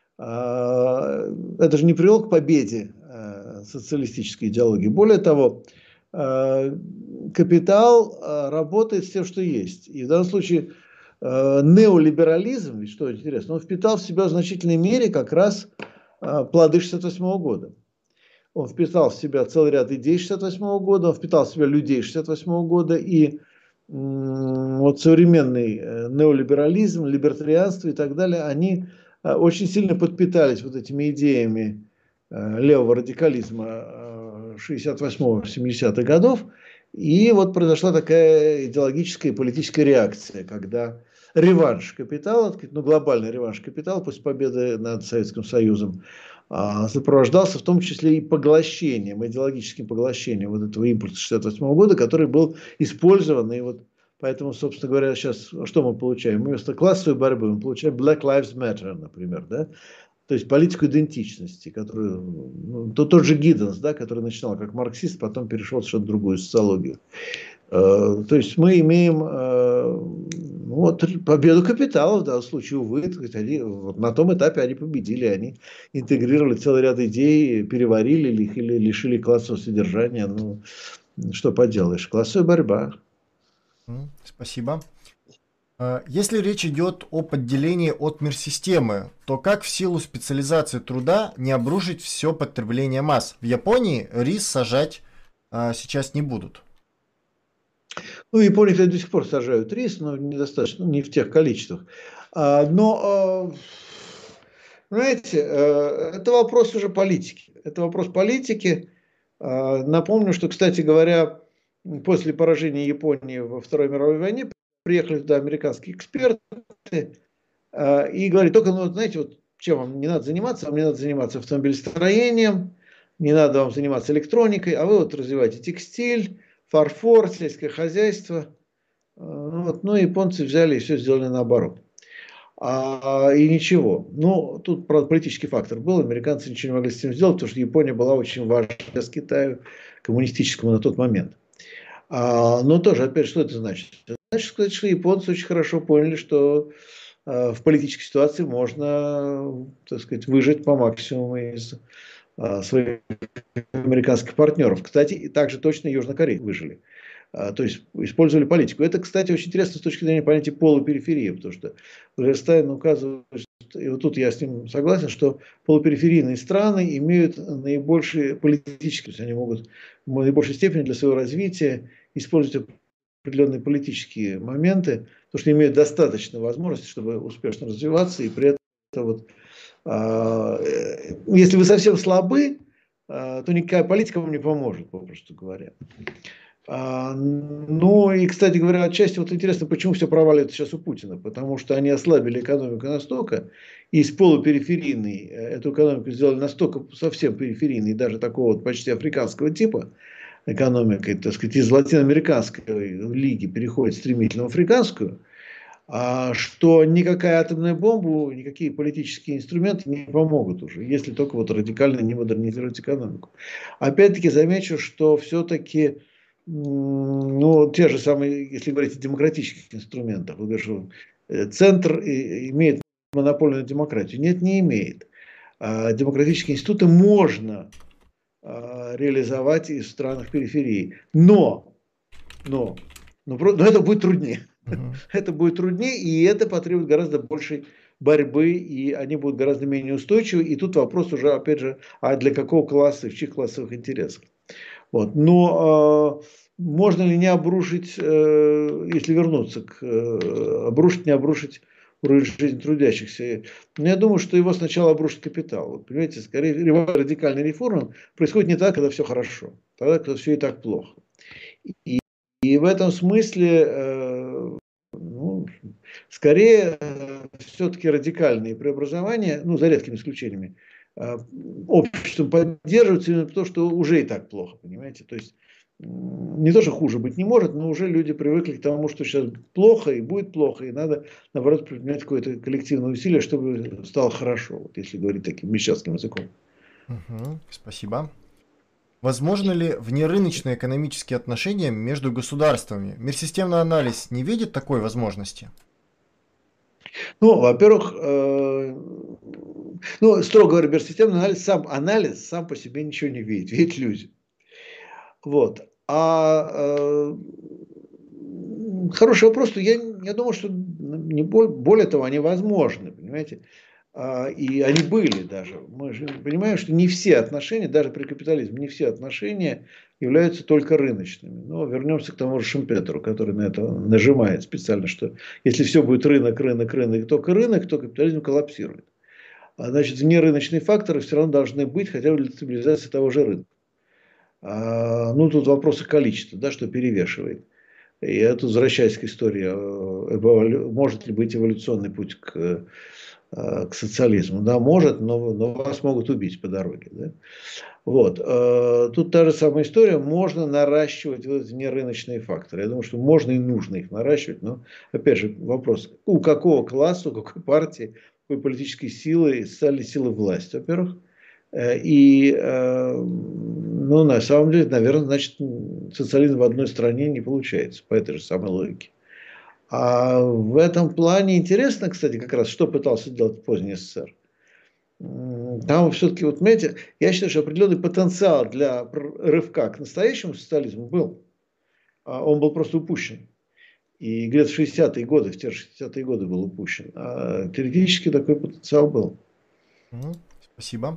а, это же не привело к победе а, социалистической идеологии. Более того, а, капитал а, работает с тем, что есть. И в данном случае а, неолиберализм, ведь что интересно, он впитал в себя в значительной мере как раз а, плоды шестьдесят восьмого года. Он впитал в себя целый ряд идей шестьдесят восьмого года, он впитал в себя людей шестьдесят восьмого года, и м, вот современный э, неолиберализм, либертарианство и так далее, они э, очень сильно подпитались вот этими идеями э, левого радикализма э, шестьдесят восьмого-семидесятых годов, и вот произошла такая идеологическая и политическая реакция, когда реванш капитала, ну глобальный реванш капитала после победы над Советским Союзом, а, сопровождался в том числе и поглощением, идеологическим поглощением вот этого импульса шестьдесят восьмого года, который был использован. И вот поэтому, собственно говоря, сейчас что мы получаем? Мы вместо классовой борьбы мы получаем Black Lives Matter, например, да? То есть политику идентичности, которую, ну, то, тот же Гидденс, да, который начинал как марксист, потом перешел в совершенно другую социологию. Э, То есть мы имеем э, ну, вот, победу капитала в данном случае, увы, так сказать, они, вот на том этапе они победили, они интегрировали целый ряд идей, переварили их или лишили классового содержания. Ну, что поделаешь, классовая борьба. М, Спасибо. Э, Если речь идет о подделении от мир-системы, то как в силу специализации труда не обрушить все потребление масс? В Японии рис сажать э, сейчас не будут. Ну, в Японии, кстати, до сих пор сажают рис, но недостаточно, ну, не в тех количествах. А, но, э, знаете, э, это вопрос уже политики. Это вопрос политики. А, Напомню, что, кстати говоря, после поражения Японии во Второй мировой войне приехали туда американские эксперты а, и говорили, только, ну, знаете, вот чем вам не надо заниматься, вам не надо заниматься автомобилестроением, не надо вам заниматься электроникой, а вы вот развиваете текстиль, фарфор, сельское хозяйство. А, Ну, вот, ну, японцы взяли и все сделали наоборот. А, и ничего. Ну, тут, правда, политический фактор был. Американцы ничего не могли с этим сделать, потому что Япония была очень важна с Китаю, коммунистическому на тот момент. А, но тоже, опять, что это значит? Это значит сказать, что японцы очень хорошо поняли, что а, в политической ситуации можно, так сказать, выжать по максимуму из а, своих американских партнеров. Кстати, и также точно Южная Корея выжили. А, То есть использовали политику. Это, кстати, очень интересно с точки зрения понятия полупериферии, потому что Рейнштейн указывает, и вот тут я с ним согласен, что полупериферийные страны имеют наибольшие политические, то есть они могут в наибольшей степени для своего развития использовать определенные политические моменты, потому что имеют достаточно возможностей, чтобы успешно развиваться, и при этом вот, а, э, если вы совсем слабы, а, то никакая политика вам не поможет, попросту говоря. А, Ну и, кстати говоря, отчасти вот интересно, почему все проваливается сейчас у Путина. Потому что они ослабили экономику настолько, и из полупериферийной э, эту экономику сделали настолько совсем периферийной, даже такого вот почти африканского типа экономикой, так сказать, из латиноамериканской лиги переходит стремительно в африканскую, а, что никакая атомная бомба, никакие политические инструменты не помогут уже, если только вот радикально не модернизировать экономику. Опять-таки замечу, что все-таки ну, те же самые, если говорить о демократических инструментах, вы говорите, что э, центр э, имеет монопольную демократию. Нет, не имеет. А демократические институты можно а, реализовать и в странах периферии. Но, но, но, про- но это будет труднее. Мгм. Это будет труднее, и это потребует гораздо большей борьбы, и они будут гораздо менее устойчивы. И тут вопрос уже, опять же, а для какого класса, в чьих классовых интересах. Вот. Но э, можно ли не обрушить, э, если вернуться к э, обрушить, не обрушить уровень жизни трудящихся? Но я думаю, что его сначала обрушит капитал. Вот, понимаете, скорее радикальные реформы происходят не так, когда все хорошо, тогда, когда все и так плохо. И, и в этом смысле, э, ну, скорее, э, все-таки радикальные преобразования, ну, за редкими исключениями, э, обществом поддерживаются именно потому, что уже и так плохо, понимаете? То есть не то, что хуже быть не может, но уже люди привыкли к тому, что сейчас плохо и будет плохо, и надо, наоборот, предпринять какое-то коллективное усилие, чтобы стало хорошо, вот если говорить таким мещанским языком. Угу, спасибо. Возможно ли внерыночные экономические отношения между государствами? Мирсистемный анализ не видит такой возможности? Ну, во-первых, э, ну, строго говоря, мирсистемный анализ, сам анализ сам по себе ничего не видит, видят люди. Вот. А э, хороший вопрос, что я, я думаю, что не более, более того, они возможны, понимаете. А, и они были даже. Мы же понимаем, что не все отношения, даже при капитализме, не все отношения являются только рыночными. Но вернемся к тому же Шумпетеру, который на это нажимает специально, что если все будет рынок, рынок, рынок, и только рынок, то капитализм коллапсирует. А значит, внерыночные факторы все равно должны быть, хотя бы для стабилизации того же рынка. А, ну, тут вопросы количества, да, что перевешивает. И я тут возвращаюсь к истории, эволю... может ли быть эволюционный путь к, к социализму. Да, может, но, но вас могут убить по дороге. Да? Вот. Тут та же самая история, можно наращивать вот эти нерыночные факторы. Я думаю, что можно и нужно их наращивать, но, опять же, вопрос, у какого класса, у какой партии, какой политической силы, социальной силы власти, во-первых. И, ну, на самом деле, наверное, значит, социализм в одной стране не получается, по этой же самой логике. А в этом плане интересно, кстати, как раз, что пытался делать поздний СССР. Там все-таки, вот, понимаете, я считаю, что определенный потенциал для рывка к настоящему социализму был. Он был просто упущен. И где-то в шестидесятые годы, в те же шестидесятые годы был упущен. А теоретически такой потенциал был. Спасибо.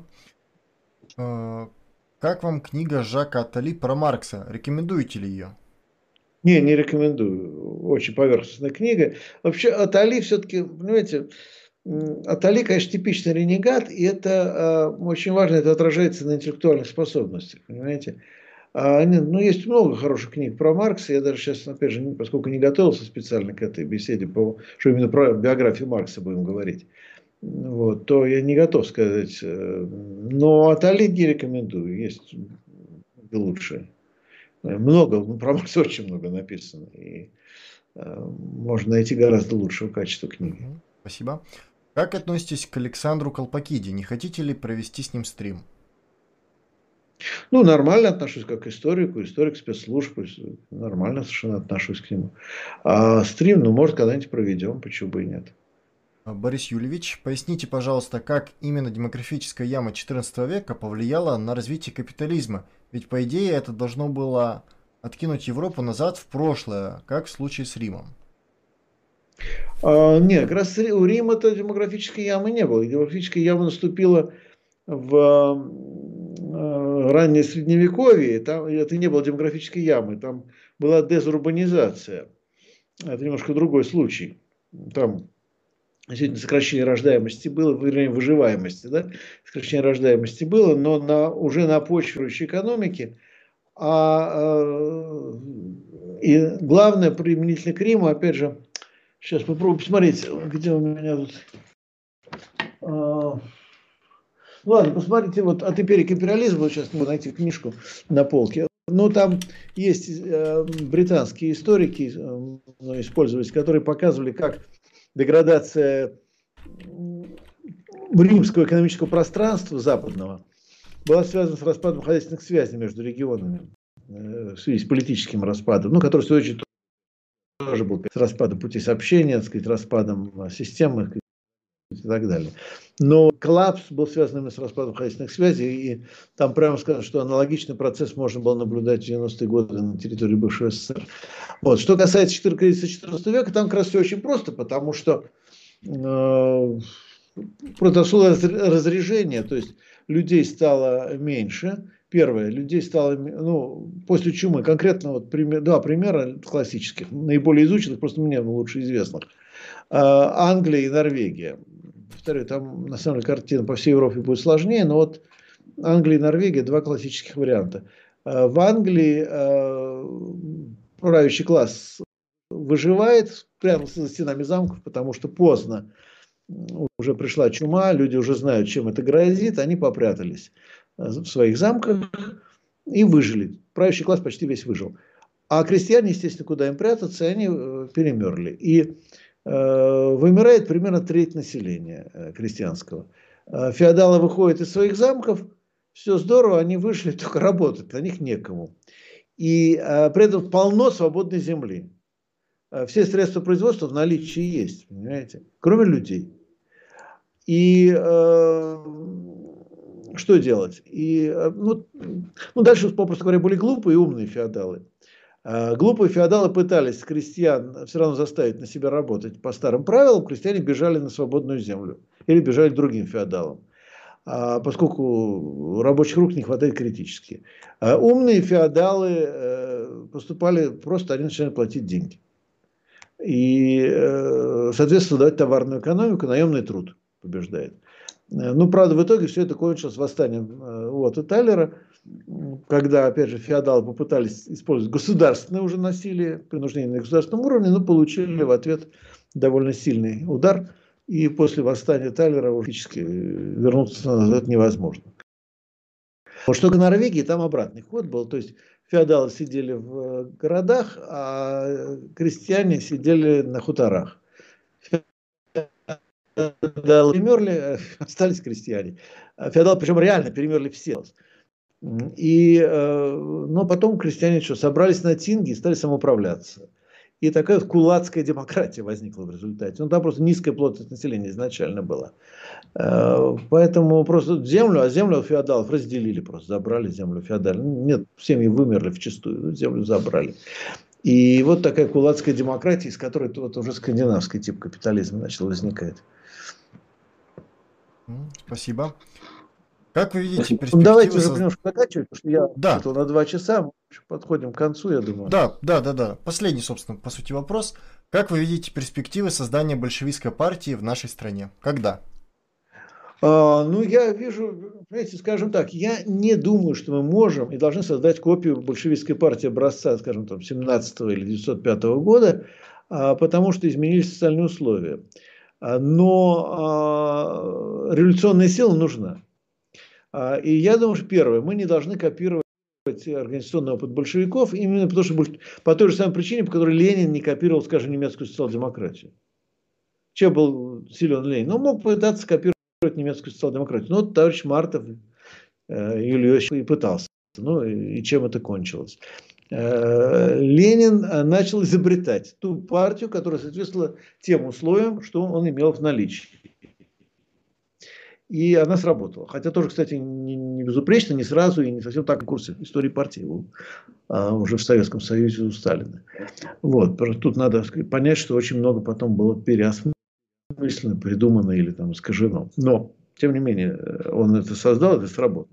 Как вам книга Жака Аттали про Маркса? Рекомендуете ли ее? Не, не рекомендую. Очень поверхностная книга. Вообще, Аттали все-таки, понимаете, Аттали, конечно, типичный ренегат, и это э, очень важно, это отражается на интеллектуальных способностях, понимаете. А, ну, есть много хороших книг про Маркса. Я даже сейчас, опять же, поскольку не готовился специально к этой беседе, по, что именно про биографию Маркса будем говорить, вот, то я не готов сказать. Но Аттали не рекомендую, есть лучше. Много, про Маркса очень много написано. И э, можно найти гораздо лучшего качества книги. Угу, спасибо. Как относитесь к Александру Колпакиди? Не хотите ли провести с ним стрим? Ну, нормально отношусь как к историку, историк спецслужб, нормально совершенно отношусь к нему. А стрим, ну, может, когда-нибудь проведем, почему бы и нет. Борис Юльевич, поясните, пожалуйста, как именно демографическая яма четырнадцатого века повлияла на развитие капитализма? Ведь, по идее, это должно было откинуть Европу назад в прошлое, как в случае с Римом. А, нет, как раз у Рима-то демографической ямы не было. Демографическая яма наступила в раннее средневековье. Там это не было демографической ямы, там была дезурбанизация. Это немножко другой случай. Там действительно сокращение рождаемости было, вернее, выживаемости, да? Сокращение рождаемости было, но на, уже на почве рыночной экономики. А, и главное, применительно к Риму, опять же, сейчас попробую посмотреть, где у меня тут... Ладно, посмотрите, вот от империи к империализму, сейчас не могу найти книжку на полке. Ну, там есть э, британские историки, э, использовались, которые показывали, как деградация римского экономического пространства западного была связана с распадом хозяйственных связей между регионами, э, в связи с политическим распадом, ну, который, в свою очередь, тоже был с распадом путей сообщения, так сказать, распадом системы и так далее. Но коллапс был связан именно с распадом хозяйственных связей, и там прямо сказано, что аналогичный процесс можно было наблюдать в девяностые годы на территории бывшего СССР. Вот. Что касается кризиса четырнадцатого века, там как раз все очень просто, потому что э, произошло разрежение, то есть людей стало меньше. Первое, людей стало, ну, после чумы, конкретно вот пример, два примера классических, наиболее изученных, просто мне лучше известных. Англия и Норвегия. Повторю, там на самом деле картина по всей Европе будет сложнее, но вот Англия и Норвегия два классических варианта. В Англии правящий класс выживает прямо за стенами замков, потому что поздно уже пришла чума, люди уже знают, чем это грозит, они попрятались в своих замках и выжили. правящий класс почти весь выжил. А крестьяне, естественно, куда им прятаться, они перемерли. И э, вымирает примерно треть населения э, крестьянского. Э, феодалы выходят из своих замков, все здорово, они вышли, только работать на них некому. И э, при этом полно свободной земли. Э, все средства производства в наличии есть, понимаете, кроме людей. И э, что делать? И, э, ну, ну, дальше, попросту говоря, были глупые и умные феодалы. Глупые феодалы пытались крестьян все равно заставить на себя работать по старым правилам, крестьяне бежали на свободную землю или бежали к другим феодалам, поскольку рабочих рук не хватает критически. Умные феодалы поступали просто, они начинали платить деньги. И, соответственно, давать товарную экономику, наемный труд побеждает. Ну, правда, в итоге все это кончилось восстанием вот, и Тайлера, когда, опять же, феодалы попытались использовать государственное уже насилие, принуждение на государственном уровне, но получили в ответ довольно сильный удар. И после восстания Тайлера уже фактически вернуться назад невозможно. Вот что к Норвегии, там обратный ход был. То есть феодалы сидели в городах, а крестьяне сидели на хуторах. Феодалы перемерли, остались крестьяне. Феодалы, причем реально перемерли все. И, но потом крестьяне что, собрались на тинги и стали самоуправляться. И такая вот кулацкая демократия возникла в результате. Ну, там просто низкая плотность населения изначально была. Поэтому просто землю, а землю феодалов разделили просто, забрали землю феодальную. Нет, семьи вымерли вчистую, землю забрали. И вот такая кулацкая демократия, из которой вот уже скандинавский тип капитализма начал возникать. Спасибо. Как вы видите перспективы? Давайте уже немножко заканчивать, потому что я да. на два часа, мы подходим к концу, я думаю. Да, да, да, да. Последний, собственно, по сути вопрос. Как вы видите перспективы создания большевистской партии в нашей стране? Когда? А, ну, я вижу, знаете, скажем так, я не думаю, что мы можем и должны создать копию большевистской партии образца, скажем, там, семнадцатого или девятьсот пятого года, а, потому что изменились социальные условия. А, но а, революционная сила нужна. И я думаю, что первое, мы не должны копировать организационный опыт большевиков, именно потому что по той же самой причине, по которой Ленин не копировал, скажем, немецкую социал-демократию. Чем был силен Ленин? Ну, мог пытаться копировать немецкую социал-демократию. Ну, вот товарищ Мартов, Юлий Иосифович и пытался. Ну, и чем это кончилось? Ленин начал изобретать ту партию, которая соответствовала тем условиям, что он имел в наличии. И она сработала. Хотя тоже, кстати, не, не безупречно, не сразу и не совсем так в курсе истории партии был, а уже в Советском Союзе у Сталина. Вот. Тут надо понять, что очень много потом было переосмысленно, придумано или там искажено. Но, тем не менее, он это создал, это сработало.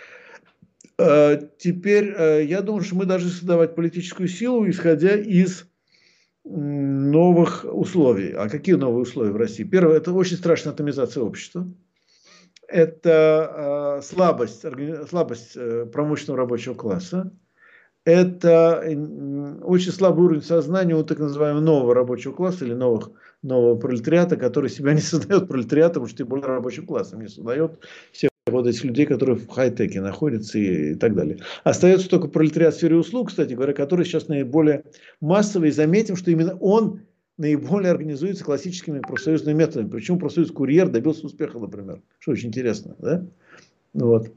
Теперь, я думаю, что мы должны создавать политическую силу, исходя из новых условий. А какие новые условия в России? Первое, это очень страшная атомизация общества. Это э, слабость, слабость э, промышленного рабочего класса. Это э, очень слабый уровень сознания у так называемого нового рабочего класса или новых, нового пролетариата, который себя не создает пролетариатом, уж тем более рабочим классом, не создает всех вот этих людей, которые в хай-теке находятся и, и так далее. Остается только пролетариат в сфере услуг, кстати говоря, который сейчас наиболее массовый. И заметим, что именно он наиболее организуется классическими профсоюзными методами. Причем профсоюз «Курьер» добился успеха, например. Что очень интересно. Да? Вот.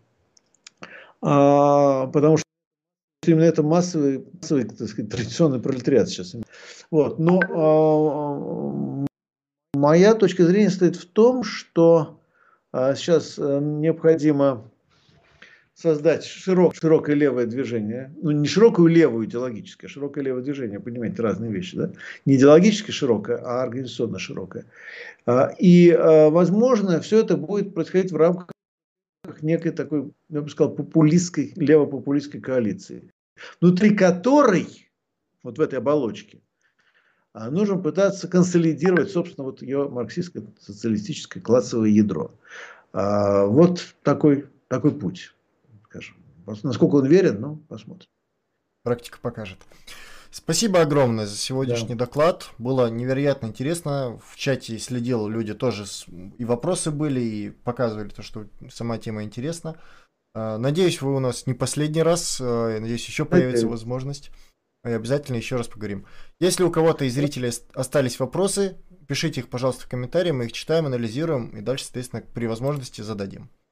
А, потому что именно это массовый, массовый, так сказать, традиционный пролетариат сейчас. Вот. Но а, моя точка зрения стоит в том, что а, сейчас необходимо создать широк, широкое левое движение, ну не широкую левую идеологическое, а широкое левое движение, понимаете, разные вещи, да? Не идеологически широкое, а организационно широкое. И, возможно, все это будет происходить в рамках некой такой, я бы сказал, популистской, левопопулистской коалиции, внутри которой, вот в этой оболочке, нужно пытаться консолидировать, собственно, вот ее марксистское, социалистическое классовое ядро. Вот такой, такой путь. Скажем. Насколько он верен, ну, посмотрим. Практика покажет. Спасибо огромное за сегодняшний да. доклад. Было невероятно интересно. В чате следил, люди тоже и вопросы были, и показывали то, что сама тема интересна. Надеюсь, вы у нас не последний раз. Надеюсь, еще появится возможность. И обязательно еще раз поговорим. Если у кого-то из зрителей остались вопросы, пишите их, пожалуйста, в комментарии. Мы их читаем, анализируем и дальше, соответственно, при возможности зададим.